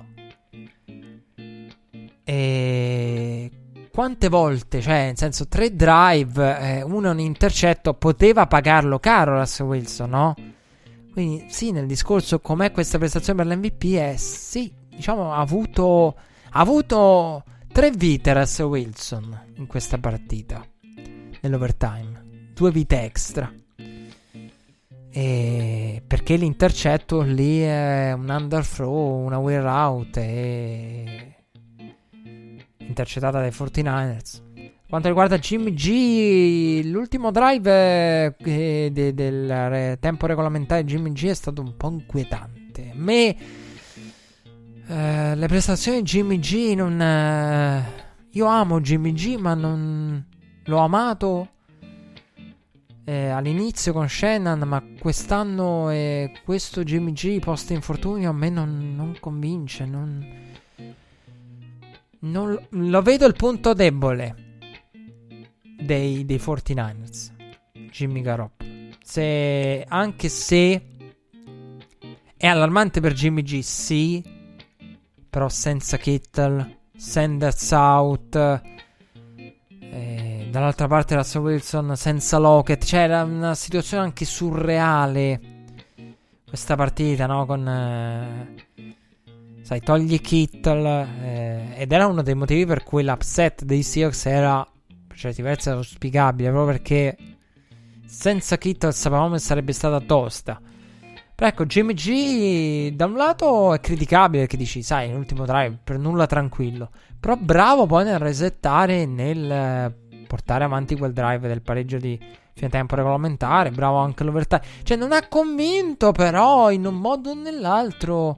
[SPEAKER 3] quante volte, cioè nel senso 3 drive, uno è un intercetto, poteva pagarlo caro Russell Wilson, no? Quindi sì, nel discorso com'è questa prestazione per l'MVP sì, diciamo ha avuto 3 vite Russell Wilson in questa partita, nell'overtime, 2 vite extra, perché l'intercetto lì è un underthrow, una wheel route intercettata dai 49ers. Quanto riguarda Jimmy G, l'ultimo drive del tempo regolamentare di Jimmy G è stato un po' inquietante. A me le prestazioni di Jimmy G non... io amo Jimmy G, ma non l'ho amato all'inizio con Shannon, ma quest'anno questo Jimmy G post infortunio a me non convince, non lo vedo il punto debole dei 49ers, Jimmy Garoppolo. Anche se è allarmante per Jimmy G, sì, però senza Kittle, Sanders out, dall'altra parte Russell Wilson senza Lockett, c'era una situazione anche surreale questa partita, no? Con sai, togli Kittle, ed era uno dei motivi per cui l'upset dei Seahawks era per certi versi auspicabile, proprio perché senza Kittle sapevamo che sarebbe stata tosta. Però ecco, Jimmy G da un lato è criticabile, perché dici, sai, l'ultimo drive per nulla tranquillo, però bravo poi nel resettare, nel portare avanti quel drive del pareggio di fine tempo regolamentare, bravo anche l'overtime, cioè non ha convinto, però in un modo o nell'altro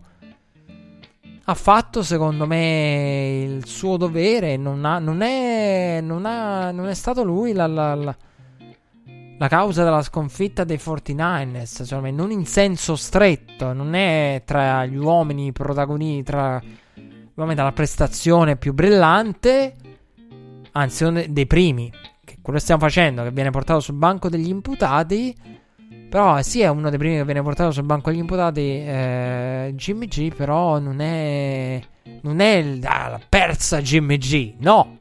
[SPEAKER 3] ha fatto secondo me il suo dovere. Non è stato lui la causa della sconfitta dei 49ers, secondo me, non in senso stretto, non è tra gli uomini protagonisti, tra la prestazione più brillante, anzi uno dei primi, che quello stiamo facendo, che viene portato sul banco degli imputati. Però sì, è uno dei primi che viene portato sul banco degli imputati, Jimmy G, però non è la persa Jimmy G, no,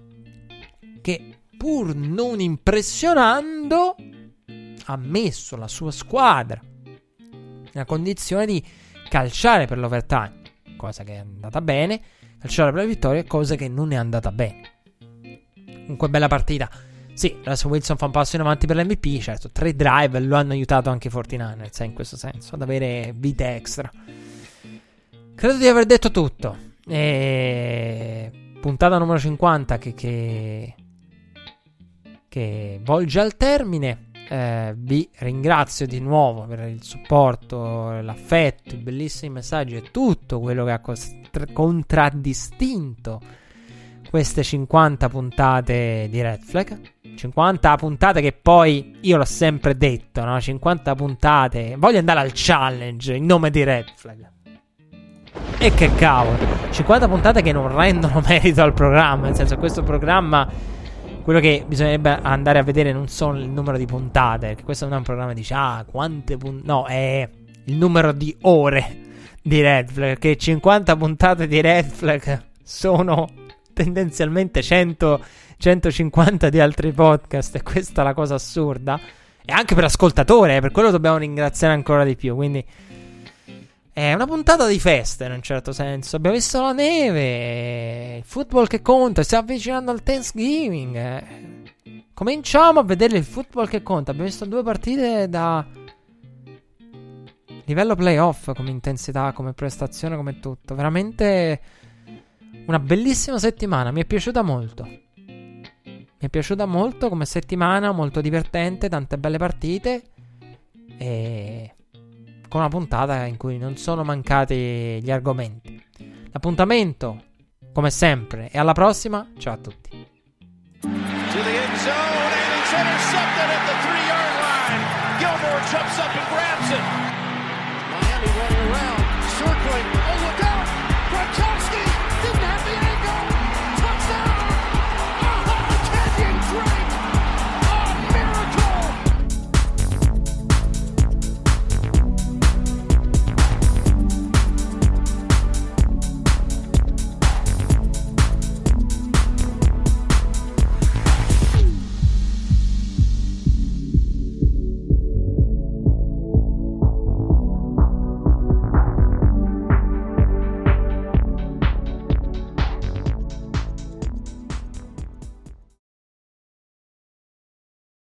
[SPEAKER 3] che pur non impressionando ha messo la sua squadra nella condizione di calciare per l'overtime, cosa che è andata bene, calciare per la vittoria, cosa che non è andata bene. Comunque bella partita. Sì, adesso Wilson fa un passo in avanti per l'MVP, certo, 3 drive lo hanno aiutato anche i 49ers, in questo senso, ad avere vite extra. Credo di aver detto tutto. Puntata numero 50 che volge al termine. Vi ringrazio di nuovo per il supporto, l'affetto, i bellissimi messaggi e tutto quello che ha contraddistinto queste 50 puntate di Red Flag. 50 puntate che poi, io l'ho sempre detto, no? 50 puntate, voglio andare al challenge in nome di Red Flag. E che cavolo, 50 puntate che non rendono merito al programma. Nel senso, questo programma, quello che bisognerebbe andare a vedere non sono il numero di puntate, perché questo non è un programma che dice quante puntate, no, è il numero di ore di Red Flag, perché 50 puntate di Red Flag sono tendenzialmente 150 di altri podcast, e questa è la cosa assurda. E anche per ascoltatore, per quello dobbiamo ringraziare ancora di più. Quindi è una puntata di festa in un certo senso. Abbiamo visto la neve, il football che conta, si sta avvicinando al Thanksgiving. Cominciamo a vedere il football che conta. Abbiamo visto 2 partite da livello playoff, come intensità, come prestazione, come tutto. Veramente una bellissima settimana, mi è piaciuta molto. Mi è piaciuta molto come settimana, molto divertente, tante belle partite e con una puntata in cui non sono mancati gli argomenti. L'appuntamento, come sempre, è alla prossima. Ciao a tutti.
[SPEAKER 1] To the end zone, and it's intercepted at the 3-yard line. Gilmore jumps up and grabs it. Miami running around, circling.